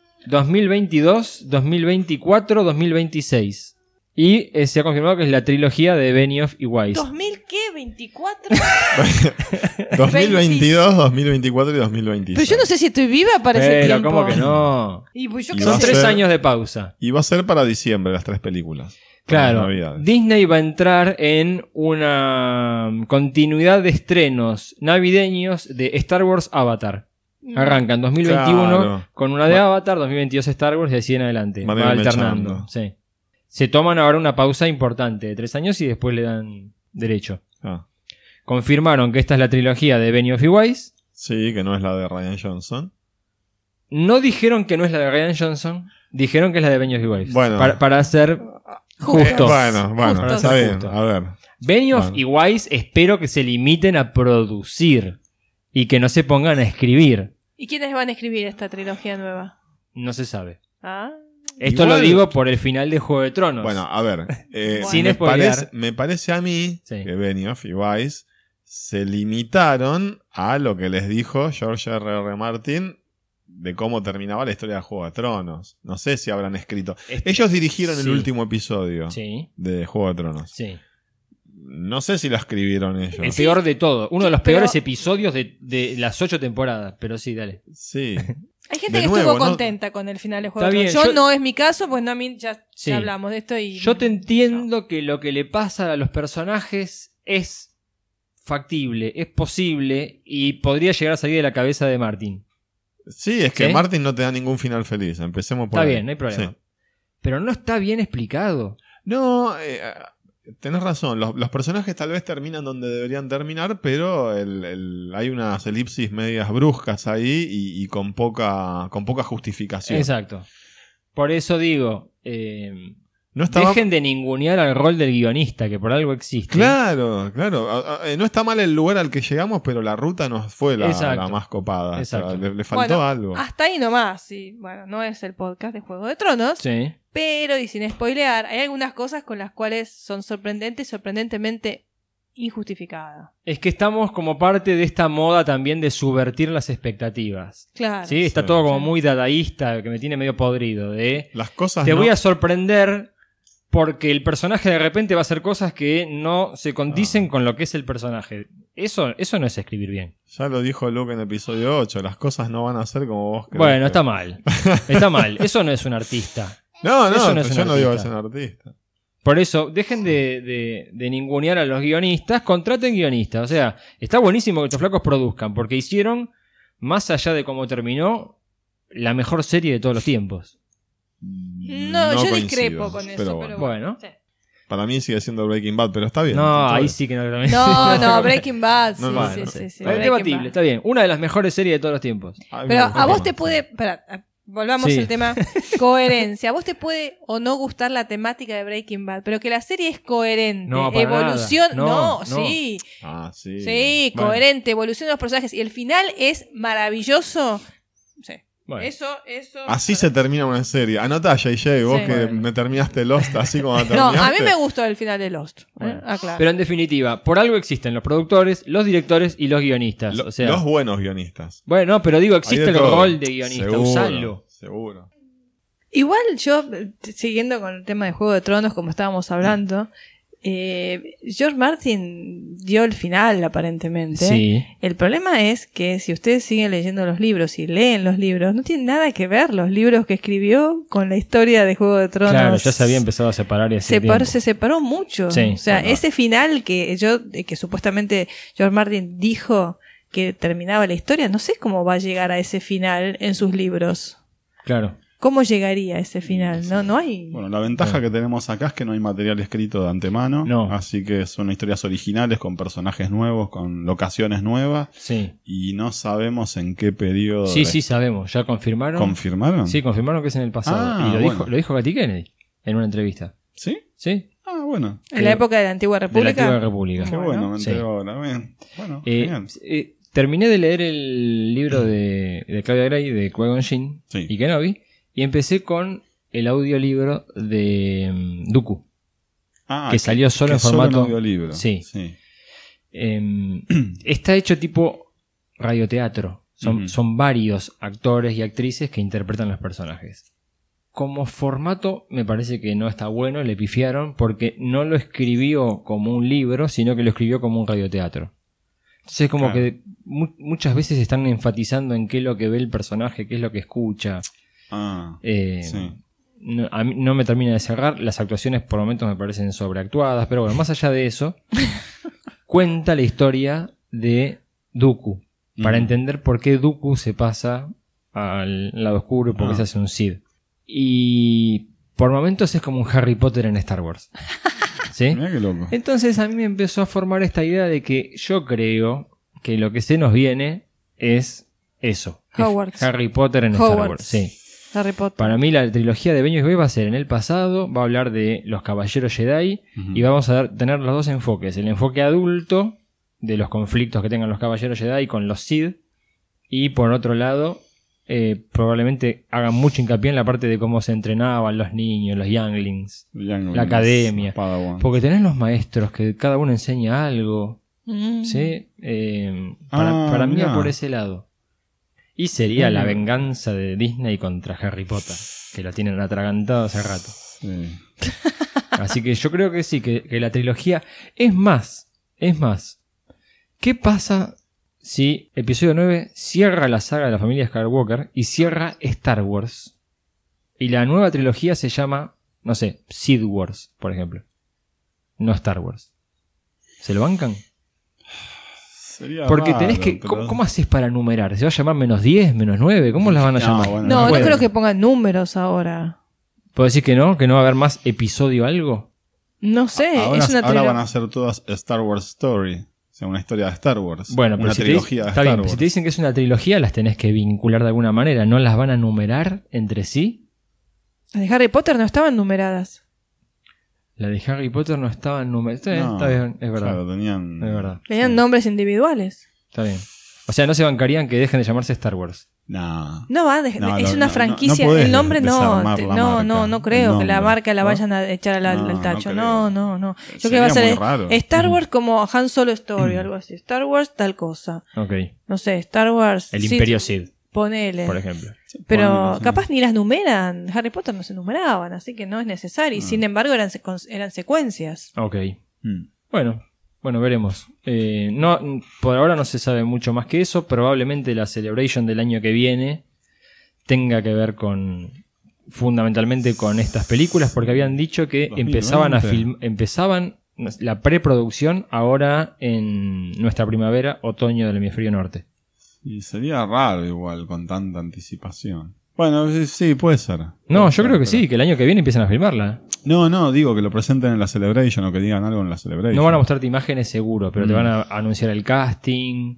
2022, 2024, 2026. Y se ha confirmado que es la trilogía de Benioff y Weiss. ¿2000 qué? ¿24? 2022, 2024 y 2026. Pero yo no sé si estoy viva para ese tiempo. Pero ¿cómo que no? Pues son 3 años de pausa. Y va a ser para diciembre las 3 películas. Claro, Disney va a entrar en una continuidad de estrenos navideños de Star Wars Avatar. Arranca en 2021 Claro. con una de Avatar, 2022 Star Wars y así en adelante. Van a Va ir alternando. mechando. Sí. Se toman ahora una pausa importante de 3 años y después le dan derecho. Ah. Confirmaron que esta es la trilogía de Benioff y Weiss. Sí, que no es la de Ryan Johnson. No dijeron que no es la de Ryan Johnson, dijeron que es la de Benioff y Weiss. Bueno. Para ser justos. Bueno, Justo. está bien. Justo. A ver. Benioff Bueno. y Weiss espero que se limiten a producir y que no se pongan a escribir. ¿Y quiénes van a escribir esta trilogía nueva? No se sabe. Ah, Esto Igual- lo digo por el final de Juego de Tronos. Bueno, a ver. Sin me, spoilear. me parece a mí Sí. que Benioff y Weiss se limitaron a lo que les dijo George R.R. Martin de cómo terminaba la historia de Juego de Tronos. No sé si habrán escrito. Ellos dirigieron el Sí. último episodio Sí, de Juego de Tronos. sí. No sé si lo escribieron ellos. El peor de todo. Uno de los Pero- peores episodios de las 8 temporadas. Pero sí, dale. Sí. hay gente De que nuevo, estuvo ¿no? contenta con el final de Juego Está de bien, Tronos. Yo yo- no es mi caso, pues no, a mí ya Sí. hablamos de esto y... Yo te entiendo que lo que le pasa a los personajes es factible, es posible y podría llegar a salir de la cabeza de Martin. Sí, es que ¿Sí? Martin no te da ningún final feliz. Empecemos por Está ahí. bien, no hay problema. Sí. Pero no está bien explicado. No, tenés razón. Los personajes tal vez terminan donde deberían terminar, pero hay unas elipsis medias bruscas ahí y con poca justificación. Exacto. Por eso digo, No estaba... dejen de ningunear al rol del guionista, que por algo existe. Claro, claro. No está mal el lugar al que llegamos, pero la ruta no fue la Exacto. más copada. O sea, Exacto. le faltó Bueno, algo. hasta ahí nomás. Sí. Bueno, no es el podcast de Juego de Tronos, Sí. pero, y sin spoilear, hay algunas cosas con las cuales son sorprendentes y sorprendentemente injustificadas. Es que estamos como parte de esta moda también de subvertir las expectativas. Claro. ¿Sí? Está Sí, todo como sí. muy dadaísta, que me tiene medio podrido. Las cosas Te no... voy a sorprender porque el personaje de repente va a hacer cosas que no se condicen con lo que es el personaje. Eso no es escribir bien. Ya lo dijo Luke en episodio 8. Las cosas no van a ser como vos crees. Bueno, que- está mal. Está mal. Eso no es un artista. No, Eso no es yo un no digo que artista. sea un artista. Por eso, dejen de ningunear a los guionistas, contraten guionistas. O sea, está buenísimo que estos flacos produzcan, porque hicieron, más allá de cómo terminó, la mejor serie de todos los tiempos. No, yo coincido, discrepo con eso, pero bueno. Bueno. Sí. Para mí sigue siendo Breaking Bad, pero está bien. No, Está ahí bien. sí que no. No, Breaking Bad. Sí, No, Bueno, sí, no sí, sé. sí, Es Breaking debatible, Bad. está bien. Una de las mejores series de todos los tiempos. A mí Pero me gusta a vos más. te puede... Espera, volvamos Sí. al tema coherencia. A vos te puede o no gustar la temática de Breaking Bad, pero que la serie es coherente. No, para evolución... nada. No, no. Sí. Ah, sí. Sí, Bueno. coherente, evolución de los personajes. Y el final es maravilloso. Sí. Bueno. Eso... Así se termina una serie. Anotá, JJ, vos Sí. que Bueno. me terminaste Lost así como No, terminaste. a mí me gustó el final de Lost. Bueno. Claro. Pero en definitiva, por algo existen los productores, los directores y los guionistas. Lo- o sea, los buenos guionistas. bueno, no, pero digo, Hay existe de el todo. rol de guionista, Seguro, usalo. Seguro. Igual yo, siguiendo con el tema de Juego de Tronos, como estábamos hablando, George Martin dio el final, aparentemente. Sí. El problema es que si ustedes siguen leyendo los libros y leen los libros, no tienen nada que ver los libros que escribió con la historia de Juego de Tronos. Claro, ya se había empezado a separar ese Se separó mucho. Sí, o sea, claro. ese final que supuestamente George Martin dijo que terminaba la historia, no sé cómo va a llegar a ese final en sus libros. Claro. ¿Cómo llegaría a ese final? No hay... Bueno, la ventaja que tenemos acá es que no hay material escrito de antemano. No. Así que son historias originales con personajes nuevos, con locaciones nuevas. Sí. Y no sabemos en qué periodo. Sí, sí, sabemos. ¿Ya confirmaron? ¿Confirmaron? Sí, confirmaron que es en el pasado. Ah, y bueno. lo dijo Katy Kennedy en una entrevista. ¿Sí? ¿Sí? Ah, bueno. En la época de la Antigua De la República. Antigua República. Qué Bueno, bueno, me sí. enteré ahora. Bien. Bueno, Eh, genial. terminé de leer el libro de Claudia Gray, de Qui-Gon Jinn Sí. y Kenobi, y empecé con el audiolibro de Dooku. Ah, que salió solo que en formato- un audiolibro. Sí. Sí. Está hecho tipo radioteatro. Ujú. Son varios actores y actrices que interpretan los personajes. Como formato me parece que no está bueno, le pifiaron porque no lo escribió como un libro, sino que lo escribió como un radioteatro. Entonces como Claro. que muchas veces están enfatizando en qué es lo que ve el personaje, qué es lo que escucha. Ah, sí. A mí no me termina de cerrar. Las actuaciones por momentos me parecen sobreactuadas, pero bueno, más allá de eso, cuenta la historia de Dooku, para entender por qué Dooku se pasa al lado oscuro y por qué se hace un Sith. Y por momentos es como un Harry Potter en Star Wars. ¿Sí? Mirá qué loco. Entonces a mí me empezó a formar esta idea de que yo creo que lo que se nos viene es eso. Hogwarts. Es Harry Potter en Star Wars. Sí. Harry Potter. Para mí la trilogía de Benioff va a ser en el pasado, va a hablar de los caballeros Jedi y vamos a tener los dos enfoques. El enfoque adulto de los conflictos que tengan los caballeros Jedi con los Sith y por otro lado probablemente hagan mucho hincapié en la parte de cómo se entrenaban los niños, los younglings, la academia. Porque tenés los maestros que cada uno enseña algo. ¿Sí? Para mí va por ese lado. Y sería la venganza de Disney contra Harry Potter, que lo tienen atragantado hace rato. Sí. Así que yo creo que sí, que la trilogía... Es más, ¿qué pasa si episodio 9 cierra la saga de la familia Skywalker y cierra Star Wars? Y la nueva trilogía se llama, no sé, Sith Wars, por ejemplo. No Star Wars. ¿Se lo bancan? Sería Porque raro, tenés que... pero... ¿Cómo haces para numerar? ¿Se va a llamar -10, -9? ¿Cómo las van a llamar? Bueno, No puede. creo que pongan números ahora. ¿Puedo decir que no? ¿Que no va a haber más episodio algo? No sé, Ahora, es una ahora trilogía. van a ser todas Star Wars Story. O sea, una historia de Star Wars. Bueno, pero una si trilogía de está Star bien, Wars. si te dicen que es una trilogía, las tenés que vincular de alguna manera. ¿No las van a numerar entre sí? Las de Harry Potter no estaban numeradas. La de Harry Potter no estaba numeradas. No, Está bien, es verdad. Claro, tenían... Es verdad. Tenían nombres individuales. Está bien. O sea, no se bancarían que dejen de llamarse Star Wars. No. No va, No, es no, una no, franquicia. no podés el nombre no. desarmar la marca, No creo el que la nombre, marca la ¿no? vayan a echar al No, tacho. no No. Yo creo que Sería va a ser muy raro. Star Wars como Han Solo Story, algo así. Star Wars tal cosa. Ok. No sé, Star Wars. El Sith, Imperio Sith, ponele. por ejemplo. Pero Ponele, sí. capaz ni las numeran. Harry Potter no se numeraban, así que no es necesario. Y sin embargo eran secuencias. Ok. Mm. Bueno, veremos. No, por ahora no se sabe mucho más que eso. Probablemente la Celebration del año que viene tenga que ver fundamentalmente con estas películas, porque habían dicho que 2020. empezaban la preproducción ahora en nuestra primavera, otoño del hemisferio norte. Y sería raro igual con tanta anticipación. Bueno, sí, puede ser. No, Puede yo ser, creo que pero- sí, que el año que viene empiezan a filmarla. No, digo que lo presenten en la Celebration o que digan algo en la Celebration. No van a mostrarte imágenes seguro, pero te van a anunciar el casting,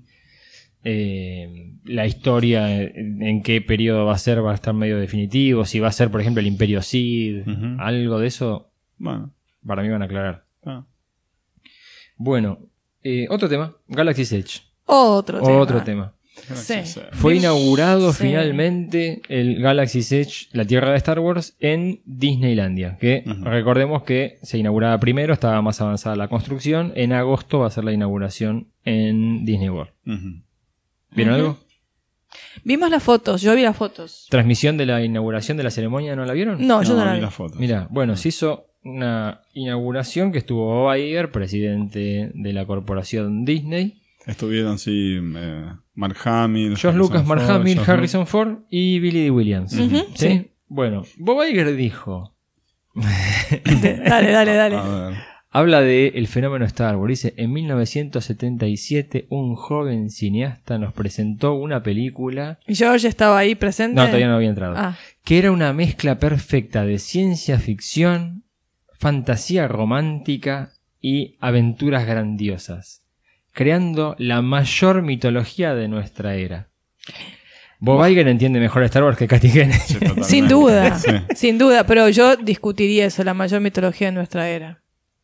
la historia, en qué periodo va a estar medio definitivo, si va a ser, por ejemplo, el Imperio Sith, Ujú. algo de eso, Bueno, para mí van a aclarar. ah. Bueno, otro tema, Galaxy's Edge. Otro tema. tema. Sí. Fue inaugurado Sí. finalmente el Galaxy's Edge, la tierra de Star Wars, en Disneylandia. Que recordemos que se inauguraba primero, estaba más avanzada la construcción. En agosto va a ser la inauguración en Disney World. Ujú. ¿Vieron algo? Vimos las fotos, yo vi las fotos. ¿Transmisión de la inauguración de la ceremonia no la vieron? No, yo no la vi vi. las fotos. Mira, bueno, se hizo una inauguración que estuvo Bob Iger, presidente de la corporación Disney. Estuvieron, sí, Mark Hamill, George Lucas, Mark Hamill, George Harrison Ford y Billy Dee Williams. Ujú, ¿Sí? sí. Bueno, Bob Iger dijo... Dale. A ver. Habla de el fenómeno Star Wars. Dice, en 1977 un joven cineasta nos presentó una película... ¿Y George estaba ahí presente? No, todavía no había entrado. Ah, Que era una mezcla perfecta de ciencia ficción, fantasía romántica y aventuras grandiosas, creando la mayor mitología de nuestra era. Bob Iger entiende mejor Star Wars que Katy Kennedy. Sí, totalmente. sin duda, Sí. sin duda, pero yo discutiría eso, la mayor mitología de nuestra era.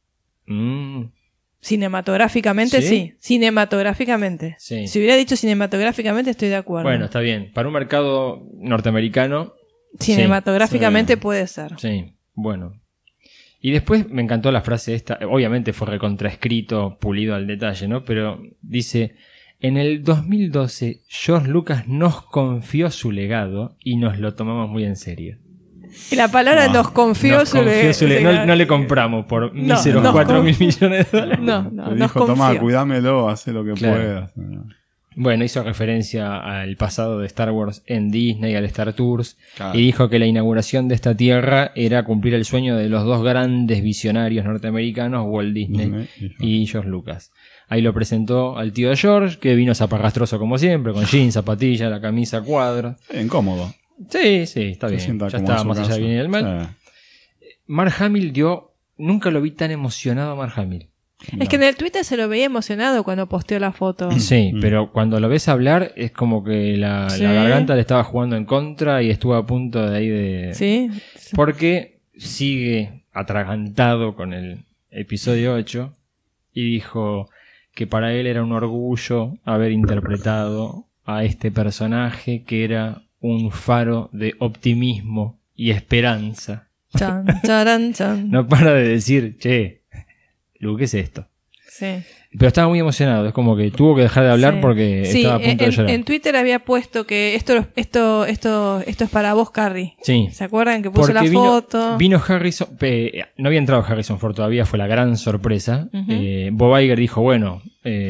Cinematográficamente, ¿Sí? sí. Cinematográficamente. Sí. Si hubiera dicho cinematográficamente, estoy de acuerdo. Bueno, está bien. Para un mercado norteamericano, cinematográficamente Sí. puede ser. sí, bueno. Y después me encantó la frase esta, obviamente fue recontraescrito, pulido al detalle, ¿no? Pero dice, en el 2012 George Lucas nos confió su legado y nos lo tomamos muy en serio. Y la palabra nos confió Nos su confió su legado. legado. No le compramos por No, míseros nos 4.000 confió. millones de dólares. No, Le nos dijo, tomá, confió. cuidámelo, haz lo que Claro. puedas. Bueno, hizo referencia al pasado de Star Wars en Disney, al Star Tours, Claro. y dijo que la inauguración de esta tierra era cumplir el sueño de los dos grandes visionarios norteamericanos, Walt Disney y George Lucas. Ahí lo presentó al tío de George, que vino zaparrastroso como siempre, con jeans, zapatillas, la camisa a cuadros. Incómodo. Sí, está Se bien. sienta Ya como en estaba su más allá casa. del bien y del mal. Mark Hamill nunca lo vi tan emocionado a Mark Hamill. Es que en el Twitter se lo veía emocionado cuando posteó la foto. Sí, pero cuando lo ves hablar es como que la Sí. garganta le estaba jugando en contra y estuvo a punto de ahí de... Sí. Porque sigue atragantado con el episodio 8 y dijo que para él era un orgullo haber interpretado a este personaje que era un faro de optimismo y esperanza. Chan, charan, chan. No para de decir, che, Luke, ¿qué es esto? Sí. Pero estaba muy emocionado, es como que tuvo que dejar de hablar Sí. porque Sí, estaba a punto de llorar. en Twitter había puesto que esto es para vos, Carrie. Sí. ¿Se acuerdan que puso la Porque foto? vino Harrison, no había entrado Harrison Ford todavía, fue la gran sorpresa. Ujú. Bob Iger dijo, bueno,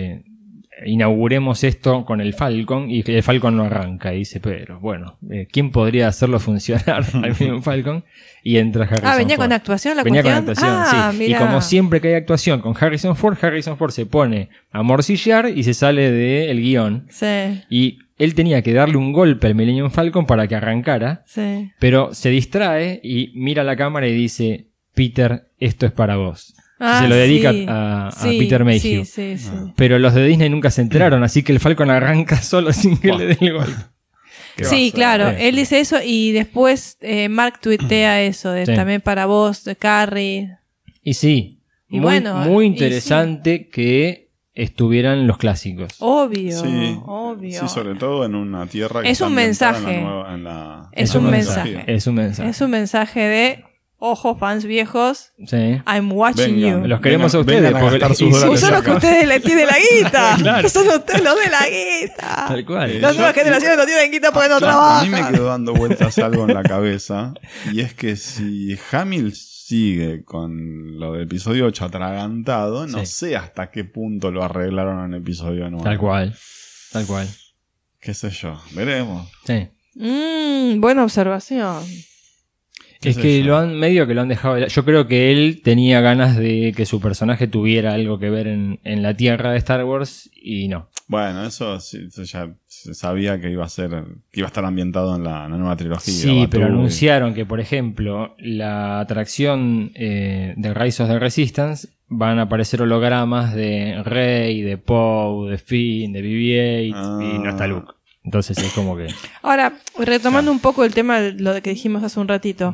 inauguremos esto con el Falcon, y que el Falcon no arranca. Y dice, pero bueno, ¿quién podría hacerlo funcionar al mismo Falcon? Y entra Harrison venía Ford. con actuación la Venía con cuestión. actuación, sí. Y Mirá. como siempre que hay actuación con Harrison Ford se pone a morcillar y se sale del guión. Sí, Y él tenía que darle un golpe al Millennium Falcon para que arrancara. sí. Pero se distrae y mira a la cámara y dice, Peter, esto es para vos. Se lo dedica a Sí, Peter Mayhew. Sí, sí. Pero los de Disney nunca se enteraron, así que el Falcon arranca solo sin que le dé el golpe. Sí, claro, Sí. él dice eso y después Mark tuitea eso, de Sí. también para vos, de Carrie. Y sí, Y muy, bueno, muy y interesante que estuvieran los clásicos. Obvio, Sí, obvio. sí, sobre todo en una tierra que Es está un ambientada mensaje. en la Es un mensaje. Es un mensaje. Es un mensaje de, ojo, fans viejos, Sí. I'm watching Vengan. you. Los queremos a Vengan ustedes. a porque gastar sus y sí, dólares Son los acá. que ustedes le tienen la guita. Claro. Son ustedes los de la guita. Tal cual. Las nuevas generaciones no tienen guita porque no A mí me trabajan. quedó dando vueltas algo en la cabeza. Y es que si Hamill sigue con lo del episodio 8 atragantado, no Sí. sé hasta qué punto lo arreglaron en el episodio 9. Tal cual. Tal cual. Qué sé yo. Veremos. Sí. Buena observación. Es sé que yo. lo han medio que lo han dejado de lado. Yo creo que él tenía ganas de que su personaje tuviera algo que ver en la tierra de Star Wars y no. Bueno, eso sí, eso ya se sabía que iba a ser, que iba a estar ambientado en la nueva trilogía. Sí, pero Batuu y- anunciaron que, por ejemplo, la atracción de Rise of the Resistance van a aparecer hologramas de Rey, de Poe, de Finn, de BB-8 y Ah. no está Luke. Entonces es como que... Ahora, retomando un poco el tema de lo que dijimos hace un ratito.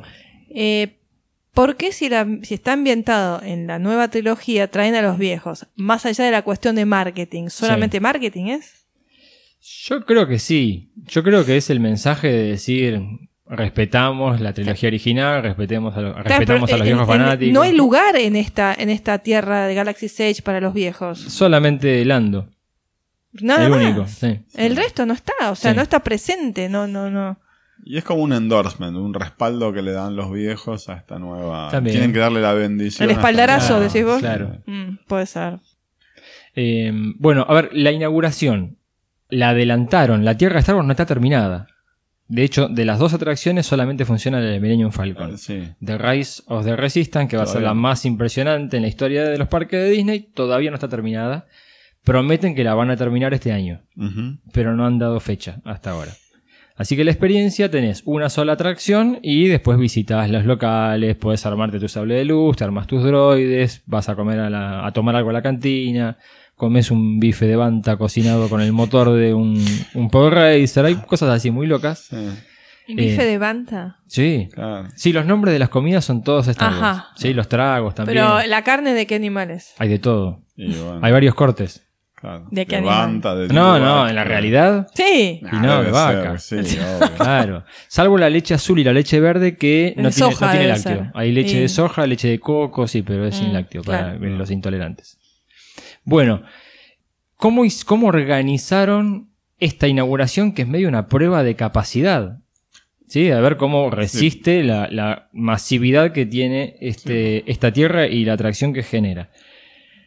¿Por qué si está ambientado en la nueva trilogía traen a los viejos? Más allá de la cuestión de marketing. ¿Solamente marketing es? Yo creo que sí. Yo creo que es el mensaje de decir... Respetamos la trilogía original, respetamos a los viejos fanáticos. No hay lugar en esta tierra de Galaxy Edge para los viejos. Solamente Lando. Nada el más. único, sí. El resto no está, o sea, Sí. no está presente, no. Y es como un endorsement, un respaldo que le dan los viejos a esta nueva. También. Tienen que darle la bendición. El espaldarazo, Claro, decís vos. claro. Puede ser. Bueno, a ver, la inauguración la adelantaron. La Tierra de Star Wars no está terminada. De hecho, de las dos atracciones solamente funciona la de Millennium Falcon. Sí. The Rise of the Resistance, que va a ser Todavía la no. más impresionante en la historia de los parques de Disney, todavía no está terminada. Prometen que la van a terminar este año, Ujú. pero no han dado fecha hasta ahora. Así que la experiencia tenés una sola atracción y después visitas los locales, podés armarte tu sable de luz, te armas tus droides, vas a comer a tomar algo a la cantina, comes un bife de banta cocinado con el motor de un Power Racer, hay cosas así muy locas. Sí, Bife de banta. Sí. claro. Sí, los nombres de las comidas son todos Star Wars. Ajá. Sí, los tragos también. Pero la carne de qué animales? Hay de todo. Y bueno, Hay varios cortes. claro. ¿De qué Banta, de No, tipo no, vaca. en la realidad. Sí. Y no, debe de vaca. ser, sí, obvio. Claro. Salvo la leche azul y la leche verde que no De tiene, soja no tiene debe lácteo. ser. Hay leche Sí. de soja, leche de coco, sí, pero es sin lácteo para claro. los intolerantes. Bueno, ¿cómo organizaron esta inauguración que es medio una prueba de capacidad? ¿Sí? A ver cómo resiste la masividad que tiene esta tierra y la atracción que genera.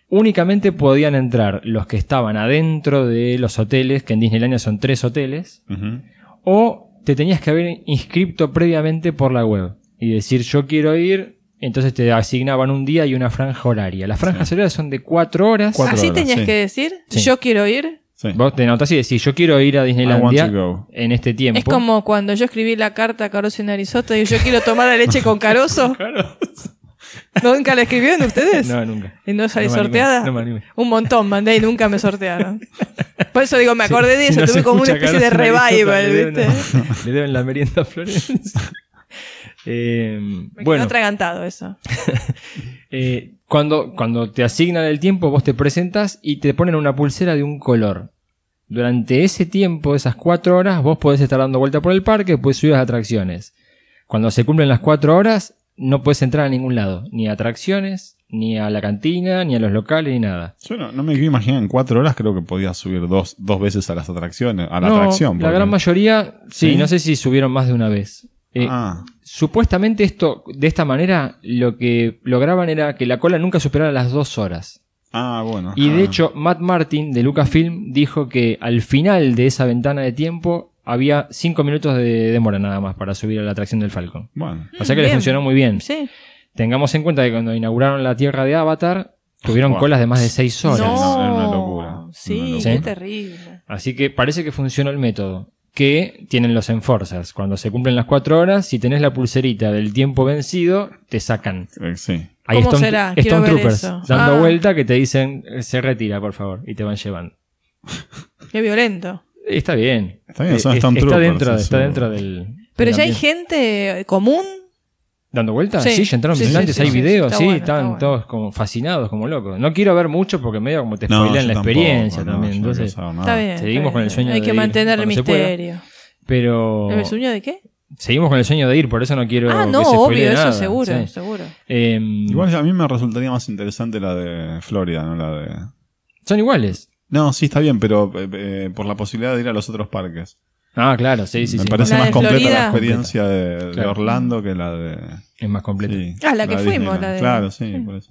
únicamente podían entrar los que estaban adentro de los hoteles, que en Disneylandia son 3 hoteles, o te tenías que haber inscrito previamente por la web y decir yo quiero ir, entonces te asignaban un día y una franja horaria. Las franjas horarias son de 4 horas. ¿Así tenías que decir? Sí. Yo quiero ir. Sí. Vos te notás y decís yo quiero ir a Disneylandia en este tiempo. Es como cuando yo escribí la carta a Caroso y Narizotto y yo quiero tomar la leche con Caroso. ¿Nunca la escribieron ustedes? No, nunca. ¿Y no salí No me sorteada? animé, no me animé. Un montón mandé y nunca me sortearon. Por eso digo, me acordé de eso, Si no tuve se como una escucha especie de Caroso y Narizotto, revival, ¿viste? Le deben la merienda a Florencia. Me Bueno, quedó atragantado eso. cuando te asignan el tiempo, vos te presentas y te ponen una pulsera de un color. Durante ese tiempo, esas 4 horas, vos podés estar dando vuelta por el parque, podés subir las atracciones. Cuando se cumplen las 4 horas, no podés entrar a ningún lado. Ni a atracciones, ni a la cantina, ni a los locales, ni nada. Yo no me quiero imaginar, en 4 horas creo que podías subir dos veces a las atracciones, a la No, atracción. la porque- gran mayoría, sí, ¿Sí? no sé si subieron más de una vez. Supuestamente esto, de esta manera, lo que lograban era que la cola nunca superara las 2 horas. Bueno. Y de hecho, Matt Martin de Lucasfilm dijo que al final de esa ventana de tiempo había 5 minutos de demora nada más para subir a la atracción del Falcon. Bueno. O sea que le Bien. funcionó muy bien. Sí. Tengamos en cuenta que cuando inauguraron la Tierra de Avatar, tuvieron Wow. colas de más de 6 horas. No, era una locura. Sí, Una locura. qué terrible. Así que parece que funcionó el método. Que tienen los enforcers. Cuando se cumplen las 4 horas, si tenés la pulserita del tiempo vencido, te sacan. Sí. Hay ¿Cómo será? Quiero Stone ver Troopers eso. dando vuelta que te dicen se retira, por favor, y te van llevando. Qué violento. Está bien. Está bien, son Stone está Troopers, dentro, eso. está dentro del. Pero del ya hay ambiente. gente común. ¿Dando vueltas? Sí. Sí, ya entraron Sí, visitantes, sí, hay sí, videos, está sí, bueno, están está bueno. todos como fascinados, como locos. No quiero ver mucho porque medio como te No, spoilean yo la tampoco, experiencia no, también. yo no quiero Entonces, saber nada. Está bien. Seguimos está con el bien. sueño Hay de que ir mantener el cuando se pueda. misterio. pero. ¿El sueño de qué? Seguimos con el sueño de ir, por eso no quiero. Ah, que no, se spoilee obvio, eso nada, seguro, sí. seguro. Igual a mí me resultaría más interesante la de Florida, no la de... Son iguales. No, sí, está bien, pero por la posibilidad de ir a los otros parques. Ah, claro, sí, sí, Me sí. parece La más de completa Florida. la experiencia de Claro. Orlando que la de... Es más completo. Sí, La que de fuimos, Disneyland. la de- Claro, sí, por eso.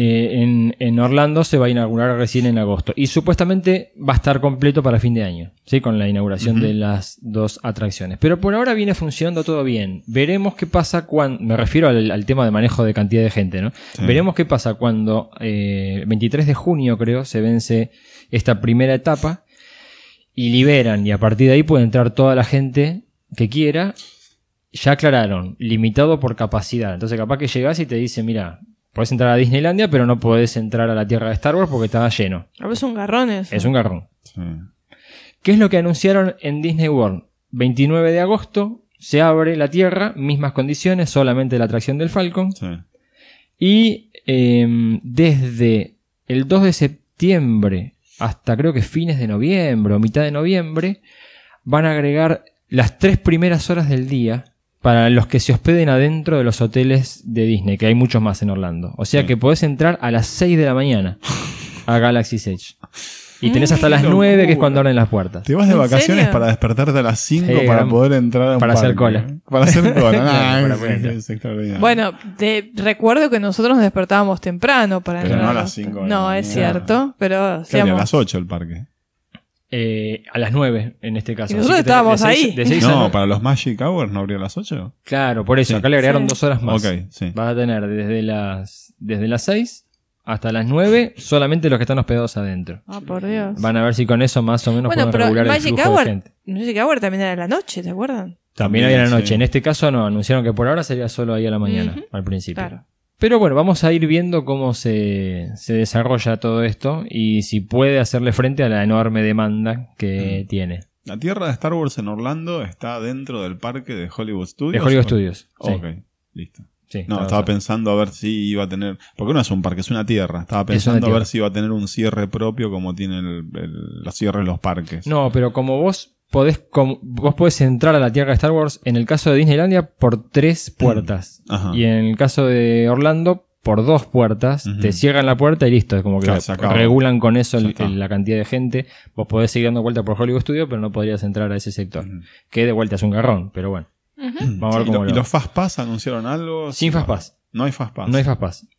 En Orlando se va a inaugurar recién en agosto. Y supuestamente va a estar completo para fin de año, ¿sí? Con la inauguración de las 2 atracciones. Pero por ahora viene funcionando todo bien. Veremos qué pasa cuando. Me refiero al tema de manejo de cantidad de gente, ¿no? Sí. Veremos qué pasa cuando 23 de junio, creo, se vence esta primera etapa. Y liberan. Y a partir de ahí puede entrar toda la gente que quiera. Ya aclararon, limitado por capacidad. Entonces capaz que llegás y te dicen, mira, podés entrar a Disneylandia, pero no podés entrar a la Tierra de Star Wars porque está lleno. A ver, es un garrón eso. Es un garrón. Sí. ¿Qué es lo que anunciaron en Disney World? 29 de agosto se abre la Tierra, mismas condiciones, solamente la atracción del Falcon. Sí. Y desde el 2 de septiembre hasta creo que fines de noviembre o mitad de noviembre van a agregar las 3 primeras horas del día para los que se hospeden adentro de los hoteles de Disney, que hay muchos más en Orlando. O sea Sí. que podés entrar a las 6 de la mañana a Galaxy's Edge. Y tenés hasta las Qué 9, que es locura. cuando abren las puertas. Te vas de ¿En vacaciones serio? para despertarte a las 5 Sí, para gran- poder entrar a un para hacer parque. cola. Para hacer cola. Claro, para Ah, poder entrar. es extraordinario. Bueno, recuerdo que nosotros nos despertábamos temprano para Pero entrar. no a las 5 de la No, es mañana. cierto, pero Claro, a hacíamos- las 8 el parque. A las 9 en este caso. Y nosotros Así que estábamos de seis- ahí. de seis a No, nueve. para los Magic Hours no habría a las 8. Claro, por eso. Sí. Acá le agregaron Sí. 2 horas más. Ok, sí. Vas a tener desde las 6 hasta las 9 solamente los que están hospedados adentro. Ah, por Dios. Van a ver si con eso más o menos Bueno, pueden pero regular el Magic flujo de Hour, gente. Magic Hour también era la noche, ¿te acuerdan? También hay a la Sí. noche. En este caso no, anunciaron que por ahora sería solo ahí a la mañana, Ujú. al principio. Claro. Pero bueno, vamos a ir viendo cómo se desarrolla todo esto y si puede hacerle frente a la enorme demanda que tiene. La Tierra de Star Wars en Orlando está dentro del parque de Hollywood Studios. De Hollywood Studios. Sí. Ok, listo. Sí, No, está estaba basado. pensando a ver si iba a tener... Porque no es un parque, es una tierra. Estaba pensando a tierra. ver si iba a tener un cierre propio como tienen los cierres de los parques. No, pero como vos podés entrar a la Tierra de Star Wars, en el caso de Disneylandia, por 3 puertas. Ajá. Y en el caso de Orlando, por 2 puertas. Ujú. Te cierran la puerta y listo. Es como que Claro, se acabó. regulan con eso Ya está. la cantidad de gente. Vos podés seguir dando vuelta por Hollywood Studios, pero no podrías entrar a ese sector. Ujú. Que de vuelta es un garrón, pero bueno. Vamos a ver ¿Y, cómo lo- lo y los Fast Pass anunciaron algo? Sin Fast Pass. No hay Fast Pass. No hay Fast Pass.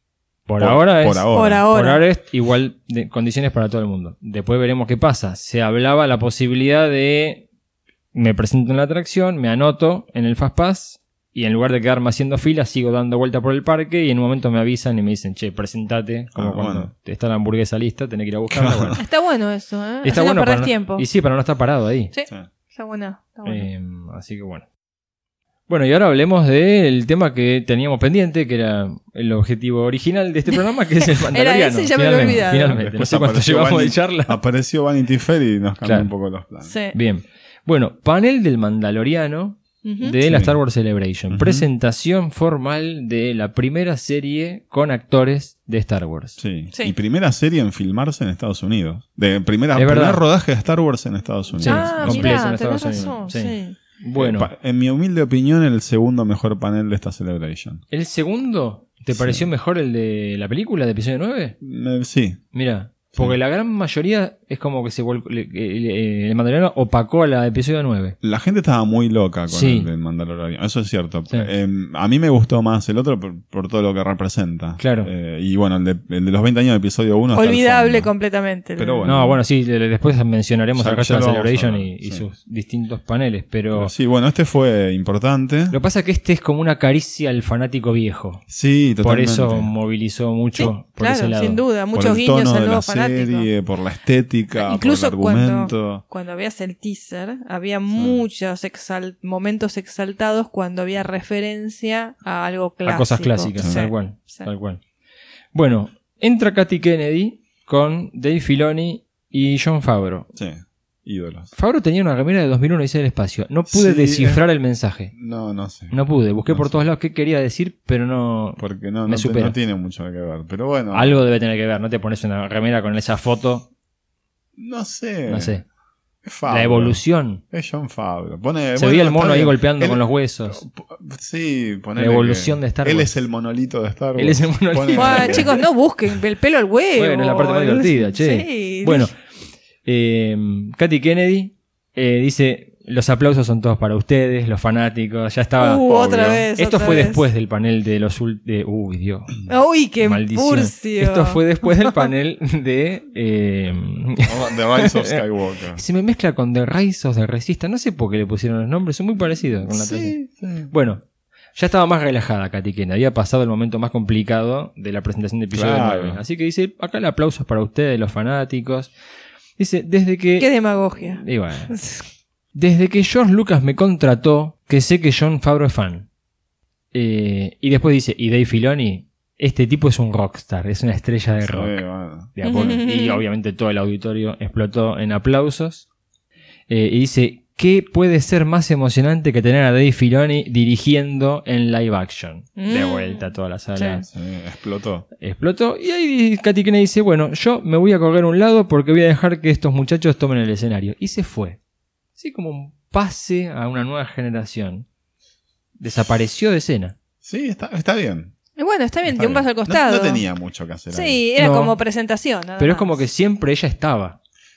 Por ahora Por ahora. Por ahora es igual de condiciones para todo el mundo. Después veremos qué pasa. Se hablaba la posibilidad de me presento en la atracción, me anoto en el Fast Pass y en lugar de quedarme haciendo fila sigo dando vuelta por el parque y en un momento me avisan y me dicen, che, presentate, como cuando está la hamburguesa lista, tenés que ir a buscarla. Bueno. Está bueno eso, ¿eh? Está Así bueno no perdés para tiempo. Y sí, para no estar parado ahí. Sí. Está bueno. Así que bueno. Bueno, y ahora hablemos del tema que teníamos pendiente, que era el objetivo original de este programa, que es el Mandaloriano. Era ese, ya me había olvidado. Finalmente. No sé cuánto llevamos de charla. Apareció Vanity Fair y nos cambió un poco los planes. Sí. Bien. Bueno, panel del Mandaloriano de la Star Wars Celebration. Presentación formal de la primera serie con actores de Star Wars. Sí. Y primera serie en filmarse en Estados Unidos. Primer verdad. rodaje de Star Wars en Estados Unidos. Completo en tenés Estados Unidos. razón. Sí. Sí. Bueno. En mi humilde opinión, el segundo mejor panel de esta Celebration. ¿El segundo te pareció mejor el de la película de episodio 9? Sí. Mira, porque la gran mayoría es como que el Mandaloriano opacó a la episodio 9. La gente estaba muy loca con el del Mandaloriano, eso es cierto. Sí. A mí me gustó más el otro por todo lo que representa. Claro. Y bueno, el de los 20 años de episodio 1 olvidable completamente. Pero bueno. No, bueno, sí, después mencionaremos el resto de la Celebration y sus distintos paneles, pero sí, bueno, este fue importante. Lo que pasa es que este es como una caricia al fanático viejo. Sí, totalmente. Por eso movilizó mucho por ese lado. Sin duda, muchos guiños al nuevo fanático. Serie, por la estética, incluso por el argumento. Cuando veas el teaser, había muchos momentos exaltados cuando había referencia a algo clásico. A cosas clásicas, tal cual. Tal cual. Bueno, entra Katy Kennedy con Dave Filoni y Jon Favreau. Sí, ídolos. Favreau tenía una remera de 2001 Odisea del Espacio. No pude descifrar el mensaje. No sé. No pude. Busqué por todos lados qué quería decir, pero no. Porque no tiene mucho que ver. Pero bueno. Algo debe tener que ver. No te pones una remera con esa foto. No sé. La evolución. Es Jon Favreau. Se veía el mono ahí golpeando con los huesos. Sí, la evolución de Star Wars. Él es el monolito de Star Wars. Él es el monolito. Bueno, chicos, no busquen el pelo al huevo. Bueno, es la parte más divertida, che. Sí. Bueno, Katy Kennedy dice: los aplausos son todos para ustedes, los fanáticos. Ya estaba. Otra vez. Esto fue después del panel de los. Uy, Dios. Uy, qué maldición. furcio. Esto fue después del panel de. The Rise of Skywalker. Se me mezcla con The Rise of the Resistance. No sé por qué le pusieron los nombres, son muy parecidos con la sí. Bueno, ya estaba más relajada Katy Kennedy. Había pasado el momento más complicado de la presentación de episodio 9. Así que dice: acá el aplauso es para ustedes, los fanáticos. Dice: desde que. Qué demagogia. Y bueno. Desde que George Lucas me contrató, que sé que Jon Favreau es fan. Y después dice, y Dave Filoni, este tipo es un rockstar, es una estrella de rock. Bueno. Y obviamente todo el auditorio explotó en aplausos. Y dice, ¿qué puede ser más emocionante que tener a Dave Filoni dirigiendo en live action? De vuelta a toda la sala. Sí, explotó. Y ahí Katy Kennedy dice, bueno, yo me voy a correr a un lado porque voy a dejar que estos muchachos tomen el escenario. Y se fue. Sí, como un pase a una nueva generación. Desapareció de escena. Sí, está bien. Bueno, está bien, dio un paso al costado. No tenía mucho que hacer. Sí, era como presentación. Pero es como que siempre ella estaba.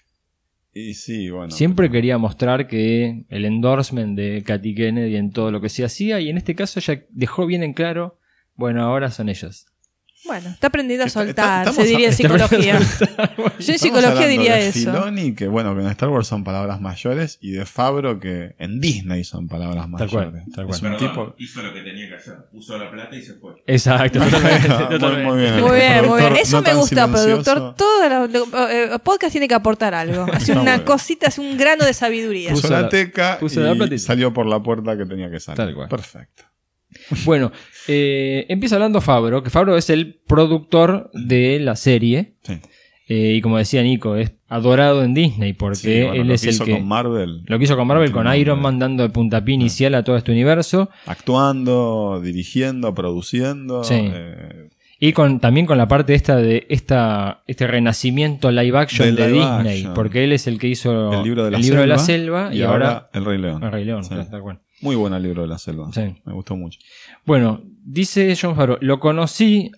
Y sí, bueno. Siempre quería mostrar que el endorsement de Katy Kennedy en todo lo que se hacía. Y en este caso ella dejó bien en claro, bueno, ahora son ellos. Bueno, está aprendiendo a soltar, se diría en psicología. Yo en psicología diría de eso. Filoni, que bueno, que en Star Wars son palabras mayores, y de Favreau, que en Disney son palabras mayores. Tal cual. Es un tipo... Hizo lo que tenía que hacer, puso la plata y se fue. Exacto, totalmente. Muy bien. Muy bien. Eso me gusta, productor. Todo el podcast tiene que aportar algo. Hace una cosita, hace un grano de sabiduría. Puso la teca y salió por la puerta que tenía que salir. Tal cual. Perfecto. Bueno, empieza hablando Favreau, que Favreau es el productor de la serie. Sí. Y como decía Nico, es adorado en Disney porque él es el que con Marvel. Lo que hizo con Marvel, con Iron Man, dando el puntapié inicial a todo este universo. Actuando, dirigiendo, produciendo. Sí. Y también con la parte de este renacimiento live action de Disney. Porque él es el que hizo el libro de la selva y ahora El Rey León. El Rey León, sí. Tal cual. Muy buen el libro de la selva. Sí. Me gustó mucho. Bueno, dice Jon Favreau, lo conocí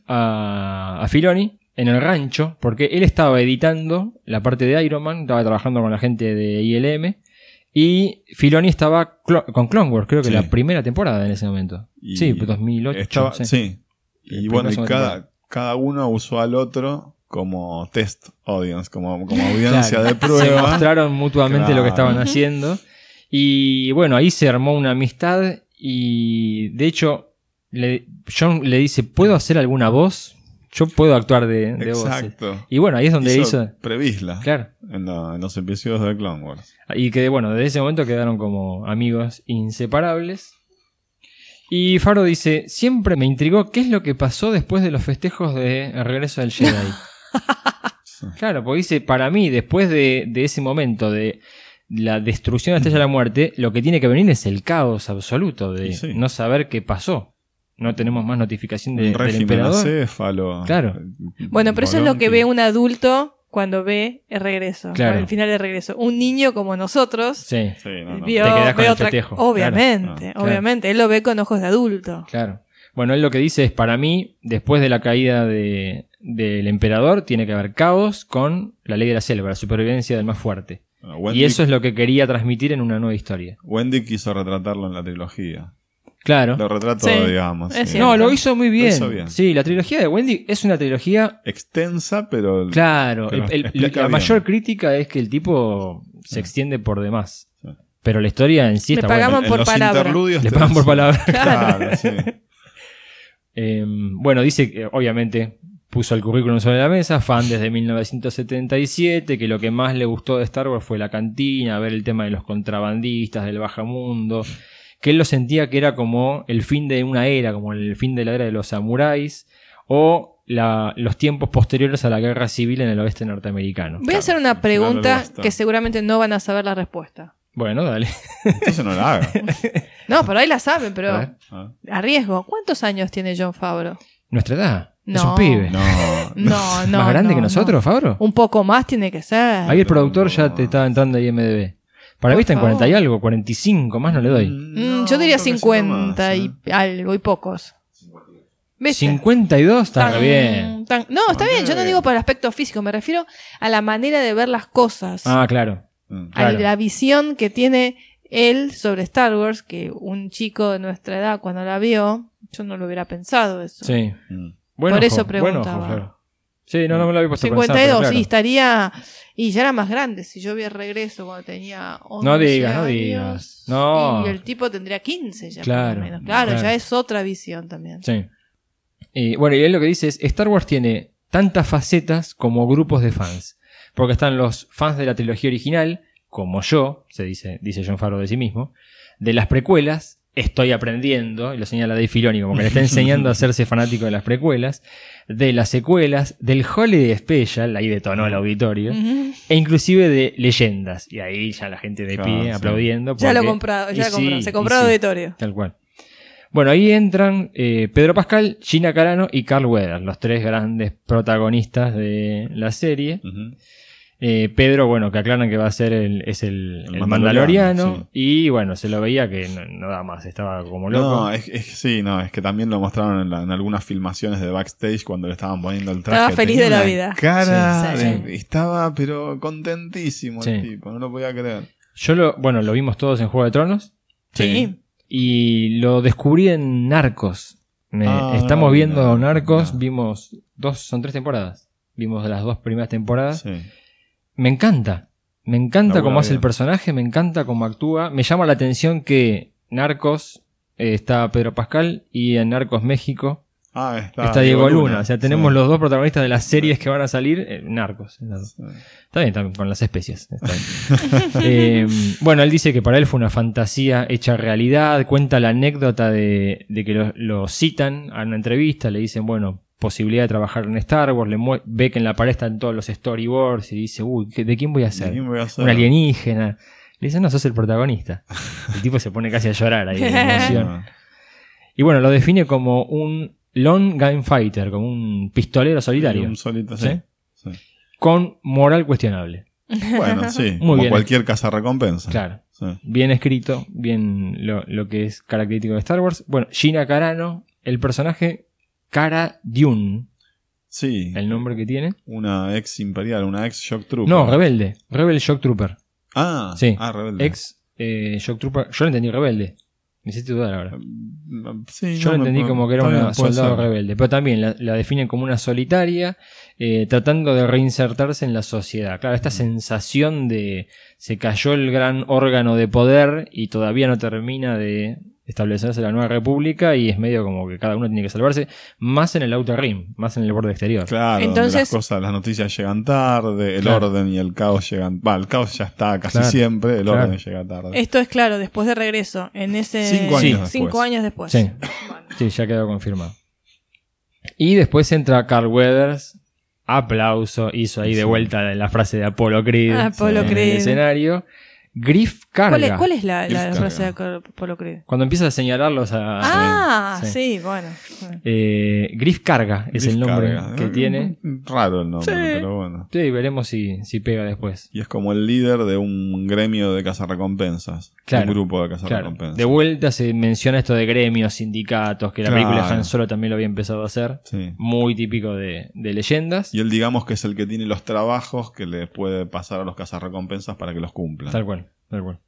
a Filoni en el rancho porque él estaba editando la parte de Iron Man, estaba trabajando con la gente de ILM y Filoni estaba con Clone Wars, creo que la primera temporada en ese momento. Sí, 2008. Sí. Y bueno, cada uno usó al otro como test audience, como audiencia Claro. de prueba. Se mostraron mutuamente lo que Claro. estaban haciendo. Y bueno, ahí se armó una amistad. Y de hecho, John le dice: ¿puedo hacer alguna voz? Yo puedo actuar de voces. Exacto. Y bueno, ahí es donde hizo. Previsla. Claro. En los episodios de Clone Wars. Y que bueno, desde ese momento quedaron como amigos inseparables. Y Favreau dice: siempre me intrigó qué es lo que pasó después de los festejos de El Regreso del Jedi. Claro, porque dice: para mí, después de ese momento de la destrucción de la Estrella de la Muerte, lo que tiene que venir es el caos absoluto de Sí. no saber qué pasó. No tenemos más notificación Un del régimen emperador. acéfalo. Claro. Bueno, pero eso es lo que Bolonqui. ve un adulto cuando ve el regreso. Claro. El final del regreso. Un niño como nosotros Sí, Sí, no. vio, Te quedás con ve el otra. festejo. Obviamente, Claro. obviamente. Él lo ve con ojos de adulto. claro. Bueno, él lo que dice es: para mí, después de la caída del emperador, tiene que haber caos con la ley de la selva, la supervivencia del más fuerte. Wendy, Y eso es lo que quería transmitir en una nueva historia. Wendy quiso retratarlo en la trilogía. Claro. Lo retrató, Sí, digamos. es sí. cierto. No, lo hizo muy bien. Lo hizo bien. Sí, la trilogía de Wendy es una trilogía. Extensa, pero... Claro, Pero la explica bien. mayor crítica es que el tipo se extiende por demás. Sí. Pero la historia en sí Le está pagaban buena. por los palabra. interludios Le te pagan por dicen- palabra. Claro, sí. Bueno, dice que obviamente puso el currículum sobre la mesa, fan desde 1977, que lo que más le gustó de Star Wars fue la cantina, ver el tema de los contrabandistas, del bajamundo, que él lo sentía que era como el fin de una era, como el fin de la era de los samuráis, o los tiempos posteriores a la guerra civil en el oeste norteamericano. Voy a hacer una al final pregunta del basta. que seguramente no van a saber la respuesta. Bueno, dale. Entonces no la haga. No, por ahí la saben, A pero ver. Ah. a riesgo. ¿Cuántos años tiene Jon Favreau? Nuestra edad. Es No. un pibe. No, No, no. ¿Más grande no, que nosotros, no. Fabro? Un poco más tiene que ser. Ahí el productor ya te estaba entrando ahí en MDB. Para mí está en Por 40 y algo, 45, más no le doy. Yo diría un toquecito 50 más, y algo y pocos. ¿Viste? 52 está Tan- bien. No, está bien. Yo no digo por el aspecto físico, me refiero a la manera de ver las cosas. Ah, claro. Mm. A claro. la visión que tiene él sobre Star Wars, que un chico de nuestra edad cuando la vio, yo no lo hubiera pensado eso. Sí. Mm. Buen Por ojo, eso buen preguntaba. ojo, claro. Sí, no me lo había puesto a pensar, 52, pero claro. y estaría. Y ya era más grande. Si yo vi el regreso cuando tenía 11 No digas, no años, digas. No. Y el tipo tendría 15 ya. Claro, por lo menos. Claro, claro. ya es otra visión también. Sí. Y bueno, y él lo que dice es: Star Wars tiene tantas facetas como grupos de fans. Porque están los fans de la trilogía original, como yo, dice Jon Favreau de sí mismo. De las precuelas, estoy aprendiendo, y lo señala Dave Filoni, como que le está enseñando a hacerse fanático de las precuelas. De las secuelas, del Holiday Special, ahí detonó el auditorio. Ujú. E inclusive de leyendas. Y ahí ya la gente de Claro, pie sí. aplaudiendo. Ya lo porque- comprado, ya y lo compró. sí, Se compró y el sí, auditorio. tal cual. Bueno, ahí entran Pedro Pascal, Gina Carano y Carl Weathers, los tres grandes protagonistas de la serie. Ujú. Pedro, bueno, que aclaran que va a ser el Mandaloriano, Mandaloriano. Y bueno, se lo veía que no da más, estaba como loco. No, es que también lo mostraron en algunas filmaciones de backstage cuando le estaban poniendo el traje. Estaba feliz Tenía de la una vida. Cara Sí, de- estaba pero contentísimo el Sí. tipo, no lo podía creer. Yo lo vimos todos en Juego de Tronos. Sí. Y lo descubrí en Narcos. Estamos no vi viendo nada, Narcos, no. vimos son 3 temporadas. Vimos las 2 primeras temporadas. Sí. Me encanta Labura cómo hace bien. el personaje, me encanta cómo actúa. Me llama la atención que Narcos está Pedro Pascal y en Narcos México está Diego Luna. O sea, tenemos Sí. los dos protagonistas de las series que van a salir en Narcos. Sí. Está bien, también con las especies. Está bien. Bueno, él dice que para él fue una fantasía hecha realidad. Cuenta la anécdota de que lo citan a una entrevista. Le dicen, bueno, posibilidad de trabajar en Star Wars. Ve que en la pared están todos los storyboards y dice, uy, ¿de quién voy a ser? ¿De quién voy a ser? Un alienígena. Le dicen, no, sos el protagonista. El tipo se pone casi a llorar ahí de emoción. Ah. Y bueno, lo define como un lone gunfighter, como un pistolero solitario. Un solito, ¿Sí? sí. Con moral cuestionable. Bueno, sí, Muy como bien. cualquier cazarrecompensa. Claro. Sí. Bien escrito, bien lo que es característico de Star Wars. Bueno, Gina Carano, el personaje Cara Dune, Sí, el nombre que tiene. una ex imperial, una ex shock trooper. No, rebelde. Rebel Shock Trooper. Ah, Sí. rebelde. Ex Shock Trooper. Yo lo entendí rebelde. Me hiciste dudar ahora. Sí, Yo no, lo entendí como que era está bien, una puede soldado ser. rebelde, pero también la definen como una solitaria, tratando de reinsertarse en la sociedad. Claro, esta sensación de se cayó el gran órgano de poder y todavía no termina de establecerse la nueva república y es medio como que cada uno tiene que salvarse, más en el outer rim, más en el borde exterior. Claro, Entonces- donde las noticias llegan tarde, el Claro. orden y el caos llegan... el caos ya está casi Claro, siempre, el claro. orden llega tarde. Esto es claro, después de regreso, en ese... 5 años después. 5 años después. Sí. Sí, ya quedó confirmado. Y después entra Carl Weathers, aplauso, hizo ahí de vuelta la frase de Apollo Creed Apollo en el Creed. escenario. Griff carga. ¿Cuál es la Griff frase de carga. Polo Creed? Cuando empieza a señalarlos a... Sí, Sí. bueno. Griff carga es Griff el nombre carga. que tiene. Raro el nombre, Sí. pero bueno. Sí, veremos si pega después. Y es como el líder de un gremio de cazarrecompensas. Claro. Un grupo de Claro. cazarrecompensas. De vuelta se menciona esto de gremios, sindicatos, que la Claro. película de Han Solo también lo había empezado a hacer. Sí. Muy típico de leyendas. Y él digamos que es el que tiene los trabajos que le puede pasar a los cazarrecompensas para que los cumplan. Tal cual, tal cual.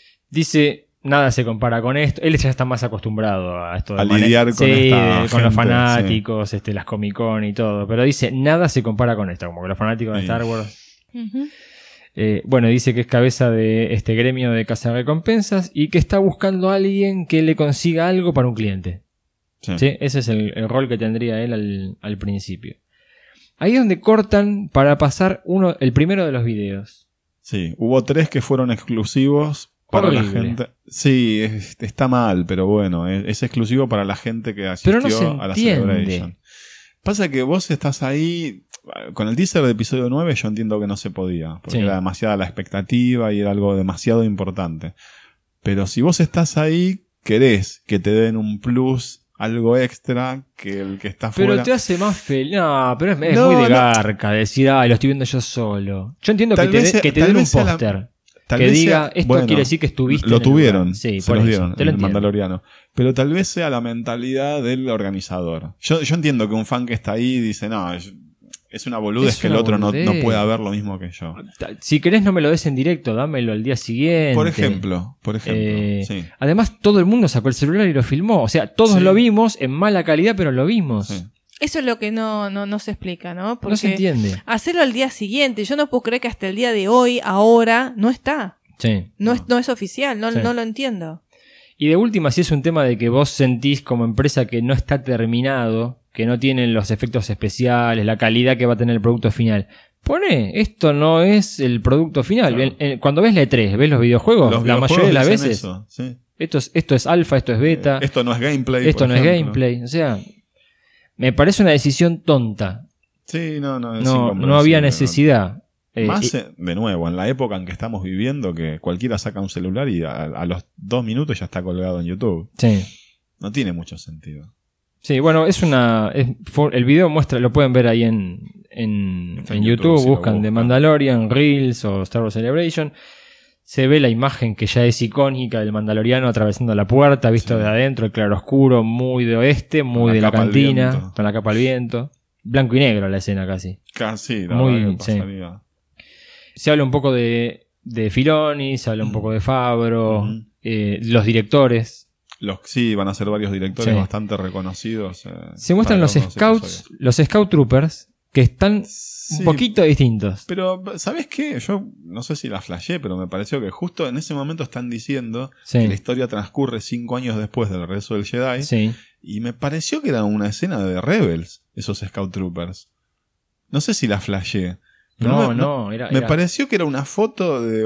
Dice, nada se compara con esto. Él ya está más acostumbrado a esto de A lidiar con sí, esta con gente, los fanáticos, las Comic Con y todo. Pero dice, nada se compara con esto. Como que los fanáticos de Sí. Star Wars. Ujú. Bueno, dice que es cabeza de este gremio de cazarrecompensas y que está buscando a alguien que le consiga algo para un cliente. Sí. ¿Sí? Ese es el rol que tendría él al principio. Ahí es donde cortan para pasar el primero de los videos. Sí, hubo 3 que fueron exclusivos para la Horrible. gente. Sí, está mal, pero bueno, es exclusivo para la gente que asistió Pero no se a la entiende. Celebration. Pasa que vos estás ahí, con el teaser de episodio 9 yo entiendo que no se podía, porque Sí. era demasiada la expectativa y era algo demasiado importante. Pero si vos estás ahí, querés que te den un plus, algo extra, que el que está Pero fuera. te hace más feliz. No, pero es No, muy de no. garca decir, ay, lo estoy viendo yo solo. Yo entiendo Tal vez sea- que te tal den un vez sea la- póster. Tal Que vez diga, sea- esto bueno, quiere decir que estuviste Lo en el tuvieron, lugar. Sí, se por los eso, dieron te lo en el entiendo. Mandaloriano. Pero tal vez sea la mentalidad del organizador. Yo entiendo que un fan que está ahí dice, no, es una boludez Es que el una otro no boludez. pueda ver lo mismo que yo. Si querés no me lo des en directo, dámelo el día siguiente. Por ejemplo, sí. Además, todo el mundo sacó el celular y lo filmó. O sea, todos Sí. lo vimos en mala calidad, pero lo vimos. Sí. Eso es lo que no se explica, ¿no? Porque No se entiende. hacerlo al día siguiente, yo no puedo creer que hasta el día de hoy, ahora, no está. Sí. No es oficial, Sí. no lo entiendo. Y de última, si es un tema de que vos sentís como empresa que no está terminado, que no tienen los efectos especiales, la calidad que va a tener el producto final. Pone, esto no es el producto final. Claro. Cuando ves la E3, ves los videojuegos, Los la videojuegos mayoría de las dicen veces, eso, sí. esto es alfa, esto es beta, Esto no es gameplay. esto por no es ejemplo. gameplay. O sea, me parece una decisión tonta. Sí, no, es No incomprensible, había ¿no? necesidad. Más, de nuevo, en la época en que estamos viviendo, que cualquiera saca un celular y a los 2 minutos ya está colgado en YouTube. Sí. No tiene mucho sentido. Sí, bueno, el video muestra, lo pueden ver ahí en Está en YouTube, YouTube, si lo buscan The buscan. Mandalorian, Reels o Star Wars Celebration. Se ve la imagen que ya es icónica del Mandaloriano atravesando la puerta, visto Sí. de adentro, el claroscuro, muy de oeste, muy la de la capa al cantina, viento. con la capa al viento. Blanco y negro la escena casi. Casi, la Muy, verdad que sí. pasaría. Se habla un poco de Filoni, se habla un poco de Favreau, Ujú. los directores. Sí, van a ser varios directores Sí. bastante reconocidos. Se muestran para los algunos scouts, episodios. los scout troopers, que están Sí, un poquito distintos. Pero, ¿sabes qué? Yo no sé si la flashé, pero me pareció que justo en ese momento están diciendo Sí. que la historia transcurre 5 años después del regreso del Jedi. Sí. Y me pareció que era una escena de Rebels, esos Scout Troopers. No sé si la flashé. Pero No, era... Me pareció que era una foto de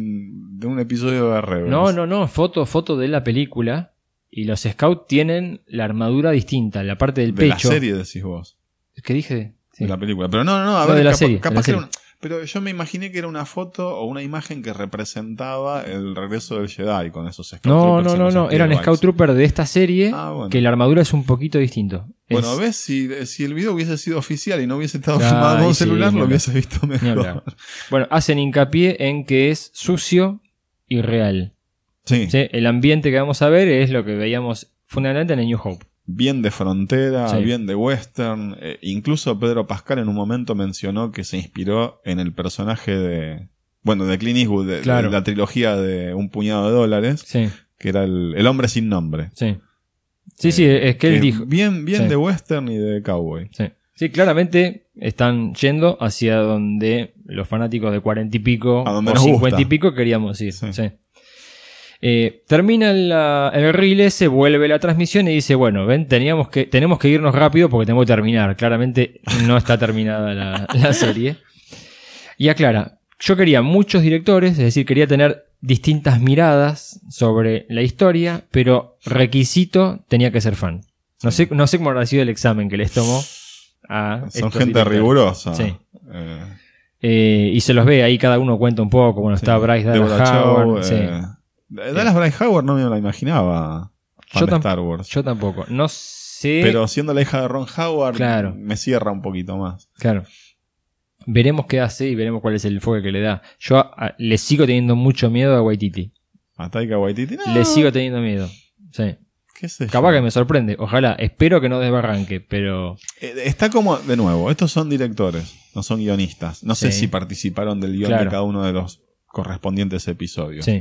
un episodio de Rebels. No, foto de la película. Y los scouts tienen la armadura distinta, la parte del De pecho. la serie decís vos. ¿Qué dije? Sí. De la película. Pero no, a No, ver, de la serie, capaz de la que serie. era pero yo me imaginé que era una foto o una imagen que representaba el regreso del Jedi con esos Scout No, Troopers. en los eran Speedbikes. scout troopers de esta serie, Ah, bueno. que la armadura es un poquito distinto. Bueno, Es- ¿ves? Si el video hubiese sido oficial y no hubiese estado Ay, filmado con un sí, celular, ni lo hablar. hubiese visto Ni mejor. hablar. Bueno, hacen hincapié en que es sucio y real. Sí, ¿Sí? El ambiente que vamos a ver es lo que veíamos fundamentalmente en el New Hope. bien de frontera, Sí. bien de western. Incluso Pedro Pascal en un momento mencionó que se inspiró en el personaje de Clint Eastwood, de Claro. la trilogía de Un puñado de dólares, Sí. que era el hombre sin nombre. Sí. Sí, es que él dijo. Bien Sí. de western y de cowboy. Sí. Sí, claramente están yendo hacia donde los fanáticos de 40 y pico A donde o nos 50 y gusta. pico queríamos ir. Sí. Sí. Termina el reel, se vuelve la transmisión y dice, bueno, ven, tenemos que irnos rápido porque tengo que terminar. Claramente no está terminada la serie. Y aclara, yo quería muchos directores, es decir, quería tener distintas miradas sobre la historia, pero requisito tenía que ser fan. No sé cómo habrá sido el examen que les tomó a Son estos gente directores. rigurosa. Sí. Y se los ve ahí, cada uno cuenta un poco. Bueno, está Bryce Dallas Deborah Howard. Chow, Sí. Dallas Bryce Howard no me la imaginaba fan de Star Wars. Yo tampoco. No sé. Pero siendo la hija de Ron Howard, Claro. me cierra un poquito más. Claro. Veremos qué hace y veremos cuál es el enfoque que le da. Yo le sigo teniendo mucho miedo a Waititi. A Taika Waititi, no. Le sigo teniendo miedo. Sí. ¿Qué sé yo? Capaz que me sorprende. Ojalá. Espero que no desbarranque, pero... Está como, de nuevo, estos son directores, no son guionistas. No sé Sí. si participaron del guión Claro. de cada uno de los correspondientes episodios. Sí.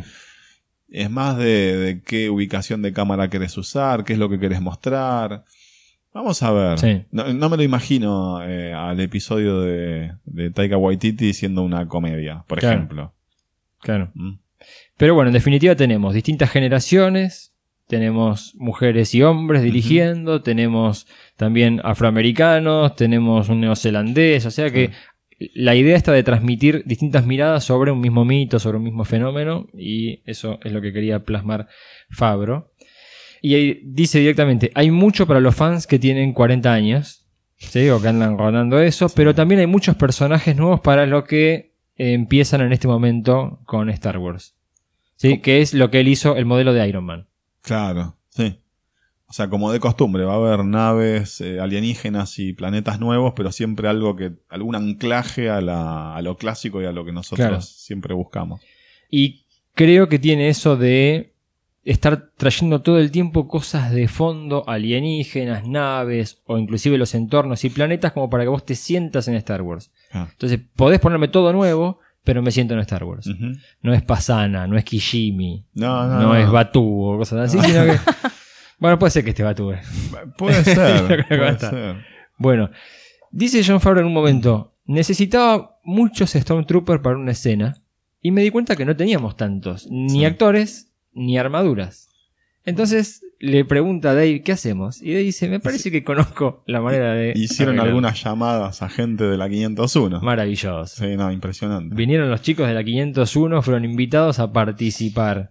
Es más de qué ubicación de cámara querés usar, qué es lo que querés mostrar. Vamos a ver. Sí. No me lo imagino al episodio de Taika Waititi siendo una comedia, por Claro. ejemplo. Claro. ¿Mm? Pero bueno, en definitiva tenemos distintas generaciones, tenemos mujeres y hombres dirigiendo, tenemos también afroamericanos, tenemos un neozelandés, o sea que la idea está de transmitir distintas miradas sobre un mismo mito, sobre un mismo fenómeno, y eso es lo que quería plasmar Favreau. Y ahí dice directamente, hay mucho para los fans que tienen 40 años, ¿sí? O que andan rondando eso, pero también hay muchos personajes nuevos para los que empiezan en este momento con Star Wars. ¿Sí? Que es lo que él hizo, el modelo de Iron Man. Claro, sí. O sea, como de costumbre, va a haber naves alienígenas y planetas nuevos, pero siempre algún anclaje a lo clásico y a lo que nosotros Claro. siempre buscamos. Y creo que tiene eso de estar trayendo todo el tiempo cosas de fondo, alienígenas, naves, o inclusive los entornos y planetas, como para que vos te sientas en Star Wars. Ah. Entonces, podés ponerme todo nuevo, pero me siento en Star Wars. Ujú. No es Pasana, no es Kijimi, No. es Batuu o cosas así, sino que... Bueno, puede ser que esté Batuu. Puede Yo creo ser. que va a puede estar. ser. Bueno, dice Jon Favreau en un momento, necesitaba muchos Stormtroopers para una escena y me di cuenta que no teníamos tantos, ni Sí. actores ni armaduras. Entonces le pregunta a Dave, ¿qué hacemos? Y Dave dice, me parece que conozco la manera de... Hicieron arreglarlo". algunas llamadas a gente de la 501. Maravilloso. Sí, no, impresionante. Vinieron los chicos de la 501, fueron invitados a participar.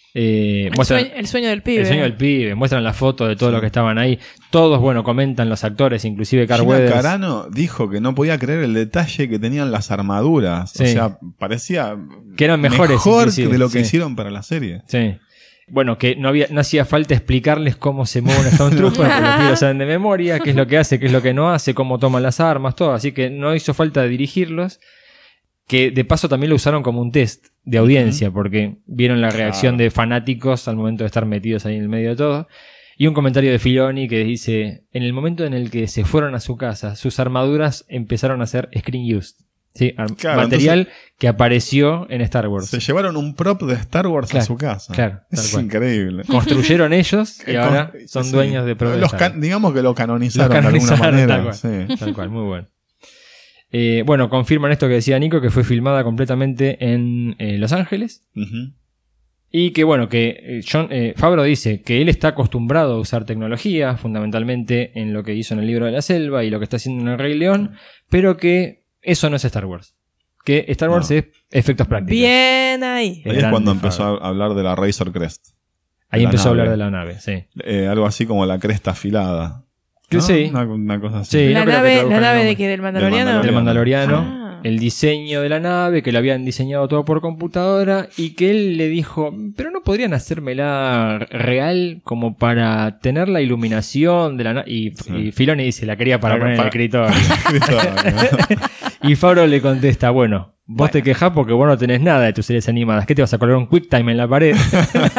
El sueño del pibe. El sueño del pibe, muestran la foto de todos los que estaban ahí. Todos, bueno, comentan los actores, inclusive Carl Gina Weathers. Carano dijo que no podía creer el detalle que tenían las armaduras. Sí. O sea, parecía Que eran mejores, mejor inclusive, de lo que sí. hicieron para la serie. Sí. Bueno, que no hacía falta explicarles cómo se mueve un Stormtrooper, porque los pibes lo saben de memoria, qué es lo que hace, qué es lo que no hace, cómo toman las armas, todo. Así que no hizo falta dirigirlos. Que de paso también lo usaron como un test de audiencia, porque vieron la reacción de fanáticos al momento de estar metidos ahí en el medio de todo. Y un comentario de Filoni que dice, en el momento en el que se fueron a su casa, sus armaduras empezaron a ser screen used. Sí, Claro, material que apareció en Star Wars. Se llevaron un prop de Star Wars Claro, a su casa. claro, tal Es cual. increíble. Construyeron ellos y ahora son Sí. dueños de Pro. Digamos que lo canonizaron, Los canonizaron, de alguna tal manera. cual. Sí. Tal cual, muy bueno. Bueno, confirman esto que decía Nico, que fue filmada completamente en Los Ángeles. Ujú. Y que bueno, que Favreau dice que él está acostumbrado a usar tecnología, fundamentalmente en lo que hizo en el libro de la selva y lo que está haciendo en el Rey León, pero que eso no es Star Wars. Que Star Wars No. es efectos prácticos. Bien ahí. Ahí es Grande cuando empezó Favreau. a hablar de la Razor Crest. Ahí la empezó a hablar nave. de la nave, sí. Algo así como la cresta afilada. Que ¿No? sí. Una cosa así. Sí. La no creo que nave, traduzcan la el nave nombre. de que del Mandaloriano. Del Mandaloriano, Ah. el diseño de la nave, que lo habían diseñado todo por computadora y que él le dijo, pero no podrían hacérmela real como para tener la iluminación de la nave. Y Filoni dice, la quería para poner en el escritorio. Y Favreau le contesta, bueno, vos te quejás porque vos no tenés nada de tus series animadas. ¿Qué te vas a colgar un QuickTime en la pared?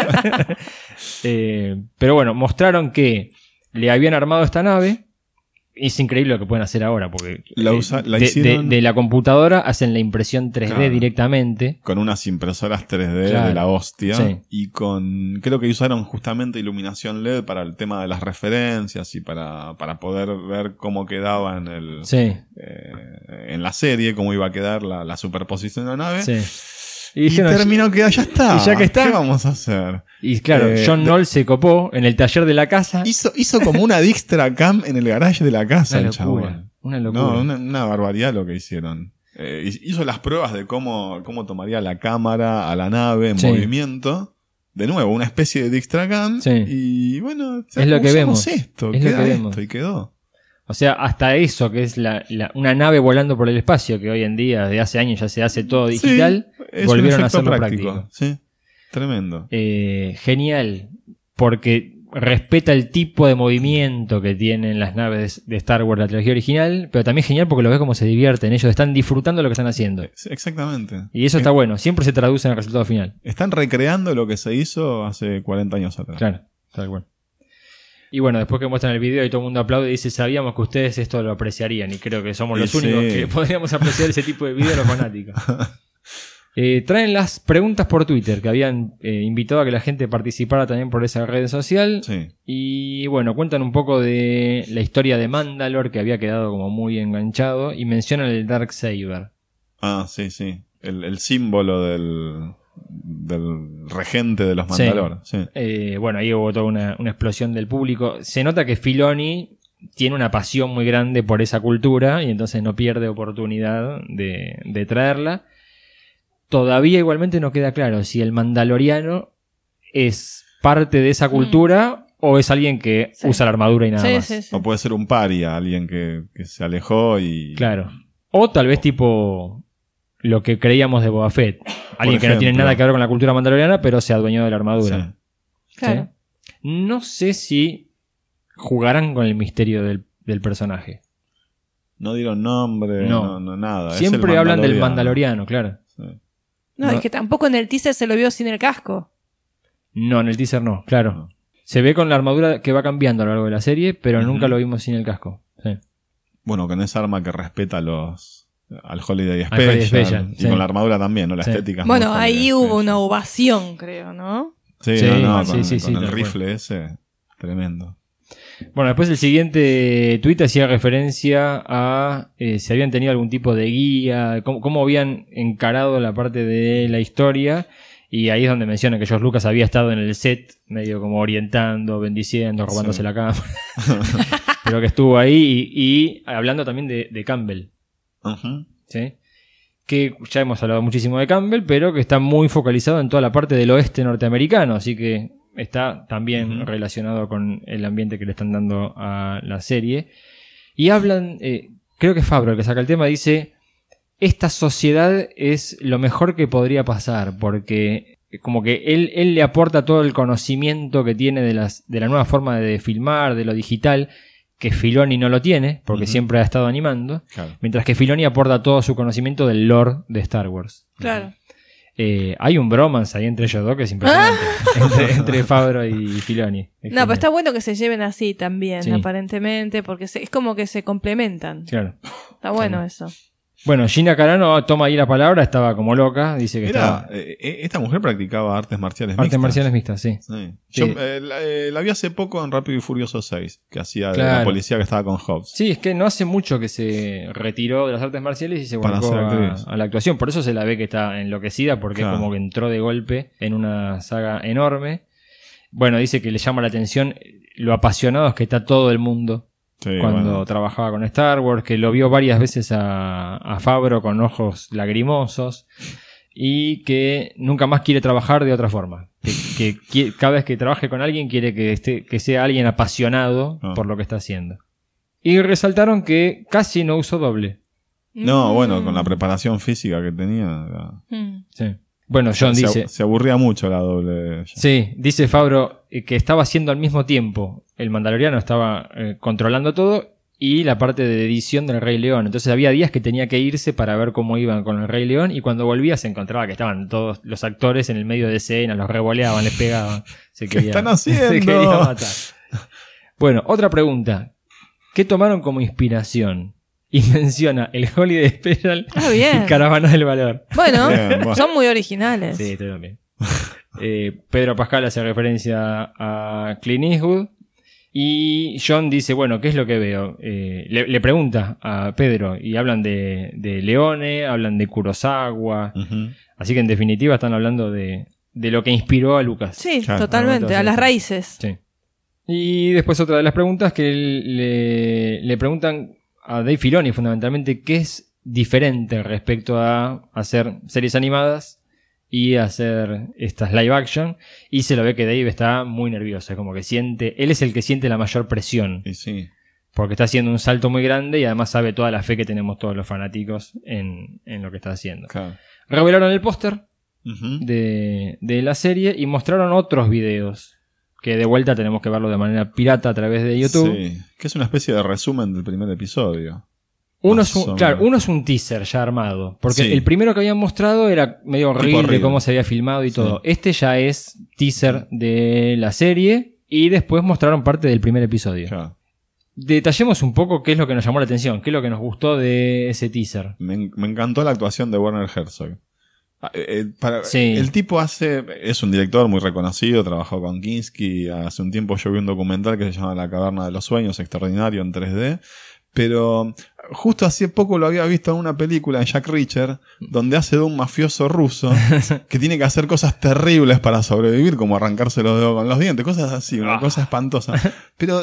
Pero bueno, mostraron que le habían armado esta nave. es increíble lo que pueden hacer ahora, porque hicieron de la computadora hacen la impresión 3D claro, directamente. con unas impresoras 3D claro, de la hostia. Sí. Y creo que usaron justamente iluminación LED para el tema de las referencias y para poder ver cómo quedaba en la serie, cómo iba a quedar la superposición de la nave. Sí. Y terminó que ya está. Y ya que está. ¿Qué vamos a hacer? Y claro, John Knoll se copó en el taller de la casa. Hizo como una Dijkstra Cam en el garage de la casa, el chabón. Una locura. No, una barbaridad lo que hicieron. Hizo las pruebas de cómo tomaría la cámara a la nave en movimiento. De nuevo, una especie de Dijkstra Cam. Sí. Y bueno, es lo que vemos. Esto, es queda lo que esto vemos. Y quedó. O sea, hasta eso, que es una nave volando por el espacio, que hoy en día, de hace años, ya se hace todo digital, sí, volvieron a hacerlo práctico. Sí, tremendo. Genial, porque respeta el tipo de movimiento que tienen las naves de Star Wars, la trilogía original, pero también genial porque lo ves como se divierten, ellos están disfrutando lo que están haciendo. Exactamente. Y eso está bueno, siempre se traduce en el resultado final. Están recreando lo que se hizo hace 40 años atrás. Claro, tal cual. Y bueno, después que muestran el video y todo el mundo aplaude y dice, sabíamos que ustedes esto lo apreciarían, y creo que somos los únicos que podríamos apreciar ese tipo de video, los fanáticos. Traen las preguntas por Twitter, que habían invitado a que la gente participara también por esa red social. Sí. Y bueno, cuentan un poco de la historia de Mandalore, que había quedado como muy enganchado, y mencionan el Darksaber. Ah, sí. El símbolo del regente de los Mandalore. Sí. Bueno, ahí hubo toda una explosión del público. Se nota que Filoni tiene una pasión muy grande por esa cultura y entonces no pierde oportunidad de traerla. Todavía igualmente no queda claro si el mandaloriano es parte de esa cultura o es alguien que usa la armadura y nada más. Sí. O puede ser un paria, alguien que se alejó y... Claro. O tal vez tipo lo que creíamos de Boba Fett. Alguien que no tiene nada que ver con la cultura mandaloriana, pero se adueñó de la armadura. Sí. Claro. ¿Sí? No sé si jugarán con el misterio del personaje. No dieron nombre, no nada. Siempre hablan del mandaloriano, claro. Sí. No, es que tampoco en el teaser se lo vio sin el casco. No, en el teaser no, claro. No. Se ve con la armadura que va cambiando a lo largo de la serie, pero nunca lo vimos sin el casco. Sí. Bueno, con esa arma que respeta al Holiday Special. Y con la armadura también, ¿no? La estética. Bueno, ahí hubo una ovación, creo, ¿no? Sí, con el rifle ese, tremendo. Bueno, después el siguiente tuit hacía referencia a si habían tenido algún tipo de guía, cómo habían encarado la parte de la historia, y ahí es donde mencionan que George Lucas había estado en el set, medio como orientando, bendiciendo, robándose la cámara, pero que estuvo ahí y hablando también de Campbell. Uh-huh. ¿Sí? Que ya hemos hablado muchísimo de Campbell, pero que está muy focalizado en toda la parte del oeste norteamericano, así que está también relacionado con el ambiente que le están dando a la serie. Y hablan, creo que Favreau, el que saca el tema, dice: esta sociedad es lo mejor que podría pasar, porque como que él le aporta todo el conocimiento que tiene de la nueva forma de filmar, de lo digital, que Filoni no lo tiene, porque siempre ha estado animando, mientras que Filoni aporta todo su conocimiento del lore de Star Wars. Claro. Hay un bromance ahí entre ellos dos que es impresionante. entre Favreau y Filoni. No, pero está bueno que se lleven así también, aparentemente, porque es como que se complementan. Claro. Está bueno eso. Bueno, Gina Carano toma ahí la palabra, estaba como loca, dice que esta mujer practicaba artes marciales mixtas. Artes marciales mixtas, sí. Yo la vi hace poco en Rápido y Furioso 6, que hacía de la policía que estaba con Hobbs. Sí, es que no hace mucho que se retiró de las artes marciales y se volcó a la actuación. Por eso se la ve que está enloquecida, porque es como que entró de golpe en una saga enorme. Bueno, dice que le llama la atención lo apasionados que está todo el mundo. Cuando trabajaba con Star Wars, que lo vio varias veces a Favreau con ojos lagrimosos y que nunca más quiere trabajar de otra forma. Que cada vez que trabaje con alguien quiere que sea alguien apasionado por lo que está haciendo. Y resaltaron que casi no usó doble. No, bueno, con la preparación física que tenía. Sí. Bueno, John dice... Se aburría mucho la doble. Sí, dice Favreau que estaba haciendo al mismo tiempo. El Mandaloriano estaba controlando todo y la parte de edición del Rey León. Entonces había días que tenía que irse para ver cómo iban con el Rey León, y cuando volvía se encontraba que estaban todos los actores en el medio de escena, los revoleaban, les pegaban. ¿Qué están haciendo? Se quería matar. Bueno, otra pregunta. ¿Qué tomaron como inspiración? Y menciona el Holiday Special bien. y Caravana del Valor. Bueno, Bien, bueno. son muy originales. Sí, estoy bien. Pedro Pascal hace referencia a Clint Eastwood. Y John dice, bueno, ¿qué es lo que veo? Le pregunta a Pedro y hablan de Leone, hablan de Kurosawa. Ujú. Así que en definitiva están hablando de lo que inspiró a Lucas. Sí, Claro, totalmente, entonces, a las raíces. Sí. Y después otra de las preguntas que le preguntan a Dave Filoni fundamentalmente qué es diferente respecto a hacer series animadas y hacer estas live action, y se lo ve que Dave está muy nervioso, es como que él es el que siente la mayor presión, Y sí. porque está haciendo un salto muy grande y además sabe toda la fe que tenemos todos los fanáticos en lo que está haciendo. Claro. Revelaron el póster Ujú. de la serie y mostraron otros videos que de vuelta tenemos que verlo de manera pirata a través de YouTube. Sí, que es una especie de resumen del primer episodio. Uno Más es, o claro, menos. uno es un teaser ya armado, porque Sí. el primero que habían mostrado era medio horrible horrible. cómo se había filmado y Sí. todo. Este ya es teaser de la serie y después mostraron parte del primer episodio. Claro. Detallemos un poco qué es lo que nos llamó la atención, qué es lo que nos gustó de ese teaser. Me encantó la actuación de Werner Herzog. Sí. El tipo es un director muy reconocido, trabajó con Kinski. Hace un tiempo yo vi un documental que se llama La Caverna de los Sueños, extraordinario en 3D. Pero justo hace poco lo había visto en una película de Jack Reacher, donde hace de un mafioso ruso que tiene que hacer cosas terribles para sobrevivir, como arrancarse los dedos con los dientes, cosas así, una cosa espantosa. Pero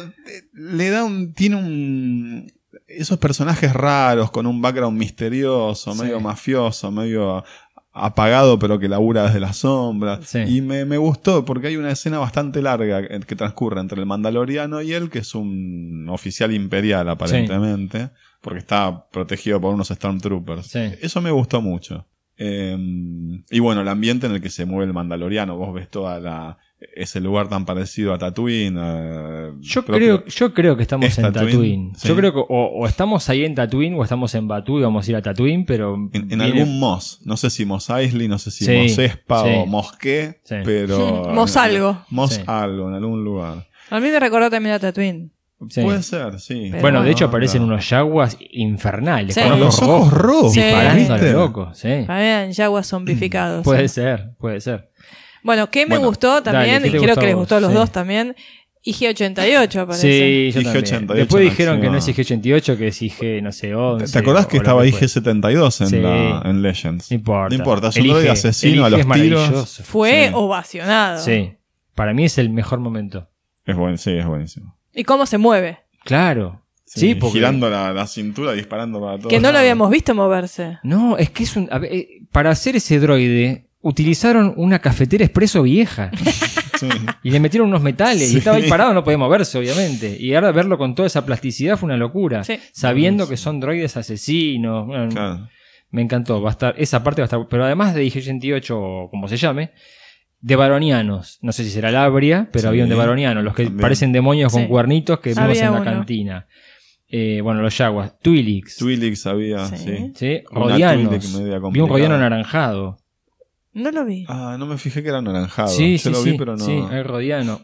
tiene esos personajes raros, con un background misterioso, medio mafioso, medio apagado, pero que labura desde las sombras. Sí. Y me gustó porque hay una escena bastante larga que transcurre entre el Mandaloriano y él, que es un oficial imperial aparentemente, porque está protegido por unos Stormtroopers. Sí. Eso me gustó mucho. Y bueno, el ambiente en el que se mueve el Mandaloriano, vos ves ese lugar tan parecido a Tatooine. Yo creo que estamos ¿Es en Tatooine? Tatooine. Sí. Yo creo que o estamos ahí en Tatooine o estamos en Batuu y vamos a ir a Tatooine, pero En viene- algún Mos, no sé si Mos Eisley, no sé si Sí, Mos Espa sí. o Mos qué, Sí. pero... Mos algo. Mos Sí. algo, en algún lugar. A mí me recordó también a Tatooine. Sí. Puede ser, sí. Pero Bueno, de bueno. hecho aparecen unos yaguas infernales, Sí. con Con los ojos rojos, rojos, Sí. disparando a ¿viste? lo loco, sí. Habían yaguas zombificados. Puede sí. ser, puede ser. Bueno, ¿qué me Bueno, gustó también? dale, ¿qué y te creo gustó que a les vos? gustó a los Sí. dos también. IG-88 aparece. Sí, yo también. IG-88 Después dijeron que máximo. no es IG-88, que es IG, no sé, 11. ¿Te acordás que o lo estaba fue. IG-72 Sí. en Legends? No importa. No importa, es El un droide IG asesino a el los IG es tiros. maravilloso. Fue Sí. ovacionado. Sí, para mí es el mejor momento. Sí, es buenísimo. ¿Y cómo se mueve? Claro. Sí, porque... Girando la cintura, disparando para todos Que no lo lados. habíamos visto moverse. No, es que es un... para hacer ese droide, utilizaron una cafetera expreso vieja. Sí. Y le metieron unos metales. Sí. Y estaba ahí parado, no podía moverse, obviamente. Y ahora verlo con toda esa plasticidad fue una locura. Sí. Sabiendo que son droides asesinos. Bueno, Claro. me encantó. Va a estar, esa parte va a estar. Pero además de IG-88, o como se llame, de varonianos. No sé si será Labria, pero Sí, había un de varonianos. Los que también. parecen demonios con Sí. cuernitos que vimos Había en la uno. cantina. Bueno, los yaguas. Twi'leks. Twi'leks había, Sí. sí. ¿Sí? Una Rodianos. Twi'lek media Vi un complicada. rodiano anaranjado. No lo vi. Ah, no me fijé que era anaranjado. Sí, Yo sí, lo sí. vi, pero no. Sí, hay rodiano.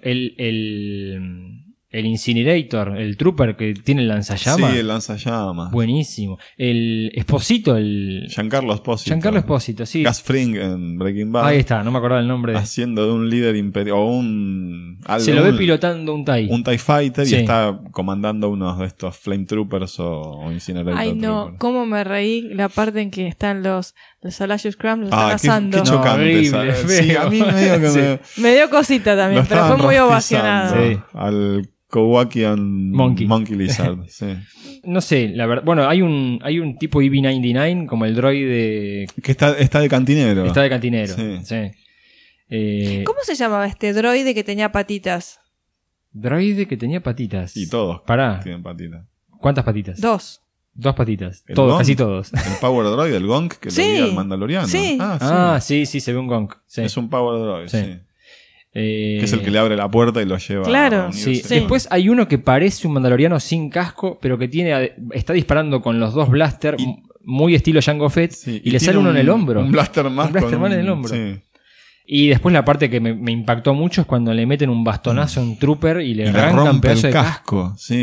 El Incinerator, el Trooper que tiene el lanzallamas. Sí, el lanzallamas. Buenísimo. El Esposito, el... Giancarlo Esposito. Giancarlo Esposito, sí. Gus Fring en Breaking Bad. Ahí está, no me acordaba el nombre. Haciendo de un líder imperial. O un. Se lo ve pilotando un TIE. Un TIE Fighter Sí. y está comandando unos de estos Flame Troopers o Incinerator Ay, no. Troopers. Cómo me reí la parte en que están los Salacious Crumb, los Ah, están qué asando. chocante. horrible, esa. Sí, feo. a mí medio que Sí. me. Me dio cosita también, lo pero fue estaban muy rostizando. ovacionado. Sí. Al Kowakian Monkey. Lizard. Sí. No sé, la verdad. Bueno, hay un tipo EV-99, como el droide. Que está de cantinero. Está de cantinero. Sí. Sí. ¿Cómo se llamaba este droide que tenía patitas? Droide que tenía patitas. Y todos Pará. tienen patitas. ¿Cuántas patitas? Dos. Dos patitas. ¿El Todos, Gonk? casi todos. El Power Droid, el Gonk, que Sí. lo guía el Mandaloriano. Sí. Ah, sí, se ve un gonk. Sí. Es un Power Droid, Sí. sí. Que es el que le abre la puerta y lo lleva Claro, a unirse. Sí. Sí. Después hay uno que parece un mandaloriano sin casco, pero que está disparando con los dos blaster, Y- muy estilo Jango Fett, Sí, y le tiene sale uno en el hombro. Un blaster más. Un blaster con más en el hombro. Sí. Y después la parte que me impactó mucho es cuando le meten un bastonazo a un trooper y le Y le arrancan rompe pedazo el de casco. casco. Sí.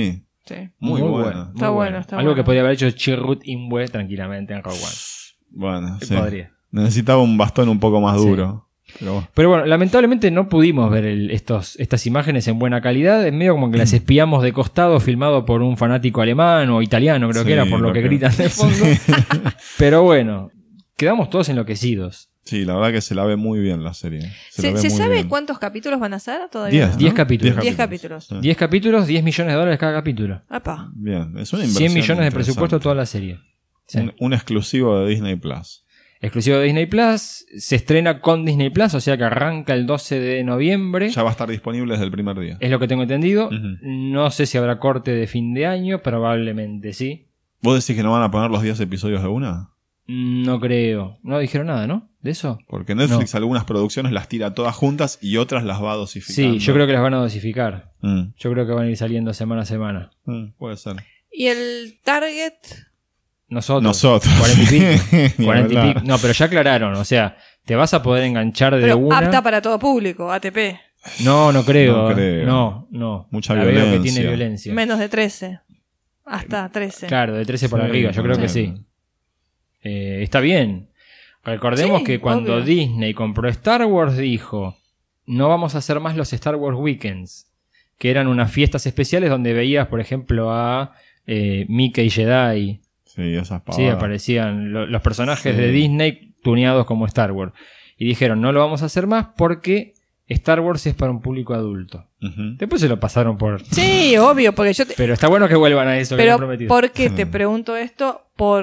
Sí. Muy bueno. Está bueno. Algo que podría haber hecho Chirrut Imwe tranquilamente en Rogue One. Bueno, sí. Podría. Necesitaba un bastón un poco más duro. Pero bueno, lamentablemente no pudimos ver estas imágenes en buena calidad. Es medio como que las espiamos de costado, filmado por un fanático alemán o italiano, creo que era, por lo que gritan de fondo. Pero bueno, quedamos todos enloquecidos. Sí, la verdad que se la ve muy bien la serie. ¿Se sabe cuántos capítulos van a ser todavía? 10, 10 capítulos. 10 capítulos. 10 capítulos, $10 millones cada capítulo. Apa. Bien, es una inversión 100 millones de presupuesto interesante. toda la serie. Sí. Un exclusivo de Disney Plus. Exclusivo de Disney Plus, se estrena con Disney Plus, o sea que arranca el 12 de noviembre. Ya va a estar disponible desde el primer día. Es lo que tengo entendido. Ujú. No sé si habrá corte de fin de año, probablemente sí. ¿Vos decís que no van a poner los 10 episodios de una? No creo. No dijeron nada, ¿no? ¿De eso? Porque Netflix algunas producciones las tira todas juntas y otras las va dosificando. Sí, yo creo que las van a dosificar. Mm. Yo creo que van a ir saliendo semana a semana. Puede ser. ¿Y el target? Nosotros. 40 y pico. Ni 40 y hablar. pico. No, pero ya aclararon. O sea, te vas a poder enganchar de Pero una. apta para todo público, ATP. No creo. No creo. No. Mucha La veo que violencia. tiene violencia. Menos de 13. Hasta 13. Claro, de 13 para Sí, arriba. Yo creo que sí. bueno. Está bien. Recordemos Sí, que cuando obvio. Disney compró Star Wars dijo, no vamos a hacer más los Star Wars Weekends, que eran unas fiestas especiales donde veías, por ejemplo, a Mickey Jedi. Sí, esas pavadas. Sí, aparecían los personajes Sí. de Disney tuneados como Star Wars. Y dijeron, no lo vamos a hacer más porque Star Wars es para un público adulto. Ujú. Después se lo pasaron por... Sí, obvio, porque yo te... Pero está bueno que vuelvan a eso que Pero, habían prometido. ¿por qué te pregunto esto?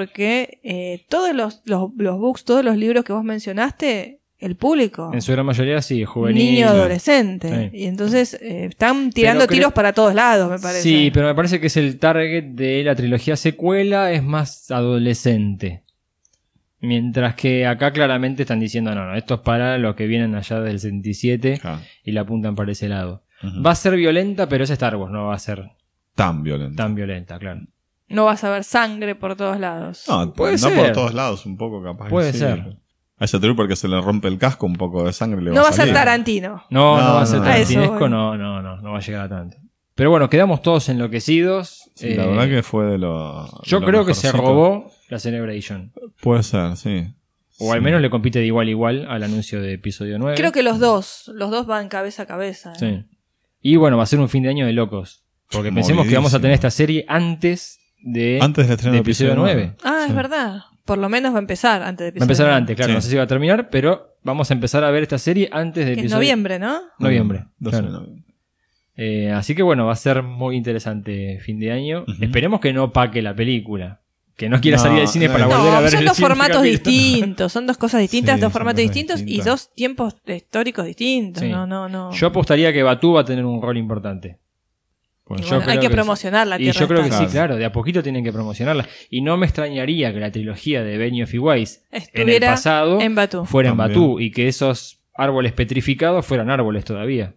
Porque todos los books, todos los libros que vos mencionaste, el público, En su gran mayoría sí, juvenil. niño, adolescente. Sí. Y entonces están tirando Pero tiros creo- para todos lados, me parece. Sí, pero me parece que es el target de la trilogía secuela, es más adolescente. Mientras que acá claramente están diciendo, no, esto es para los que vienen allá del 67 Claro. y la apuntan para ese lado. Ujú. Va a ser violenta, pero es Star Wars, no va a ser Tan violento. tan violenta, claro. No vas a ver sangre por todos lados. No, Puede no ser. por todos lados, un poco capaz. que Puede sí. ser. A ese trooper que se le rompe el casco, un poco de sangre le va No a va a ser salir. Tarantino. No No, va a ser no. tarantinesco, A eso no va a llegar a tanto. Pero bueno, quedamos todos enloquecidos. Sí, la verdad que fue de lo. Yo de lo creo que se mejorcito. robó la Celebration. Puede ser, sí. O al Sí. menos le compite de igual a igual al anuncio de episodio 9. Creo que los dos van cabeza a cabeza. Sí. Y bueno, va a ser un fin de año de locos. Porque pensemos que vamos a tener esta serie antes del estreno de episodio 9. Ah, Sí. es verdad. Por lo menos va a empezar antes de Va a episodio. empezar antes, claro. Sí. No sé si va a terminar, pero vamos a empezar a ver esta serie antes de Que es episodio noviembre, ¿no? Noviembre. 12 de claro. noviembre. Así que bueno, va a ser muy interesante fin de año. Ujú. Esperemos que no paque la película. Que no quiera No, salir del cine para no. volver a No, ver son el dos siguiente formatos capítulo. distintos, son dos cosas distintas, Sí, dos son formatos cosas distintos y distintas. dos tiempos históricos distintos. Sí. No. Yo apostaría que Batú va a tener un rol importante. Pues Y yo bueno, hay creo que que promocionar la Y Tierra yo creo que Estal. sí, claro, de a poquito tienen que promocionarla. Y no me extrañaría que la trilogía de Benioff y Weiss en el Estuviera pasado en Batú. fuera en También. Batú y que esos árboles petrificados fueran árboles todavía.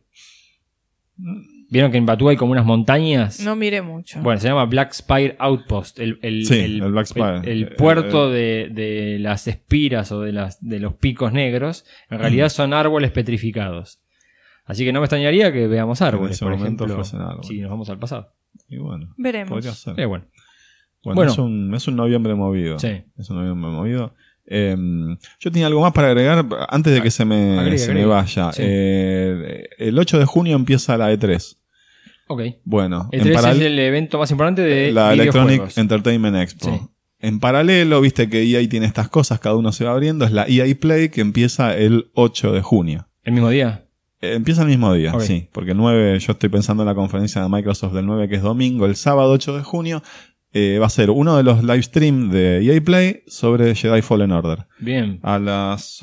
¿Vieron que en Batú hay como unas montañas? No miré mucho. Bueno, se llama Black Spire Outpost, el Black Spire. el puerto de las espiras o de los picos negros. En realidad son árboles petrificados. Así que no me extrañaría que veamos árboles, ese por momento ejemplo, fuesen árboles. si nos vamos al pasado. Y bueno, Veremos. podría ser. Bueno. Bueno, es un noviembre movido. Sí. Es un noviembre movido. Yo tenía algo más para agregar antes de que se me Agregue. vaya. Sí. El 8 de junio empieza la E3. Ok. Bueno, El 3 es el evento más importante de la videojuegos. Electronic Entertainment Expo. Sí. En paralelo, viste que EA tiene estas cosas, cada uno se va abriendo. Es la EA Play que empieza el 8 de junio. ¿El mismo día? Empieza el mismo día, Ok. sí. Porque el 9, yo estoy pensando en la conferencia de Microsoft del 9, que es domingo. El sábado 8 de junio va a ser uno de los live stream de EA Play sobre Jedi Fallen Order. Bien. A las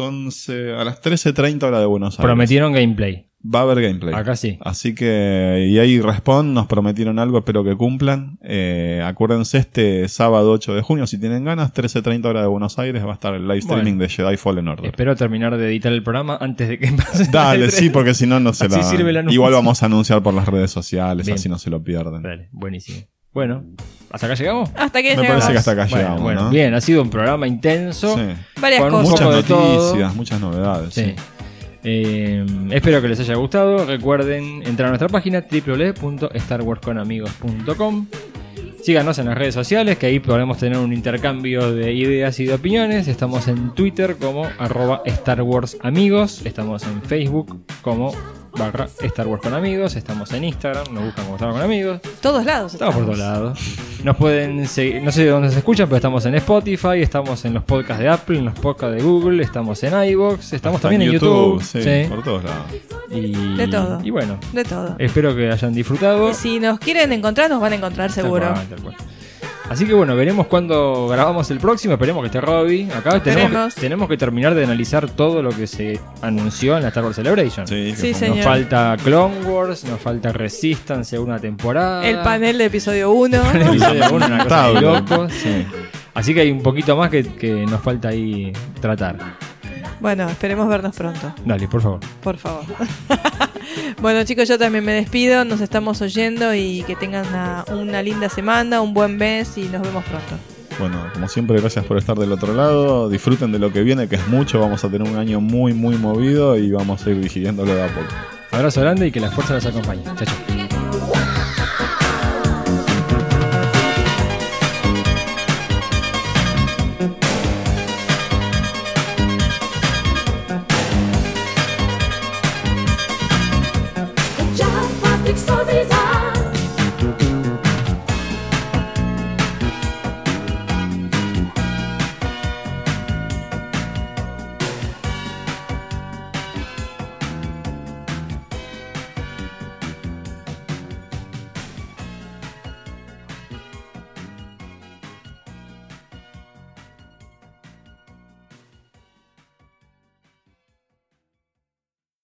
13:30 hora de Buenos Aires. Prometieron gameplay. Va a haber gameplay. Acá sí. Así que EA y Respawn nos prometieron algo, espero que cumplan. Acuérdense, este sábado 8 de junio, si tienen ganas, 13:30 hora de Buenos Aires, va a estar el live streaming de Jedi Fallen Order. Espero terminar de editar el programa antes de que pase. Dale, la sí, E3. porque si no, no se Así la... sirve el anuncio. Igual vamos a anunciar por las redes sociales, Bien. así no se lo pierden. Dale, buenísimo. Bueno, ¿hasta acá llegamos? Hasta que Me llegamos. parece que hasta acá Bueno, llegamos, bueno, ¿no? bien, ha sido un programa intenso. Sí. Varias Con un cosas. poco Muchas de todo. noticias, muchas novedades. Sí. Sí. Espero que les haya gustado. Recuerden entrar a nuestra página www.starwarsconamigos.com. Síganos en las redes sociales, que ahí podremos tener un intercambio de ideas y de opiniones. Estamos en Twitter como @StarWarsAmigos. Estamos en Facebook como /Star Wars con amigos. Estamos en Instagram, nos buscan como Star Wars con amigos. Todos lados. Estamos por todos lados. Nos pueden seguir, no sé de dónde se escuchan, pero estamos en Spotify, estamos en los podcasts de Apple, en los podcasts de Google, estamos en iVoox, estamos Hasta también en YouTube. Sí, por todos lados. De todo. Y bueno, De todo. espero que hayan disfrutado. Y si nos quieren encontrar, nos van a encontrar seguro. Tal cual. Así que bueno, veremos cuando grabamos el próximo. Esperemos que esté Robbie acá. Tenemos que terminar de analizar todo lo que se anunció en la Star Wars Celebration. Sí, Sí, que señor. Nos falta Clone Wars, nos falta Resistance, segunda temporada. El panel de episodio 1. El episodio uno, una cosa de Tablet. locos. Sí. Así que hay un poquito más que nos falta ahí tratar. Bueno, esperemos vernos pronto, Dale, por favor. por favor. Bueno, chicos, yo también me despido. Nos estamos oyendo y que tengan una linda semana, un buen mes y nos vemos pronto. Bueno, como siempre, gracias por estar del otro lado. Disfruten de lo que viene, que es mucho. Vamos a tener un año muy, muy movido y vamos a ir digiriéndolo de a poco. Abrazo grande y que la fuerza los acompañe. Chao, chao.